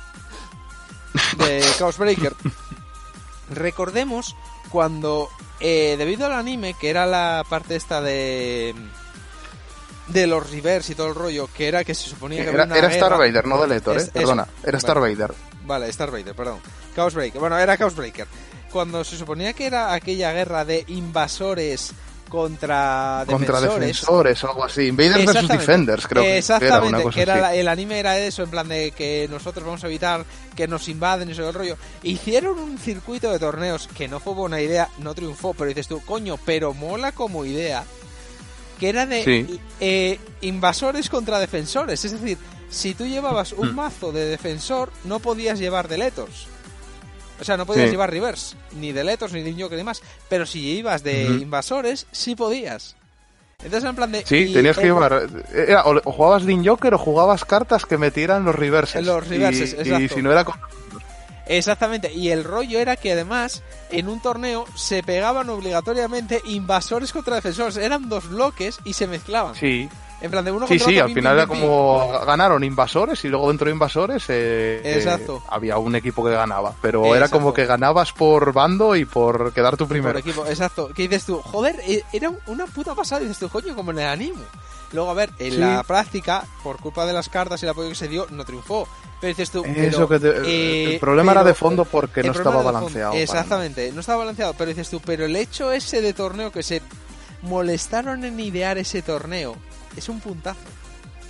de Chaos Breaker. Recordemos cuando, debido al anime, que era la parte esta de los reverse y todo el rollo, que era que se suponía que era Star Vader, no de Letor, perdona, era Star Vader. Vale, Star Vader, perdón. Chaos Breaker, bueno, era Chaos Breaker. Cuando se suponía que era aquella guerra de invasores contra defensores o algo así. Invaders vs Defenders, creo que era una cosa así. El anime era eso, en plan de que nosotros vamos a evitar que nos invaden y todo el rollo. Hicieron un circuito de torneos que no fue buena idea, no triunfó, pero dices tú, coño, pero mola como idea, que era de invasores contra defensores. Es decir, si tú llevabas un mazo de defensor, no podías llevar Deletors. O sea, no podías llevar reverse, ni de Letos, ni de Joker, ni más. Pero si ibas de invasores, sí podías. Entonces, en plan de... Sí, tenías que llevar... o jugabas de Joker o jugabas cartas que metieran los reverses. Los reverses, exacto. Y si no era con... Exactamente. Y el rollo era que, además, en un torneo se pegaban obligatoriamente invasores contra defensores. Eran dos bloques y se mezclaban. Sí. En plan de uno contra otro, al final era como ganaron invasores y luego dentro de invasores había un equipo que ganaba, pero era como que ganabas por bando y por quedar tú primero. Por equipo, exacto. Que dices tú, joder, era una puta pasada. Y dices tú, coño, como en el anime. Luego, a ver, en la práctica, por culpa de las cartas y el apoyo que se dio, no triunfó. Pero dices tú, el problema era de fondo porque no estaba balanceado. Exactamente, no estaba balanceado. Pero dices tú, pero el hecho ese de torneo, que se molestaron en idear ese torneo, es un puntazo.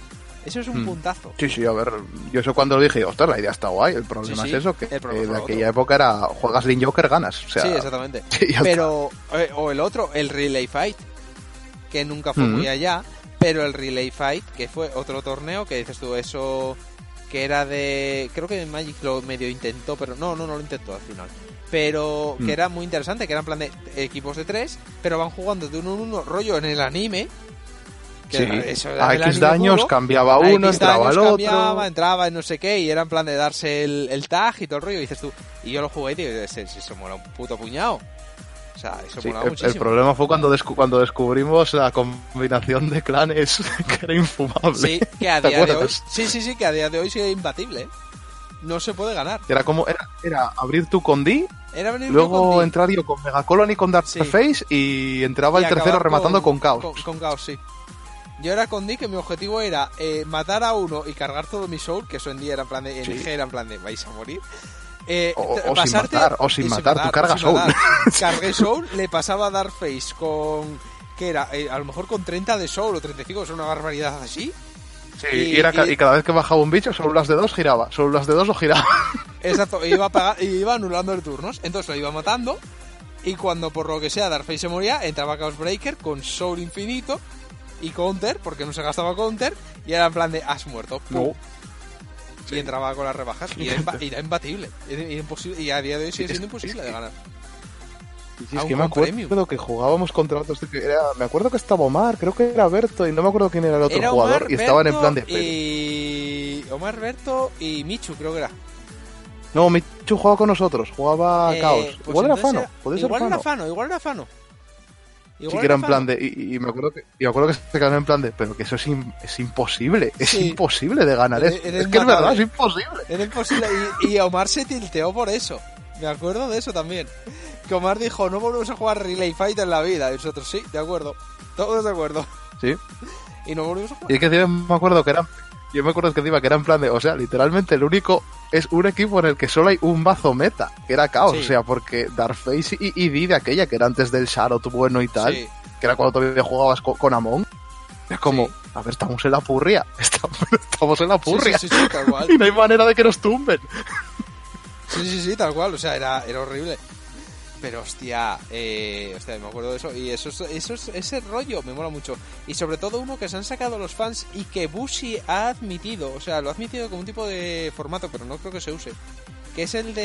Eso es un puntazo. Sí, a ver, yo eso cuando lo dije, ostras, la idea está guay, el problema es eso, que de aquella época era, juegas Link Joker, ganas. O sea, sí, exactamente. Pero, o el otro, el Relay Fight, que nunca fue muy allá, pero el Relay Fight, que fue otro torneo, que dices tú, eso, que era de, creo que Magic lo medio intentó, pero no lo intentó al final. Pero que era muy interesante, que eran plan de equipos de 3, pero van jugando de 1 en 1, rollo en el anime. Sí, a X daños cambiaba uno, entraba el otro. Entraba en no sé qué, y era en plan de darse el tag y todo el rollo, y dices tú, y yo lo jugué y digo, eso mola un puto puñado. O sea, eso mola muchísimo. El problema fue cuando descubrimos la combinación de clanes, que era infumable. Sí, que a día de hoy, sí, que a día de hoy sigue imbatible, ¿eh? No se puede ganar. Era como, era abrir tú con D, luego entrar yo con Megacolon y con Darkface, y entraba el tercero rematando con Chaos. Con Chaos, sí. Yo era con D, que mi objetivo era matar a uno y cargar todo mi soul, que eso en día era en plan de, en era en plan de, vais a morir. O sin matar, tú cargas soul. Cargué soul, le pasaba a Darkface con, que era, a lo mejor con 30 de soul o 35, es una barbaridad así. Sí, y cada vez que bajaba un bicho, solo las de 2 giraba, solo las de 2 lo giraba. Exacto, y iba anulando el turnos, entonces lo iba matando, y cuando por lo que sea Darkface se moría, entraba Chaos Breaker con soul infinito y counter, porque no se gastaba counter, y era en plan de, has muerto, ¡pum! No. Y entraba con las rebajas, y era imbatible, era imposible, y a día de hoy sigue siendo imposible de ganar. Sí, es que me acuerdo que jugábamos contra otros, me acuerdo que estaba Omar, creo que era Berto, y no me acuerdo quién era el otro jugador, y estaban en plan de... Omar, Berto y Michu, creo que era. No, Michu jugaba con nosotros, jugaba Chaos. Pues igual era Fano, puede ser Fano. Igual era Fano. Sí, que era en plan de... Y me acuerdo que se quedaron en plan de... Pero que eso es imposible. Es imposible de ganar. Es que es verdad, es imposible. Era imposible. Y Omar se tilteó por eso. Me acuerdo de eso también. Que Omar dijo, no volvemos a jugar Relay Fight en la vida. Y nosotros, sí, de acuerdo. Todos de acuerdo. Sí. Y no volvemos a jugar. Y es que yo me acuerdo que era... que era en plan de... O sea, literalmente el único... Es un equipo en el que solo hay un mazo meta, que era Chaos, o sea, porque Darkface y D de aquella, que era antes del Sharot bueno y tal, que era cuando todavía jugabas con Amon, es como, a ver, estamos en la purria, estamos en la purria, sí, tal cual. Y no hay manera de que nos tumben. Sí, tal cual, o sea, era horrible. Pero hostia, me acuerdo de eso. Y ese rollo me mola mucho. Y sobre todo uno que se han sacado los fans y que Bushi ha admitido. O sea, lo ha admitido como un tipo de formato, pero no creo que se use. Que es el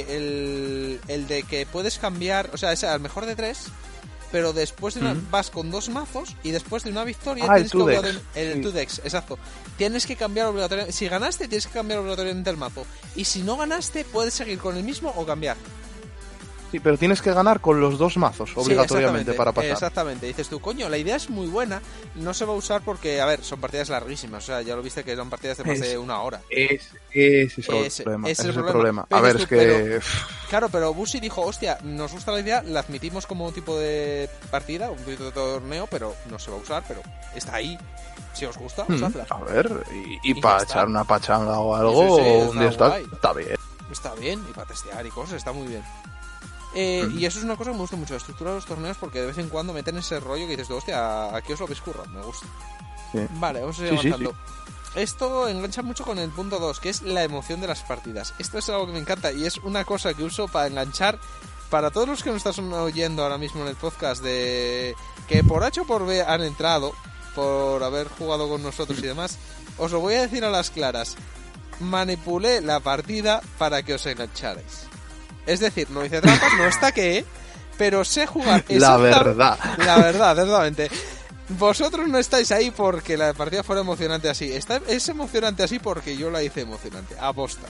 de que puedes cambiar. O sea, es al mejor de 3. Pero después de vas con 2 mazos. Y después de una victoria tienes que el 2dex, exacto. Tienes que cambiar obligatoriamente. Si ganaste, tienes que cambiar obligatoriamente el mazo. Y si no ganaste, puedes seguir con el mismo o cambiar. Sí, pero tienes que ganar con los 2 mazos, obligatoriamente, para pasar. Exactamente. Dices tú, coño, la idea es muy buena, no se va a usar porque, a ver, son partidas larguísimas, o sea, ya lo viste que son partidas de más de 1 hora. Ese es el problema. A ver, es que... Claro, pero Bushi dijo, hostia, nos gusta la idea, la admitimos como un tipo de partida, un tipo de torneo, pero no se va a usar, pero está ahí. Si os gusta, usadla. A ver, y para echar una pachanga o algo, un día está bien. Está bien, y para testear y cosas, está muy bien. Y eso es una cosa que me gusta mucho, la estructura de los torneos, porque de vez en cuando meten ese rollo que dices, hostia, aquí os lo veis currado, me gusta. Sí. Vale, vamos a seguir avanzando. Sí. Esto engancha mucho con el punto 2, que es la emoción de las partidas. Esto es algo que me encanta y es una cosa que uso para enganchar para todos los que nos están oyendo ahora mismo en el podcast, de que por H o por B han entrado, por haber jugado con nosotros y demás. Os lo voy a decir a las claras. Manipulé la partida para que os engancharais. Es decir, no hice trampas, no estaqué, pero sé jugar. La verdad, exactamente. Vosotros no estáis ahí porque la partida fuera emocionante así. Es emocionante así porque yo la hice emocionante, aposta.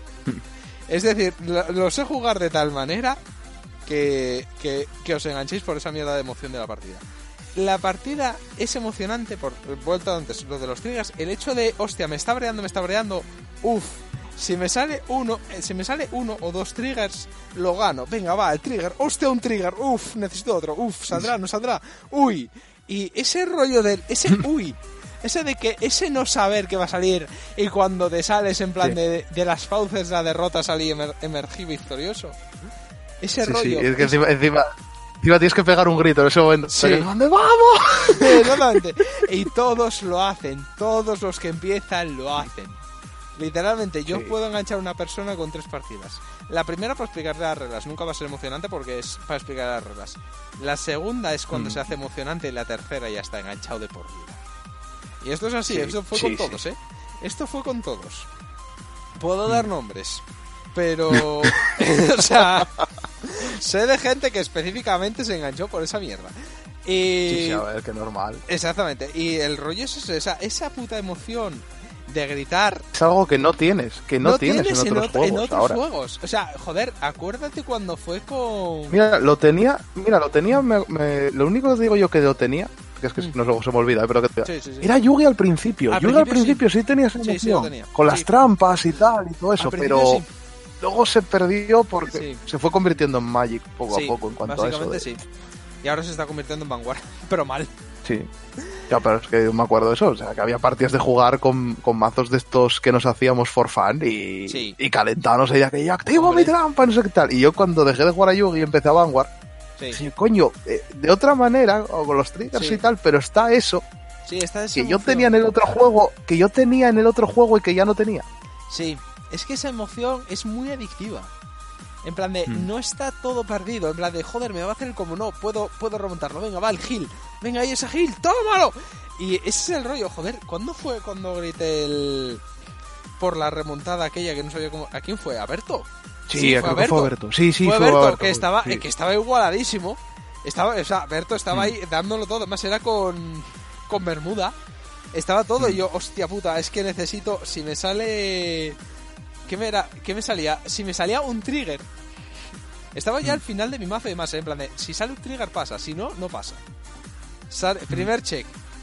Es decir, lo sé jugar de tal manera que os enganchéis por esa mierda de emoción de la partida. La partida es emocionante por vuelta antes, lo de los triggers, el hecho de, hostia, me está breando, si me sale uno o 2 triggers, lo gano. Venga, va, el trigger, hostia, un trigger, necesito otro, saldrá, no saldrá, uy. Y ese rollo ese de que ese no saber qué va a salir y cuando te sales en plan de las fauces la derrota salí emergí victorioso. Ese rollo. Sí. Es que encima Encima tienes que pegar un grito en ese momento. Sí. ¿Dónde vamos? Exactamente. Y todos lo hacen. Todos los que empiezan lo hacen. Literalmente, yo puedo enganchar a una persona con 3 partidas. La primera para explicarle las reglas. Nunca va a ser emocionante porque es para explicar las reglas. La segunda es cuando se hace emocionante y la tercera ya está enganchado de por vida. Y esto es así, esto fue con todos, ¿eh? Esto fue con todos. Puedo dar nombres, pero... o sea, sé de gente que específicamente se enganchó por esa mierda. Sí, a ver, qué normal. Exactamente. Y el rollo es eso, esa puta emoción de gritar. Es algo que no tienes en otros juegos. O sea, joder, acuérdate cuando fue con... Mira, lo tenía, lo único que digo yo que lo tenía, que es que no se me olvida, pero que sí. era Yugi al principio. Yugi al principio sí tenía esa emoción, sí lo tenía. con las trampas y tal y todo eso, pero luego se perdió porque se fue convirtiendo en Magic poco a poco en cuanto a eso. Básicamente sí. Y ahora se está convirtiendo en Vanguard, pero mal. Sí. Ya, pero es que me acuerdo de eso, o sea, que había partidas de jugar con mazos de estos que nos hacíamos for fun y calentábamos ella que yo activo mi trampa, no sé qué tal. Y yo cuando dejé de jugar a Yugi y empecé a Vanguard, sí, coño, de otra manera, o con los triggers y tal, pero está eso que yo tenía en el otro juego, y que ya no tenía. Sí, es que esa emoción es muy adictiva. En plan de, no está todo perdido. En plan de, joder, me va a hacer el como no, puedo remontarlo. Venga, va el heal. Venga, ahí ese heal, tómalo. Y ese es el rollo, joder. ¿Cuándo fue cuando grité por la remontada aquella que no sabía cómo... ¿A quién fue? ¿A Berto? Sí, fue Berto. Sí, fue Berto, que estaba igualadísimo. Berto estaba ahí dándolo todo. Además era con Bermuda. Estaba todo y yo, hostia puta, es que necesito... Si me sale... ¿Qué me salía? Si me salía un trigger. Estaba ya al final de mi mazo y demás, en plan de, si sale un trigger pasa, si no, no pasa. Primer check.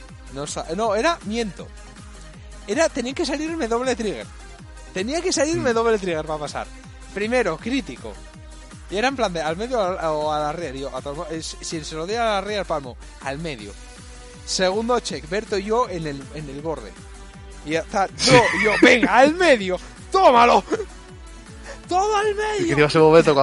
Miento. Tenía que salirme doble trigger. Doble trigger para pasar. Primero, crítico. Y era en plan de, al medio o a la rear. Si se lo di a la rear, palmo, al medio. Segundo check, Berto y yo en el borde. Y ya está, yo, venga, al medio. ¡Tómalo! ¡Todo al medio! Que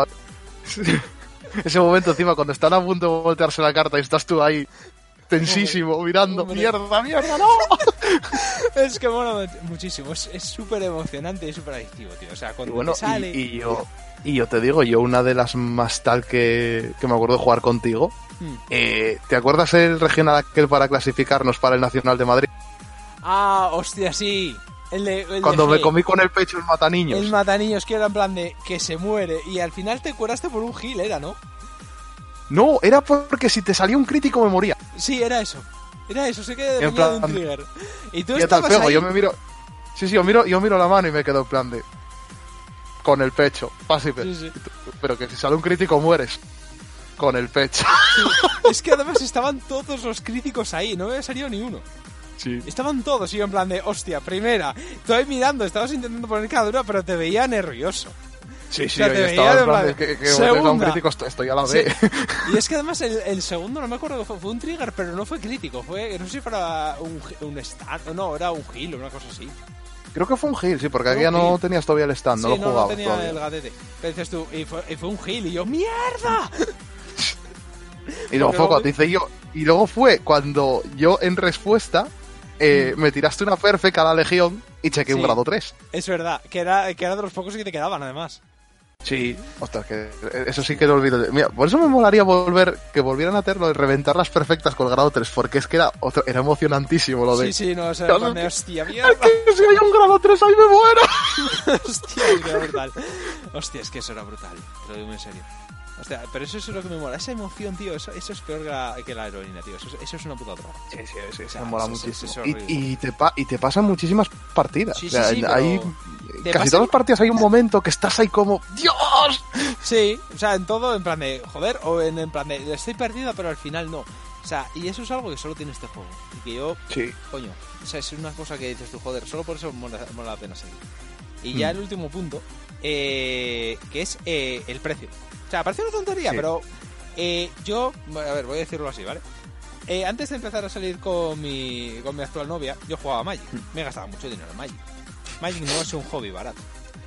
ese momento encima cuando están a punto de voltearse la carta y estás tú ahí tensísimo, mirando, mierda, no. Es que mola muchísimo, es súper emocionante y súper adictivo, tío. O sea, cuando te sale... Y yo te digo, una de las más tal que me acuerdo de jugar contigo, ¿te acuerdas el regional aquel para clasificarnos para el Nacional de Madrid? Ah, hostia, sí. Cuando me comí con el pecho el mataniños. El mataniños, que era en plan de que se muere. Y al final te curaste por un heal, ¿era, no? No, era porque si te salía un crítico me moría. Sí, era eso. Sé que venía de un trigger. Y tú estabas tal pego, ahí... yo me miro... Sí, yo miro la mano y me quedo en plan de... Con el pecho. Sí. Pero que si sale un crítico mueres. Con el pecho. Sí. Es que además estaban todos los críticos ahí. No me había salido ni uno. Sí. Estaban todos, y yo en plan de, hostia, primera. Estoy mirando, estabas intentando poner cada dura, pero te veía nervioso. Sí, o sea, yo estaba en plan de que segunda. Un crítico, estoy a la vez. Sí. Y es que además el segundo, no me acuerdo, fue un trigger, pero no fue crítico. Fue, no sé si fuera un stand, no, era un heal o una cosa así. Creo que fue un heal, sí, porque aquí ya no tenías todavía el stand, no lo jugabas tenía todavía. El gatete. Pero dices tú, y fue un heal, y yo, ¡mierda! Y luego fue cuando dice yo, y luego fue cuando yo en respuesta... me tiraste una perfect a la Legión y chequeé un grado 3. Es verdad, que era de los pocos que te quedaban, además. Sí, ostras, que eso sí que lo olvido. Mira, por eso me molaría que volvieran a hacerlo de reventar las perfectas con el grado 3, porque es que era emocionantísimo lo de... Sí, no, o sea, hostia, mierda. Que si hay un grado 3 ahí me muero. Hostia, es que era brutal. Hostia, es que eso era brutal, te lo digo en serio. Hostia, pero eso es lo que me mola. Esa emoción, tío, eso es peor que la heroína, tío. Eso es una puta droga. Sí, me mola muchísimo. Y te pasan muchísimas partidas. Sí, o sea, sí, hay casi todas las partidas hay un momento que estás ahí como ¡Dios! Sí, o sea, en todo, en plan de joder, o en plan de estoy perdida, pero al final no. O sea, y eso es algo que solo tiene este juego. Y que yo, coño, o sea, es una cosa que dices tú, joder, solo por eso mola la pena seguir. Y ya el último punto, que es el precio. O sea, parece una tontería, pero yo... A ver, voy a decirlo así, ¿vale? Antes de empezar a salir con mi actual novia, yo jugaba a Magic. Me gastaba mucho dinero en Magic. Magic no es un hobby barato.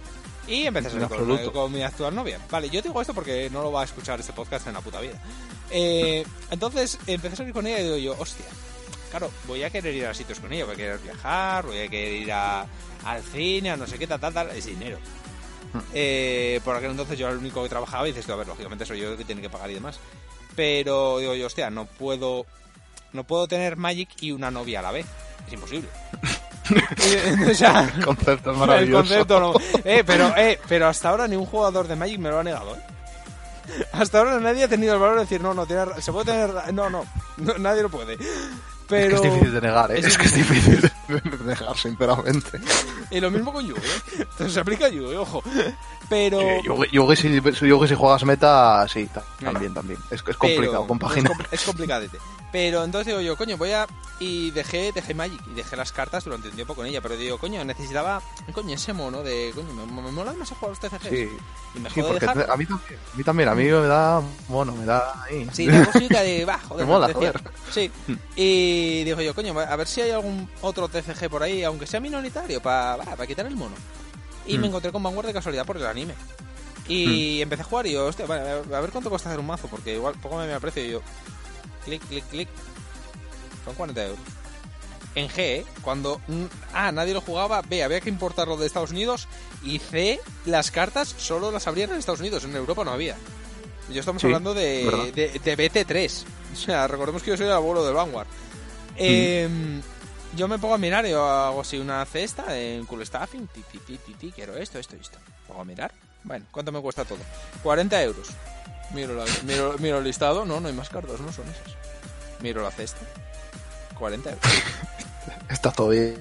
Y empecé a salir con mi actual novia. Vale, yo digo esto porque no lo va a escuchar este podcast en la puta vida. Entonces empecé a salir con ella y digo yo, hostia, claro, voy a querer ir a sitios con ella, voy a querer viajar, voy a querer ir al cine, a no sé qué, tal, es dinero. Por aquel entonces yo era el único que trabajaba y dices, a ver, lógicamente soy yo el que tiene que pagar y demás. Pero digo yo, hostia, no puedo tener Magic y una novia a la vez. Es imposible. O sea, el concepto es maravilloso. El concepto no. Pero hasta ahora ni un jugador de Magic me lo ha negado, Hasta ahora nadie ha tenido el valor de decir, no, se puede tener... No, nadie lo puede. Pero... Es que es difícil de negar, Es que es difícil de negar, sinceramente. Y lo mismo con Yugi, Entonces se aplica a Yugi, ojo. Pero... Yugi si juegas meta, sí, también. Es complicado, compaginar. Es complicadete. Pero entonces digo yo, coño, y dejé Magic y dejé las cartas durante un tiempo con ella, pero digo, coño, necesitaba ese mono de, coño, me mola más a jugar los TCGs. Sí, y me porque a mí también, a mí me da ahí. Sí, la cosita de, joder, me mola, joder. Sí, y digo yo, coño, a ver si hay algún otro TCG por ahí, aunque sea minoritario, para quitar el mono. Y me encontré con Vanguard de casualidad por el anime. Y empecé a jugar y yo, hostia, vale, a ver cuánto cuesta hacer un mazo, porque igual poco me aprecio y yo... Clic. Son 40 euros. En G, cuando nadie lo jugaba, había que importarlo de Estados Unidos, y C, las cartas solo las abrían en Estados Unidos, en Europa no había. Yo estamos hablando de BT3. O sea, recordemos que yo soy el abuelo del Vanguard. Yo me pongo a mirar, yo hago así una cesta en Cool Staffing, quiero esto. Pongo a mirar. Bueno, ¿cuánto me cuesta todo? 40 euros. Miro el listado, no hay más cartas, no son esas. Miro la cesta, 40 euros. Está todo bien.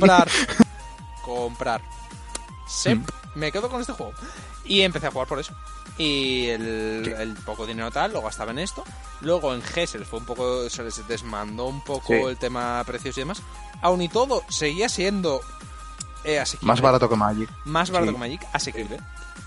Comprar. Me quedo con este juego. Y empecé a jugar por eso. Y el poco dinero tal lo gastaba en esto. Luego en G se les desmandó un poco el tema precios y demás. Aún y todo, seguía siendo asequible. Más barato que Magic. Asequible.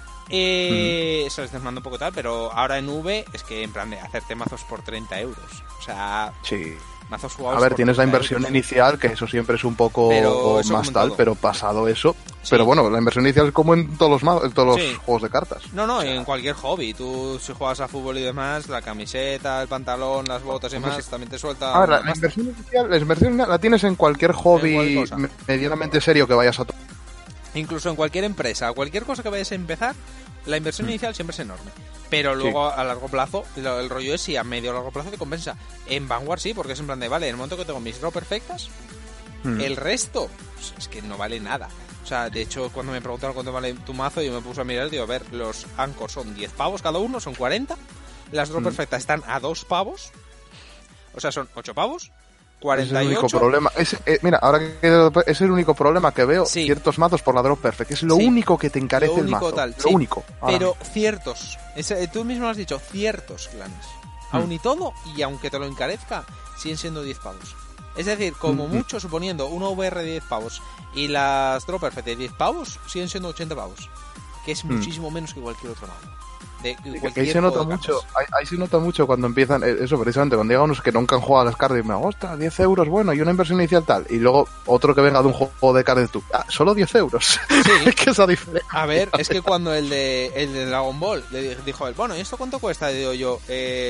Se les desmandó un poco tal, pero ahora en V es que en plan de hacerte mazos por 30 euros. O sea, mazos jugados. A ver, tienes la inversión inicial, que eso siempre es un poco más tal, pero pasado eso. Pero bueno, la inversión inicial es como en todos los juegos de cartas. No, en cualquier hobby. Tú, si juegas a fútbol y demás, la camiseta, el pantalón, las botas y demás, también te suelta. A ver, la inversión inicial la tienes en cualquier hobby medianamente serio que vayas a tomar. Incluso en cualquier empresa, cualquier cosa que vayas a empezar, la inversión inicial siempre es enorme. Pero luego a largo plazo, el rollo es si a medio o largo plazo te compensa. En Vanguard sí, porque es en plan de, vale, en el momento que tengo mis draw perfectas, el resto es que no vale nada. O sea, de hecho, cuando me preguntaron cuánto vale tu mazo, yo me puse a mirar y digo, a ver, los anchors son 10 pavos cada uno, son 40. Las draw perfectas están a 2 pavos. O sea, son 8 pavos. 48. Es el único problema. Mira, ahora que es el único problema que veo ciertos mazos por la drop perfect. Es lo único que te encarece el mazo. Lo único. Pero ciertos. Tú mismo lo has dicho, ciertos clanes. Aún y todo, y aunque te lo encarezca, siguen siendo 10 pavos. Es decir, como mucho, suponiendo una VR de 10 pavos y las drop perfect de 10 pavos, siguen siendo 80 pavos. Que es muchísimo menos que cualquier otro mazo. Ahí se nota mucho, ahí se nota mucho cuando empiezan eso, precisamente cuando llegan unos que nunca han jugado a las cartas y me digo, ostras, 10 euros, bueno, y una inversión inicial tal, y luego otro que venga de un juego de cartas, tú, solo 10 euros. Es que esa diferencia. A ver, es que cuando el de Dragon Ball le dijo él, bueno, ¿y esto cuánto cuesta? Y digo yo,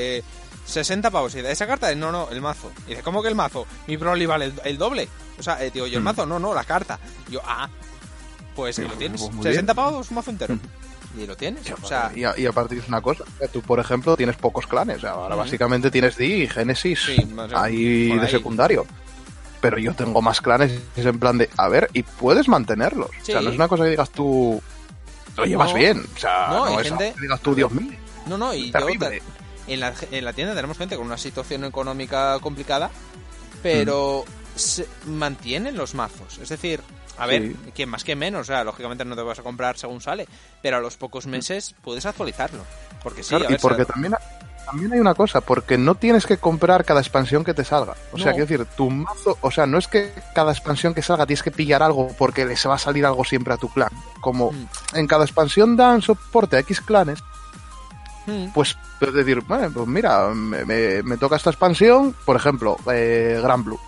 60 pavos. Y de esa carta, no, el mazo. Y dice, ¿cómo que el mazo? Mi Broly vale el doble. O sea, digo yo, el mazo, no, la carta. Y yo, pues ahí lo tienes. 60 pavos, un mazo entero. Y lo tienes, o sea... Y aparte es una cosa, tú por ejemplo tienes pocos clanes, o sea, ahora básicamente tienes y Génesis ahí de secundario, pero yo tengo más clanes, es en plan de, a ver, y puedes mantenerlos, o sea, no es una cosa que digas tú, lo llevas bien, o sea, no es gente... que digas tú, Dios mío. No, y yo, en la tienda tenemos gente con una situación económica complicada, pero se mantienen los mazos, es decir... A ver, que más que menos, o sea, lógicamente no te vas a comprar según sale, pero a los pocos meses puedes actualizarlo. Porque sí, claro, y porque también hay una cosa, porque no tienes que comprar cada expansión que te salga. O sea, quiero decir, tu mazo, o sea, no es que cada expansión que salga tienes que pillar algo porque les va a salir algo siempre a tu clan. Como en cada expansión dan soporte a X clanes, pues puedes decir, bueno, pues mira, me toca esta expansión, por ejemplo, Gran Blue.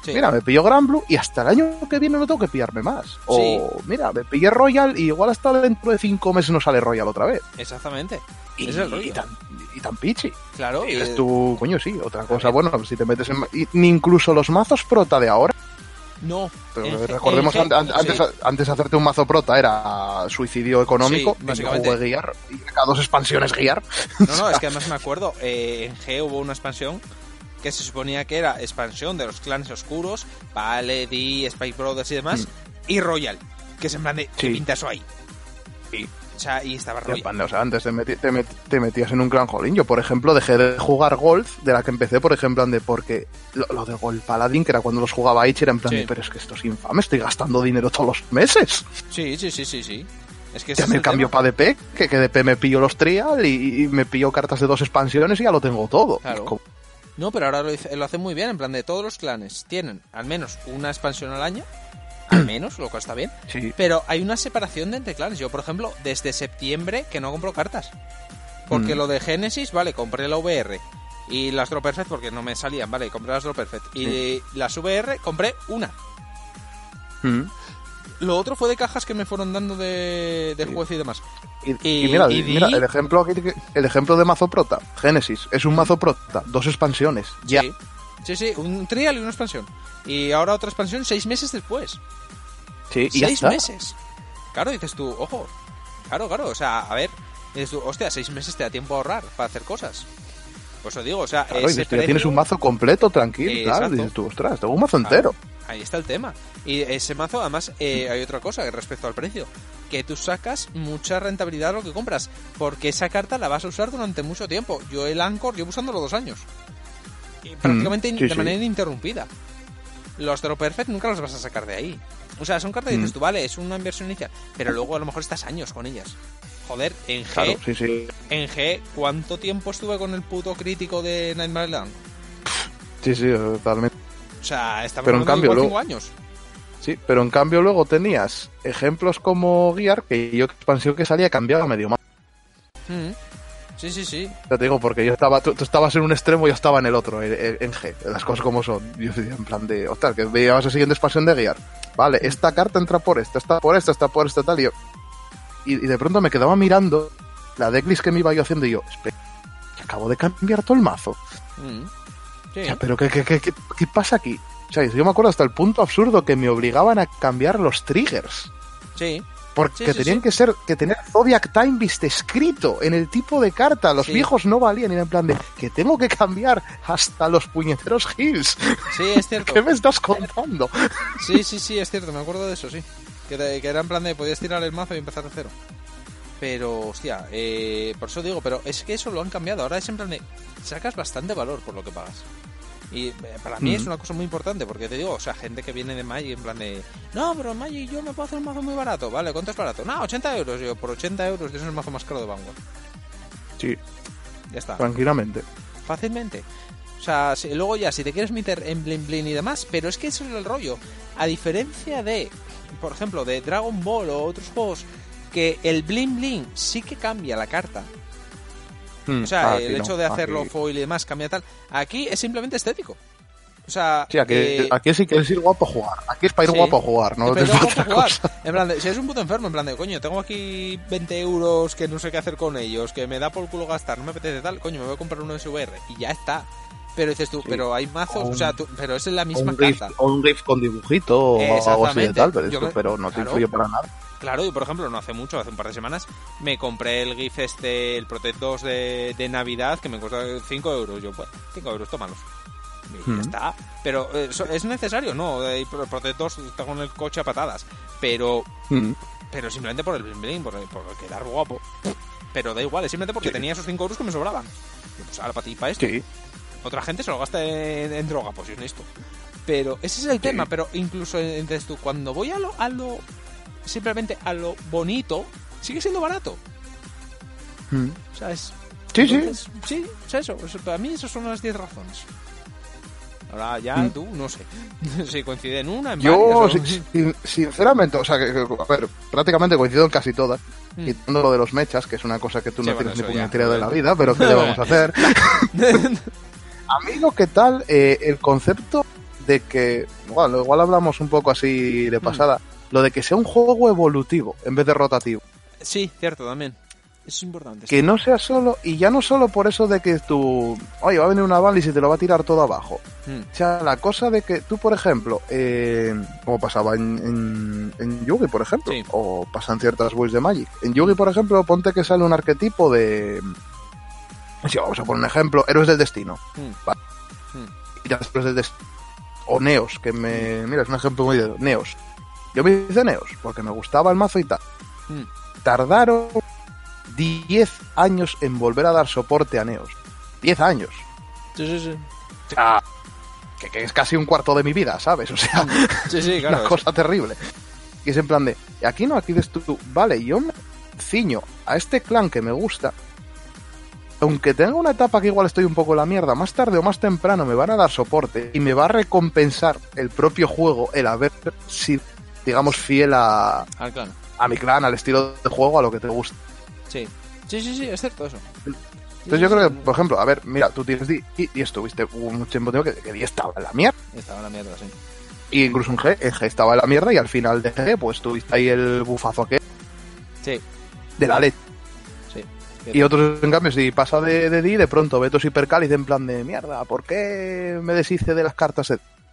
Sí. Mira, me pillo Granblue y hasta el año que viene no tengo que pillarme más. O, mira, me pillé Royal y igual hasta dentro de 5 meses no sale Royal otra vez. Exactamente. Y, es el rollo. Y tan pichi. Claro. Y es tu, coño, sí, otra cosa. Bueno, si te metes en... Ni incluso los mazos prota de ahora. No. Pero recordemos, antes de hacerte un mazo prota era suicidio económico. Sí, básicamente. Juego de guiar y cada 2 expansiones guiar. No, es que además me acuerdo, en G hubo una expansión que se suponía que era expansión de los clanes oscuros, Vale, Di, Spike Brothers y demás, y Royal, que es en plan de, ¿qué pinta eso ahí? Sí. O sea, y estaba Royal. O sea, antes te metías en un gran jolín. Yo, por ejemplo, dejé de jugar Gold, de la que empecé, por ejemplo, porque lo de Gold Paladin, que era cuando los jugaba Itch, era en plan de, pero es que esto es infame, estoy gastando dinero todos los meses. Sí. Es que ya me cambio para DP, que DP me pillo los trial y me pillo cartas de 2 expansiones y ya lo tengo todo. Claro. No, pero ahora lo hacen muy bien, en plan de todos los clanes tienen al menos una expansión al año, al menos, lo cual está bien, sí. Pero hay una separación de entre clanes. Yo, por ejemplo, desde septiembre que no compro cartas, porque lo de Genesis, vale, compré la VR y las Draw Perfect porque no me salían, vale, compré las Draw Perfect y las VR compré una. Lo otro fue de cajas que me fueron dando de juez y demás. Y mira, el ejemplo de mazo prota, Genesis, es un mazo prota, 2 expansiones, ya. Sí, un trial y una expansión. Y ahora otra expansión 6 meses después. Sí, y 6 meses. Claro, dices tú, ojo. Claro, o sea, a ver, dices tú, hostia, 6 meses te da tiempo a ahorrar para hacer cosas. Pues os digo, o sea, claro, ya tienes un mazo completo, tranquilo, claro, dices tú, ostras, tengo un mazo entero. Ahí está el tema. Y ese mazo, además, hay otra cosa respecto al precio. Que tú sacas mucha rentabilidad a lo que compras. Porque esa carta la vas a usar durante mucho tiempo. Yo el Anchor llevo usándolo 2 años. Y prácticamente de manera ininterrumpida. Los Draw Perfect nunca los vas a sacar de ahí. O sea, son cartas que dices tú, vale, es una inversión inicial. Pero luego a lo mejor estás años con ellas. Joder, en G... Claro, sí. En G, ¿cuánto tiempo estuve con el puto crítico de Nightmare Land? Sí, totalmente. O sea, estamos hablando de igual 5 años. Sí, pero en cambio luego tenías ejemplos como Gear, que yo expansión que salía cambiaba medio más. Sí. Ya te digo, porque yo estaba, tú estabas en un extremo y yo estaba en el otro, en G, las cosas como son. Yo decía en plan de, ostras, que veías la siguiente expansión de Gear. Vale, esta carta entra por esta, está por esta, tal, y de pronto me quedaba mirando la decklist que me iba yo haciendo y yo, espera, que acabo de cambiar todo el mazo. Sí. O sea, pero ¿qué pasa aquí? O sea, yo me acuerdo hasta el punto absurdo que me obligaban a cambiar los triggers. Sí. Porque tenían que tener Zodiac Time Beast escrito en el tipo de carta. Los viejos no valían. Y era en plan de que tengo que cambiar hasta los puñeteros hills. Sí, es cierto. ¿Qué me estás contando? Sí, es cierto. Me acuerdo de eso, sí. Que era en plan de podías tirar el mazo y empezar de cero. Pero, hostia, por eso digo, pero es que eso lo han cambiado. Ahora es en plan de sacas bastante valor por lo que pagas. Y para mí es una cosa muy importante, porque te digo, o sea, gente que viene de Magic en plan de, no, pero en Magic yo me puedo hacer un mazo muy barato, ¿vale? ¿Cuánto es barato? No, 80 euros. Yo, por 80 euros tienes el mazo más caro de Vanguard. Sí. Ya está. Tranquilamente. Fácilmente. O sea, luego ya, si te quieres meter en Blin Blin y demás, pero es que eso es el rollo. A diferencia de, por ejemplo, de Dragon Ball o otros juegos, que el Blin Blin sí que cambia la carta. O sea, el hecho de hacerlo foil y demás cambia tal. Aquí es simplemente estético. O sea, sí, aquí sí que es ir guapo a jugar. Aquí es para ir guapo a jugar, ¿no? Es guapo a jugar. En plan de, si eres un puto enfermo, en plan de, coño, tengo aquí 20 euros que no sé qué hacer con ellos, que me da por culo gastar, no me apetece tal, coño, me voy a comprar uno de SVR y ya está. Pero dices tú, pero hay mazos, o sea, pero es la misma carta. O un GIF con dibujito o algo así de tal, pero no te influye para nada. Claro, yo por ejemplo, no hace mucho, hace un par de semanas, me compré el GIF el Protect 2 de Navidad, que me costó 5 euros. Yo, pues, 5 euros, tómalos. Y ya está. Pero, ¿es necesario? No, Protect 2 está con el coche a patadas. Pero simplemente por el bling bling, por quedar guapo. Pero da igual, es simplemente porque tenía esos 5 euros que me sobraban. Y pues ahora para ti, para esto. Sí. Otra gente se lo gasta en droga, pues yo en esto. Pero ese es el tema, pero incluso, entonces tú, cuando voy a lo simplemente a lo bonito, sigue siendo barato. O sea, es... Entonces, sí, es eso. Para mí esas son las 10 razones. Ahora ya tú, no sé. Si coincide en una, en yo, varias, sinceramente, o sea, a ver, prácticamente coincido en casi todas. Quitando lo de los mechas, que es una cosa que tú no tienes ni puñetera de la vida, pero ¿qué le vamos a hacer? A mí lo que tal, el concepto de que, bueno, igual hablamos un poco así de pasada, lo de que sea un juego evolutivo en vez de rotativo. Sí, cierto, también. Eso es importante. Que no sea solo, y ya no solo por eso de que tú, oye, va a venir una bala y se te lo va a tirar todo abajo. O sea, la cosa de que tú, por ejemplo, como pasaba en Yugi, por ejemplo, o pasan ciertas builds de Magic. En Yugi, por ejemplo, ponte que sale un arquetipo de... Sí, vamos a poner un ejemplo, Héroes del Destino. Vale. Y ya Héroes del Destino. O Neos, que me... Mira, es un ejemplo muy de Neos. Yo me hice Neos, porque me gustaba el mazo y tal. Tardaron 10 años en volver a dar soporte a Neos. 10 años. Sí. O sea, que es casi un cuarto de mi vida, ¿sabes? O sea, sí, claro, una cosa terrible. Y es en plan de, aquí no, aquí dices tú, vale, yo me ciño a este clan que me gusta, aunque tenga una etapa que igual estoy un poco en la mierda, más tarde o más temprano me van a dar soporte y me va a recompensar el propio juego el haber sido, digamos, fiel al clan. A mi clan, al estilo de juego, a lo que te gusta. Sí, es cierto eso. Entonces yo creo que, por ejemplo, a ver, mira, tú tienes Di y estuviste un tiempo que Di estaba en la mierda. Estaba en la mierda, sí. Y incluso en G estaba en la mierda y al final de G, pues tuviste ahí el bufazo aquel. Sí. De la leche. Sí. Y otros, en cambio, si pasa de Di, de pronto Betos Hipercáliz en plan de mierda, ¿por qué me deshice de las cartas?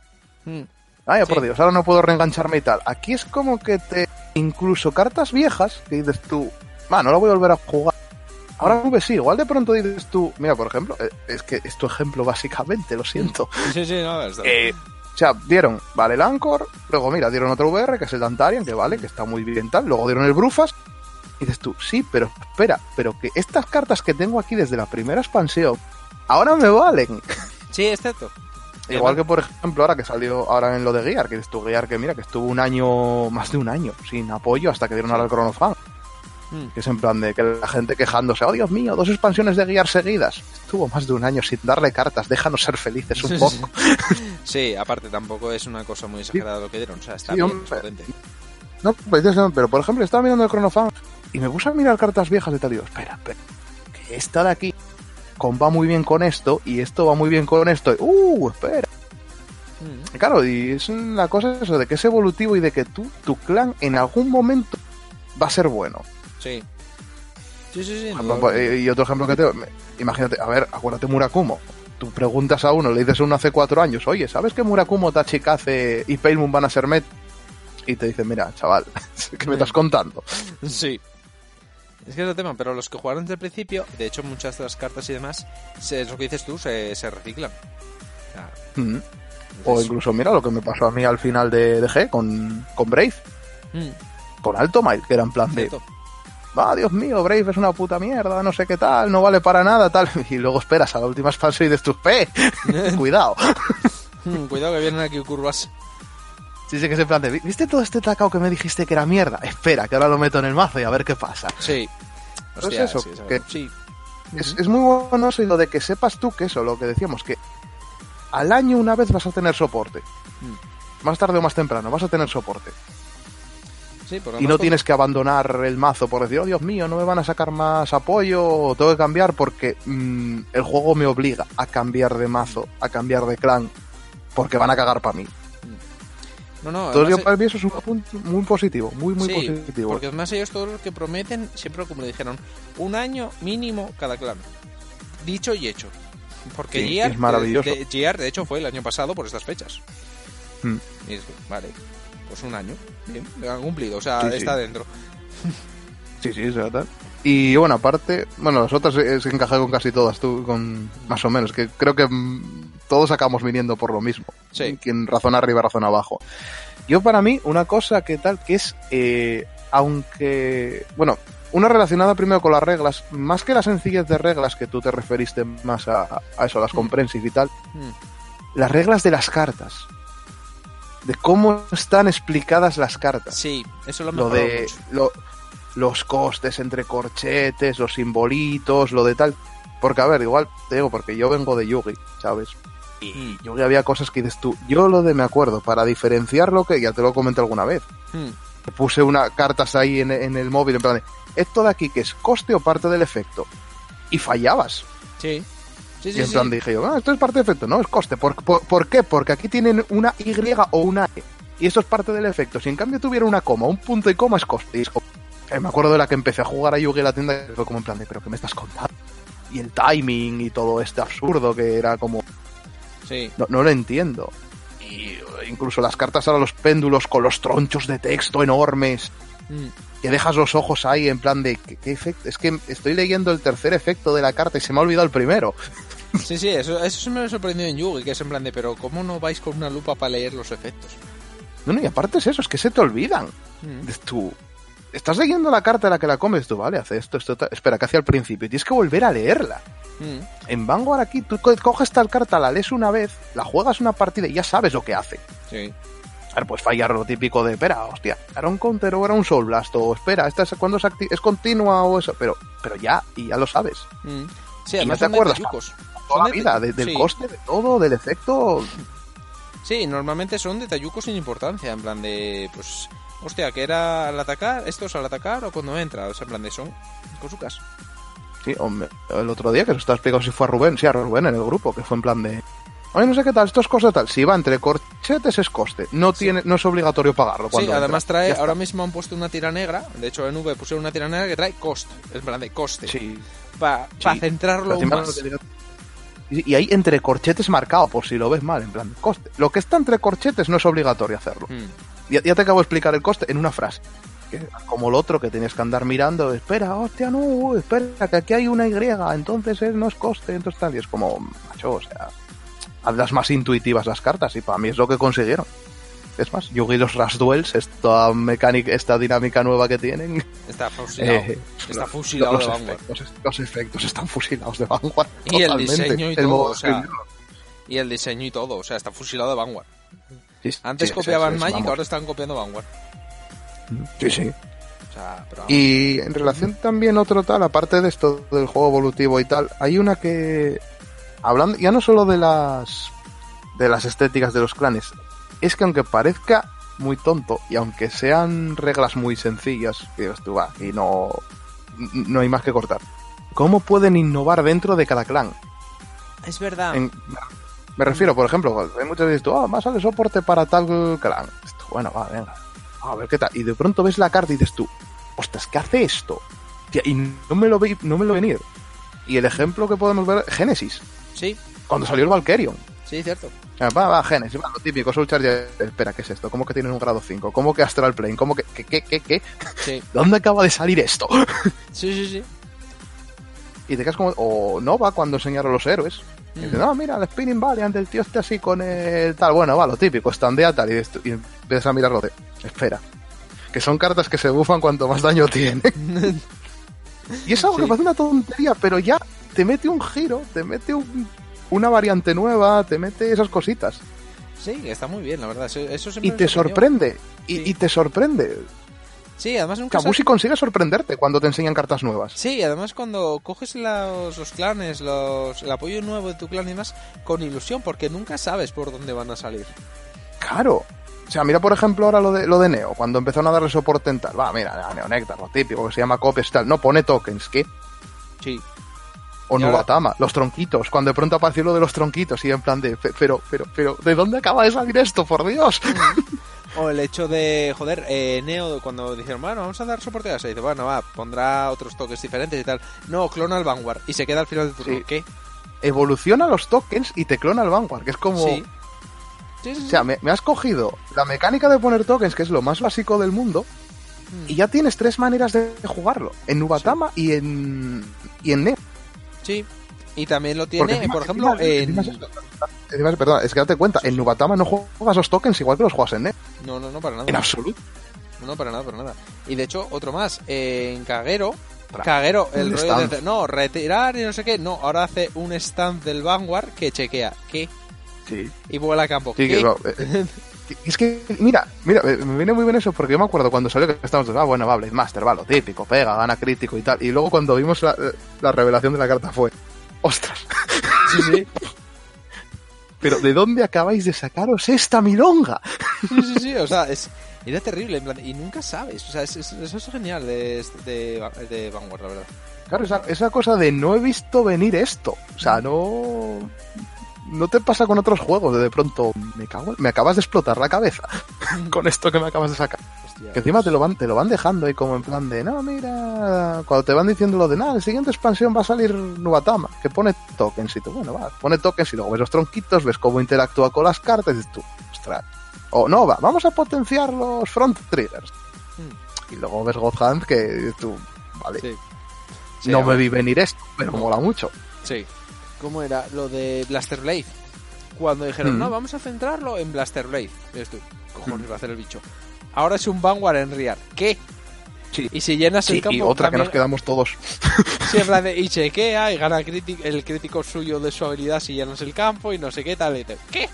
Ay, por Dios, ahora no puedo reengancharme y tal. Aquí es como que incluso cartas viejas, que dices tú, no la voy a volver a jugar. Ahora sí, igual de pronto dices tú, mira, por ejemplo, es que es tu ejemplo básicamente, lo siento. Sí, no, es o sea, dieron, vale, el Anchor, luego mira, dieron otro VR, que es el Dantarian, que vale, que está muy bien tal, luego dieron el Brufas, y dices tú, sí, pero espera, pero que estas cartas que tengo aquí desde la primera expansión, ahora me valen. Sí, es cierto. Igual que, por ejemplo, ahora que salió ahora en lo de Gear, que dices tú, Gear, que mira, que estuvo más de un año sin apoyo hasta que dieron ahora el Chrono Fan. Que es en plan de que la gente quejándose, oh Dios mío, 2 expansiones de Gear seguidas. Estuvo más de un año sin darle cartas, déjanos ser felices un poco. Sí, aparte tampoco es una cosa muy exagerada lo que dieron, o sea, está bien, es potente. No, pero por ejemplo, estaba mirando el Chrono Fan y me puse a mirar cartas viejas y tal, y digo, espera, que esta de aquí va muy bien con esto y esto va muy bien con esto. Espera. Claro, y es la cosa eso de que es evolutivo y de que tu clan en algún momento va a ser bueno. Sí. Y otro ejemplo que imagínate, a ver, acuérdate Murakumo. Tú preguntas a uno, le dices a uno hace 4 años, oye, ¿sabes que Murakumo, Tachikaze y Paimon van a ser met? Y te dicen, mira, chaval, ¿qué me estás contando? Sí. Es que es el tema, pero los que jugaron desde el principio, de hecho muchas de las cartas y demás, es lo que dices tú, se reciclan. O incluso, mira, lo que me pasó a mí al final de G con Brave. Con Alto Mile, que era en plan de... Dios mío, Brave es una puta mierda, no sé qué tal, no vale para nada, tal. Y luego esperas a la última expansión y dices tú, cuidado. Cuidado que vienen aquí curvas. Sí, que se plantea, ¿viste todo este tacao que me dijiste que era mierda? Espera, que ahora lo meto en el mazo y a ver qué pasa. Sí. Hostia, eso, que sí. Es muy bueno eso y lo de que sepas tú que eso, lo que decíamos, que al año una vez vas a tener soporte. Más tarde o más temprano vas a tener soporte. Sí, y no tienes que abandonar el mazo por decir, oh Dios mío, no me van a sacar más apoyo o tengo que cambiar porque el juego me obliga a cambiar de mazo, a cambiar de clan, porque van a cagar para mí. Entonces yo para mí eso es un punto muy positivo, muy positivo. Porque además ellos todo lo que prometen, siempre como le dijeron, 1 año mínimo cada clan. Dicho y hecho. Porque Gear, es maravilloso. Gear, de hecho, fue el año pasado por estas fechas. Y es que, vale, pues 1 año. Bien, lo han cumplido, o sea, está dentro. Sí, es verdad. Y bueno, aparte, las otras se encajan con casi todas, tú, con más o menos, que creo que todos acabamos viniendo por lo mismo. Sí. Quien razona arriba, razona abajo. Yo para mí, una cosa que es, aunque, una relacionada primero con las reglas, más que la sencillez de reglas, que tú te referiste más a eso, a las comprensive y tal, las reglas de las cartas. De cómo están explicadas las cartas. Sí, eso lo mejoró mucho. Los costes entre corchetes, los simbolitos, lo de tal. Porque, a ver, igual te digo, porque yo vengo de Yugi, ¿sabes? Y Yugi había cosas que dices tú. Yo me acuerdo, para diferenciar lo que, ya te lo comenté alguna vez. Puse cartas ahí en el móvil, en plan de, esto de aquí, que es coste o parte del efecto. Y fallabas. Sí. O Y en plan dije yo, esto es parte de efecto, no, es coste. ¿Por qué? Porque aquí tienen una Y o una E. Y eso es parte del efecto. Si en cambio tuviera una coma, un punto y coma, es coste. Y es como... me acuerdo de la que empecé a jugar a Yu-Gi en la tienda, que fue como en plan de, ¿pero qué me estás contando? Y el timing y todo este absurdo que era como... Sí. No lo entiendo. Y incluso las cartas ahora, los péndulos con los tronchos de texto enormes. Que dejas los ojos ahí en plan de... ¿qué efecto? Es que estoy leyendo el tercer efecto de la carta y se me ha olvidado el primero. Sí, eso se me ha sorprendido en Yu-Gi, que es en plan de, pero ¿cómo no vais con una lupa para leer los efectos? No, y aparte es eso, es que se te olvidan. Tú estás leyendo la carta de la que la comes, tú, vale, hace esto, espera, que hacia el principio, y tienes que volver a leerla. En Vanguard aquí, tú coges tal carta, la lees una vez, la juegas una partida y ya sabes lo que hace. Sí. A ver, pues fallar lo típico de, espera, hostia, ¿era un counter o era un Soul Blast? O espera, ¿esta es cuando es continua o eso? Pero ya, y ya lo sabes. Sí, además no te acuerdas toda la vida, del coste, de todo, del efecto. Sí, normalmente son detallucos sin importancia, en plan de, pues, hostia, que era al atacar, esto es al atacar o cuando entra, o sea, en plan de son cosucas. Sí, hombre, el otro día que se estaba explicando si fue a Rubén en el grupo, que fue en plan de, oye, no sé qué tal, esto es cosa tal, si va entre corchetes es coste, no es obligatorio pagarlo. Sí, además trae, ahora mismo han puesto una tira negra, de hecho en V pusieron una tira negra que trae cost, es en plan de coste. Sí. Para centrarlo aún más. Y ahí entre corchetes marcado, por si lo ves mal, en plan, coste. Lo que está entre corchetes no es obligatorio hacerlo. Ya te acabo de explicar el coste en una frase. Como el otro que tienes que andar mirando, espera, hostia, no, espera, que aquí hay una Y, entonces no es coste, entonces tal. Y es como, macho, o sea, hazlas más intuitivas las cartas, y para mí es lo que consiguieron. Es más, Yu-Gi los Rush Duels, esta dinámica nueva que tienen... Está fusilado. Está fusilado de Vanguard. Los efectos están fusilados de Vanguard. Y totalmente. El diseño y todo, o sea... Y el diseño y todo, o sea, está fusilado de Vanguard. Sí, antes copiaban Magic, vamos. Ahora están copiando Vanguard. Sí. O sea, pero y en relación también otro tal, aparte de esto del juego evolutivo y tal, hay una que... Hablando ya no solo de las estéticas de los clanes, es que aunque parezca muy tonto y aunque sean reglas muy sencillas, que tú va, y no hay más que cortar, ¿cómo pueden innovar dentro de cada clan? Es verdad. Me refiero, por ejemplo, hay muchas veces tú, más sale soporte para tal clan. Bueno, va, venga, a ver qué tal. Y de pronto ves la carta y dices tú, ostras, ¿qué hace esto? Tía, y no me lo venir. Y el ejemplo que podemos ver, Génesis. Sí. Cuando salió el Valkyrion. Sí, cierto. Va, Génesis, lo típico, Soul Charger. Espera, ¿qué es esto? ¿Cómo que tienen un grado 5? ¿Cómo que Astral Plane? ¿Cómo que qué? Sí. ¿Dónde acaba de salir esto? Sí. Y te quedas como... O Nova cuando enseñaron los héroes. Y dices, no, mira, el Spinning Valiant, el tío este así con el tal. Bueno, va, lo típico, standea tal. Y empiezas a mirarlo de... Espera. Que son cartas que se bufan cuanto más daño tienen. Y es algo que parece una tontería, pero ya te mete un giro, te mete una variante nueva, te mete esas cositas. Sí, está muy bien, la verdad. Eso y te sorprende. Y te sorprende. Sí, además nunca Kabushi consigue sorprenderte cuando te enseñan cartas nuevas. Sí, además cuando coges los clanes, el apoyo nuevo de tu clan y más, con ilusión, porque nunca sabes por dónde van a salir. Claro. O sea, mira por ejemplo ahora lo de Neo, cuando empezaron a darle soporte en tal. Va, mira, Neo Néctar, lo típico, que se llama copias y tal. No, pone tokens, ¿qué? Sí. O Nubatama, los tronquitos, cuando de pronto apareció lo de los tronquitos y en plan de, pero, ¿de dónde acaba de salir esto, por Dios? O el hecho de, Neo, cuando dijeron, bueno, vamos a dar soporte a eso, y dice, bueno, va, pondrá otros tokens diferentes y tal. No, clona el Vanguard y se queda al final de turno. Sí. ¿Qué? Evoluciona los tokens y te clona el Vanguard, que es como... Sí. O sea, me has cogido la mecánica de poner tokens, que es lo más básico del mundo, y ya tienes 3 maneras de jugarlo. En Nubatama y en Neo. Sí, y también lo tiene, por ejemplo, perdón, es que date cuenta, en Nubatama no juegas los tokens igual que los juegas en Neo. No, para nada. En absoluto. No, para nada. Y de hecho, otro más, en Kagero, el rollo de... No, retirar y no sé qué. No, ahora hace un stand del Vanguard que chequea. ¿Qué? Sí. Y vuela a campo. Sí, es que, mira, me viene muy bien eso, porque yo me acuerdo cuando salió que estábamos, bueno, va, Blade Master, va, lo típico, pega, gana crítico y tal. Y luego cuando vimos la revelación de la carta fue, ostras. Sí. Pero ¿de dónde acabáis de sacaros esta milonga? Sí, o sea, era terrible, en plan, y nunca sabes, o sea, eso es genial de Vanguard, la verdad. Claro, esa cosa de no he visto venir esto, o sea, no te pasa con otros juegos, de pronto me acabas de explotar la cabeza con esto que me acabas de sacar. Hostia, que encima te lo van dejando ahí como en plan de, no, mira, cuando te van diciendo lo de, nada, la siguiente expansión va a salir Nubatama, que pone tokens y tú, bueno, va, pone tokens y luego ves los tronquitos, ves cómo interactúa con las cartas y dices tú, ostras, o no, vamos a potenciar los front triggers. Y luego ves God Hand que dices tú, vale, sí, no me vi venir esto, pero mola mucho. Sí. ¿Cómo era? Lo de Blaster Blade. Cuando dijeron, no, vamos a centrarlo en Blaster Blade. Y tú, cojones, va a hacer el bicho. Ahora es un Vanguard en Real. ¿Qué? Sí. Y si llenas el campo... Y otra también... que nos quedamos todos. Sí, en plan de, y chequea, y gana el crítico suyo de su habilidad si llenas el campo, y no sé qué tal. Y ¿qué?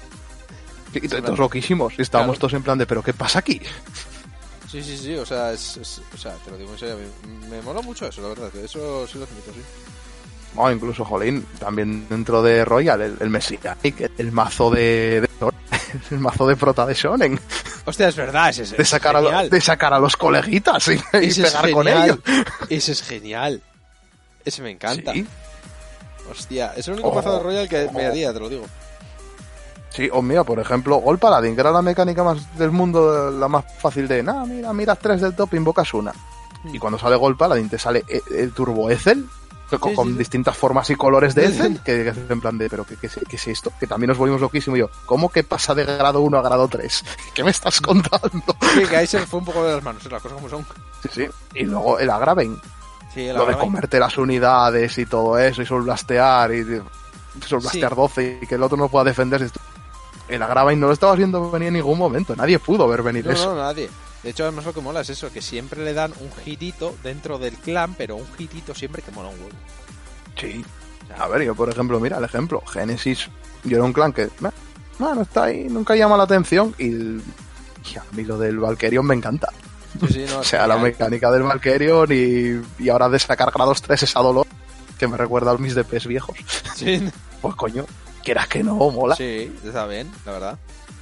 Y todos loquísimos. Y estábamos todos en plan de, ¿pero qué pasa aquí? Sí, o sea, o sea, te lo digo en serio, me mola mucho eso, la verdad. Eso sí lo admito, sí. Oh, incluso, jolín, también dentro de Royal, el Messianic, el mazo el mazo de prota de Shonen. Hostia, es verdad, ese es de sacar a los coleguitas y pegar con ellos. Ese es genial. Ese me encanta. ¿Sí? Hostia, es el único mazo de Royal que me haría, te lo digo. Sí, o mira, por ejemplo, Gol Paladin, que era la mecánica más del mundo, la más fácil de, miras 3 del top, invocas una. Y cuando sale Gol Paladin te sale el Turbo Ethel, con distintas formas y colores de Ethel, que es en plan de, ¿pero qué es esto? Que también nos volvimos loquísimos. Y yo, ¿cómo que pasa de grado 1 a grado 3? ¿Qué me estás contando? Sí, que ahí se fue un poco de las manos, las cosas como son. Sí. Y luego el Agraven. Sí, lo de comerte las unidades y todo eso, y Soul Blastear, Soul Blastear 12, y que el otro no pueda defenderse. El Agraven no lo estabas viendo venir en ningún momento. Nadie pudo ver venir eso. No, nadie. De hecho, además lo que mola es eso, que siempre le dan un hitito dentro del clan, pero un hitito siempre que mola un huevo. Sí. A ver, yo por ejemplo, mira el ejemplo. Genesis, yo era un clan que, no está ahí, nunca llama la atención, y a mí lo del Valkyrion me encanta. Sí, no, o sea, la mecánica del Valkyrion y ahora de sacar grados 3 esa dolor, que me recuerda a mis DPs viejos. Sí. Pues coño, quieras que no, mola. Sí, está bien, la verdad.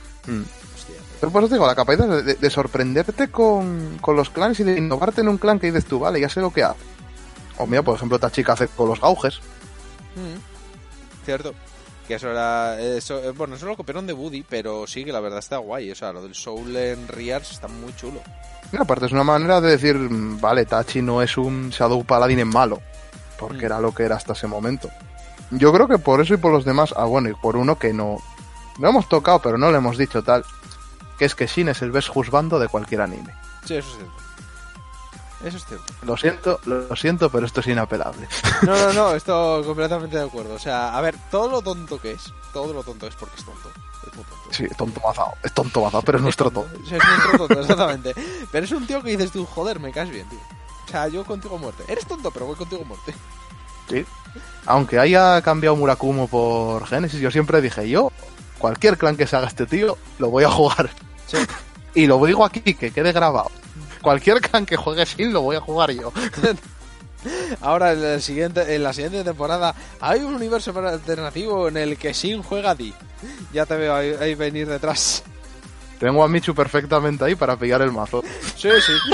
Pero por eso te digo, la capacidad de sorprenderte con los clans y de innovarte en un clan que dices tú, vale, ya sé lo que hace. O mira, por ejemplo, esta chica hace con los gauges. Cierto. Que eso era... bueno, eso lo copiaron de Woody, pero sí que la verdad está guay. O sea, lo del Soul en Rears está muy chulo. Mira, aparte es una manera de decir, vale, Tachi no es un Shadow Paladin en malo, porque era lo que era hasta ese momento. Yo creo que por eso y por los demás, bueno, y por uno que no hemos tocado, pero no le hemos dicho tal, que es que Shin es el best husbando de cualquier anime. Sí, eso es cierto. Eso es cierto. Lo siento, pero esto es inapelable. No, estoy completamente de acuerdo. O sea, a ver, todo lo tonto porque es tonto. Es muy tonto. Sí, es tonto bazado, pero es nuestro tonto. Sí, es nuestro tonto, exactamente. Pero es un tío que dices tú, joder, me caes bien, tío. O sea, yo contigo a muerte. Eres tonto, pero voy contigo a muerte. Sí. Aunque haya cambiado Murakumo por Genesis, yo siempre dije, cualquier clan que se haga este tío, lo voy a jugar. Sí. Y lo digo aquí, que quede grabado. Cualquier clan que juegue Shin lo voy a jugar yo. Ahora en la siguiente temporada hay un universo alternativo en el que Shin juega Di. Ya te veo ahí venir detrás. Tengo a Michu perfectamente ahí para pillar el mazo. Sí.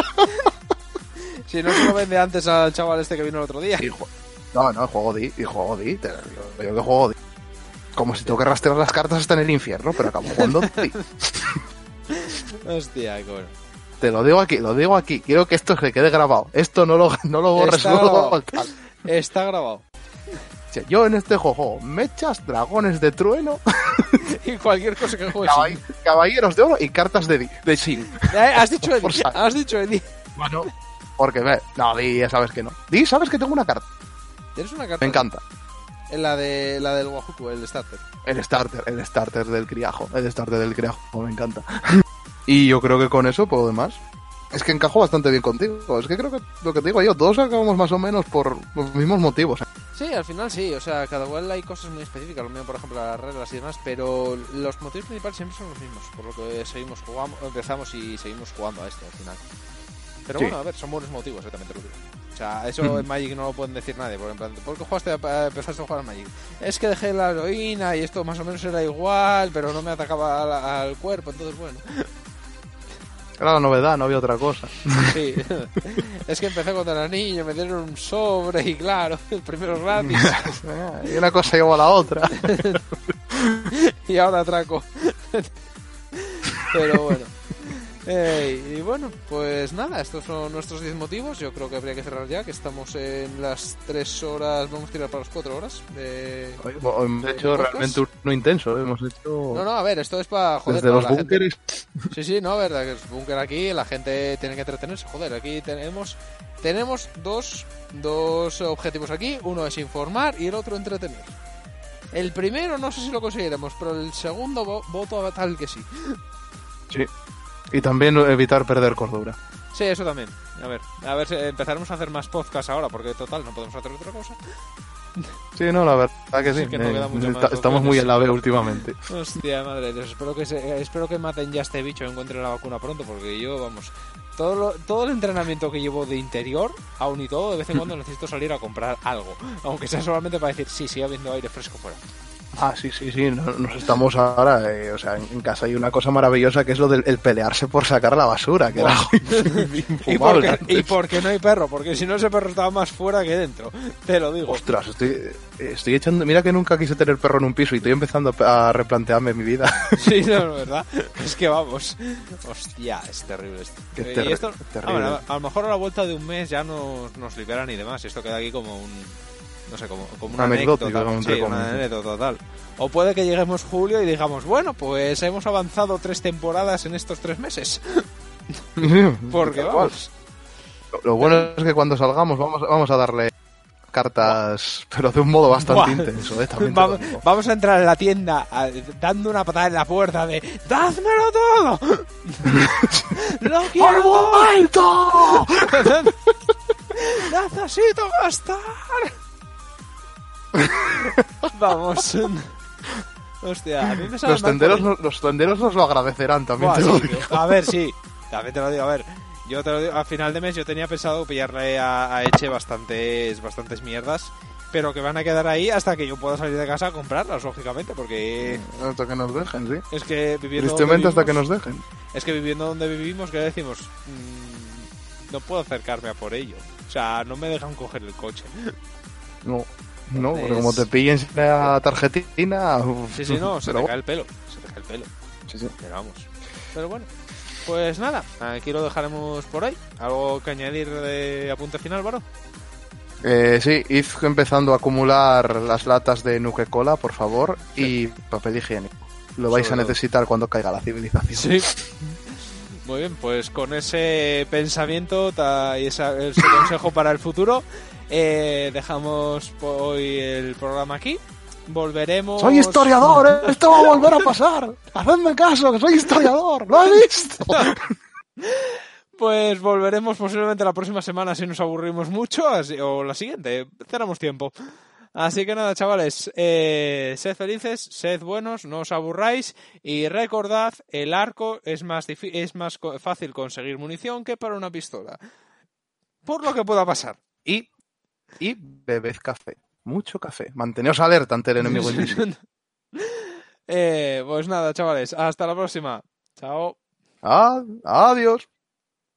Si no se lo vende antes al chaval este que vino el otro día. No, juego Di. Te digo que juego Di. Como si tengo que rastrear las cartas hasta en el infierno, pero acabo jugando Di. Hostia, qué bueno. Te lo digo aquí. Quiero que esto se quede grabado. Esto no lo borres luego. Está grabado. O sea, yo en este juego mechas, dragones de trueno y cualquier cosa que juegues. Caballeros de oro y cartas de Shin. Has dicho Di. Bueno, porque Di ya sabes que no. Di, sabes que tengo una carta. ¿Tienes una carta? Me encanta. La del Wahuku, el starter. El starter del criajo. Me encanta. Y yo creo que con eso, por lo demás, es que encajo bastante bien contigo. Es que creo que lo que te digo yo, todos acabamos más o menos por los mismos motivos. Sí, al final sí. O sea, cada cual hay cosas muy específicas. Lo mismo, por ejemplo, las reglas y demás. Pero los motivos principales siempre son los mismos. Por lo que empezamos y seguimos jugando a esto al final. Pero bueno, a ver, son buenos motivos, exactamente lo digo. O sea, eso en Magic no lo pueden decir nadie. Por ejemplo, ¿por qué empezaste a jugar a Magic? Es que dejé la heroína y esto más o menos era igual, pero no me atacaba al cuerpo, entonces bueno. Era la novedad, no había otra cosa. Sí, es que empecé cuando era niño, me dieron un sobre y claro, el primero gratis. Y una cosa llevó a la otra. Y ahora atraco. Pero bueno. Y bueno, pues nada, estos son nuestros 10 motivos. Yo creo que habría que cerrar ya, que estamos en las 3 horas, vamos a tirar para las 4 horas. Hemos hecho realmente uno intenso, hemos hecho... No, a ver, esto es para joder. Desde los búnkeres. Sí, no, verdad, que es búnker aquí, la gente tiene que entretenerse, joder, aquí tenemos dos objetivos aquí, uno es informar y el otro entretener. El primero no sé si lo conseguiremos, pero el segundo voto a tal que sí. Sí. Y también evitar perder cordura. Sí, eso también. A ver, empezaremos a hacer más podcasts ahora, porque total, no podemos hacer otra cosa. Sí, no, la verdad que sí. Es que no queda mucho más estamos muy en la B últimamente. Hostia, madre de Dios, espero que maten ya este bicho y encuentren la vacuna pronto, porque yo, vamos, todo el entrenamiento que llevo de interior, aún y todo, de vez en cuando necesito salir a comprar algo, aunque sea solamente para decir, sí, sigue habiendo aire fresco fuera. Ah, sí, nos estamos ahora, o sea, en casa hay una cosa maravillosa que es lo del el pelearse por sacar la basura, que era y porque no hay perro, porque si no ese perro estaba más fuera que dentro, te lo digo. Ostras, estoy echando, mira que nunca quise tener perro en un piso y estoy empezando a replantearme mi vida. Sí, no, ¿verdad? Es que vamos, hostia, es terrible esto. Y esto, terrible. A lo mejor a la vuelta de un mes ya nos liberan y demás, y esto queda aquí como un... No sé, como una anécdota, una anécdota total. O puede que lleguemos julio y digamos, bueno, pues hemos avanzado 3 temporadas en estos 3 meses. Porque vamos. Lo bueno es que cuando salgamos vamos a darle cartas, pero de un modo bastante intenso. Vamos a entrar en la tienda dando una patada en la puerta de ¡dádmelo todo! ¡Lo quiero todo! ¡Necesito gastar! Vamos. Hostia, a mí me los tenderos nos lo agradecerán también. Buah, te lo digo. A ver, sí, también te lo digo. A ver, yo te lo digo, a final de mes yo tenía pensado pillarle a Eche bastantes mierdas, pero que van a quedar ahí hasta que yo pueda salir de casa a comprarlas, lógicamente, porque... Hasta que nos dejen, sí. Es que viviendo tristemente hasta que nos dejen. Es que viviendo donde vivimos, ¿qué decimos? No puedo acercarme a por ello. O sea, no me dejan coger el coche. No, porque como te pillen sin la tarjetina... Sí, no, se te cae el pelo. Sí. Pero vamos. Pero bueno, pues nada, aquí lo dejaremos por ahí. ¿Algo que añadir de apunte final, Varo? Sí, id empezando a acumular las latas de Nuke Cola, por favor, y papel higiénico. Lo vais a necesitar cuando caiga la civilización. Sí. Muy bien, pues con ese pensamiento y ese consejo para el futuro, dejamos hoy el programa aquí. Volveremos... ¡Soy historiador! ¡Esto va a volver a pasar! ¡Hacedme caso, que soy historiador! ¡Lo he visto! Pues volveremos posiblemente la próxima semana si nos aburrimos mucho, o la siguiente, tenemos tiempo. Así que nada, chavales, sed felices, sed buenos, no os aburráis y recordad, el arco es más fácil conseguir munición que para una pistola. Por lo que pueda pasar. Y bebed café, mucho café. Manteneos alerta ante el enemigo invisible. Pues nada, chavales, hasta la próxima. Chao. Adiós.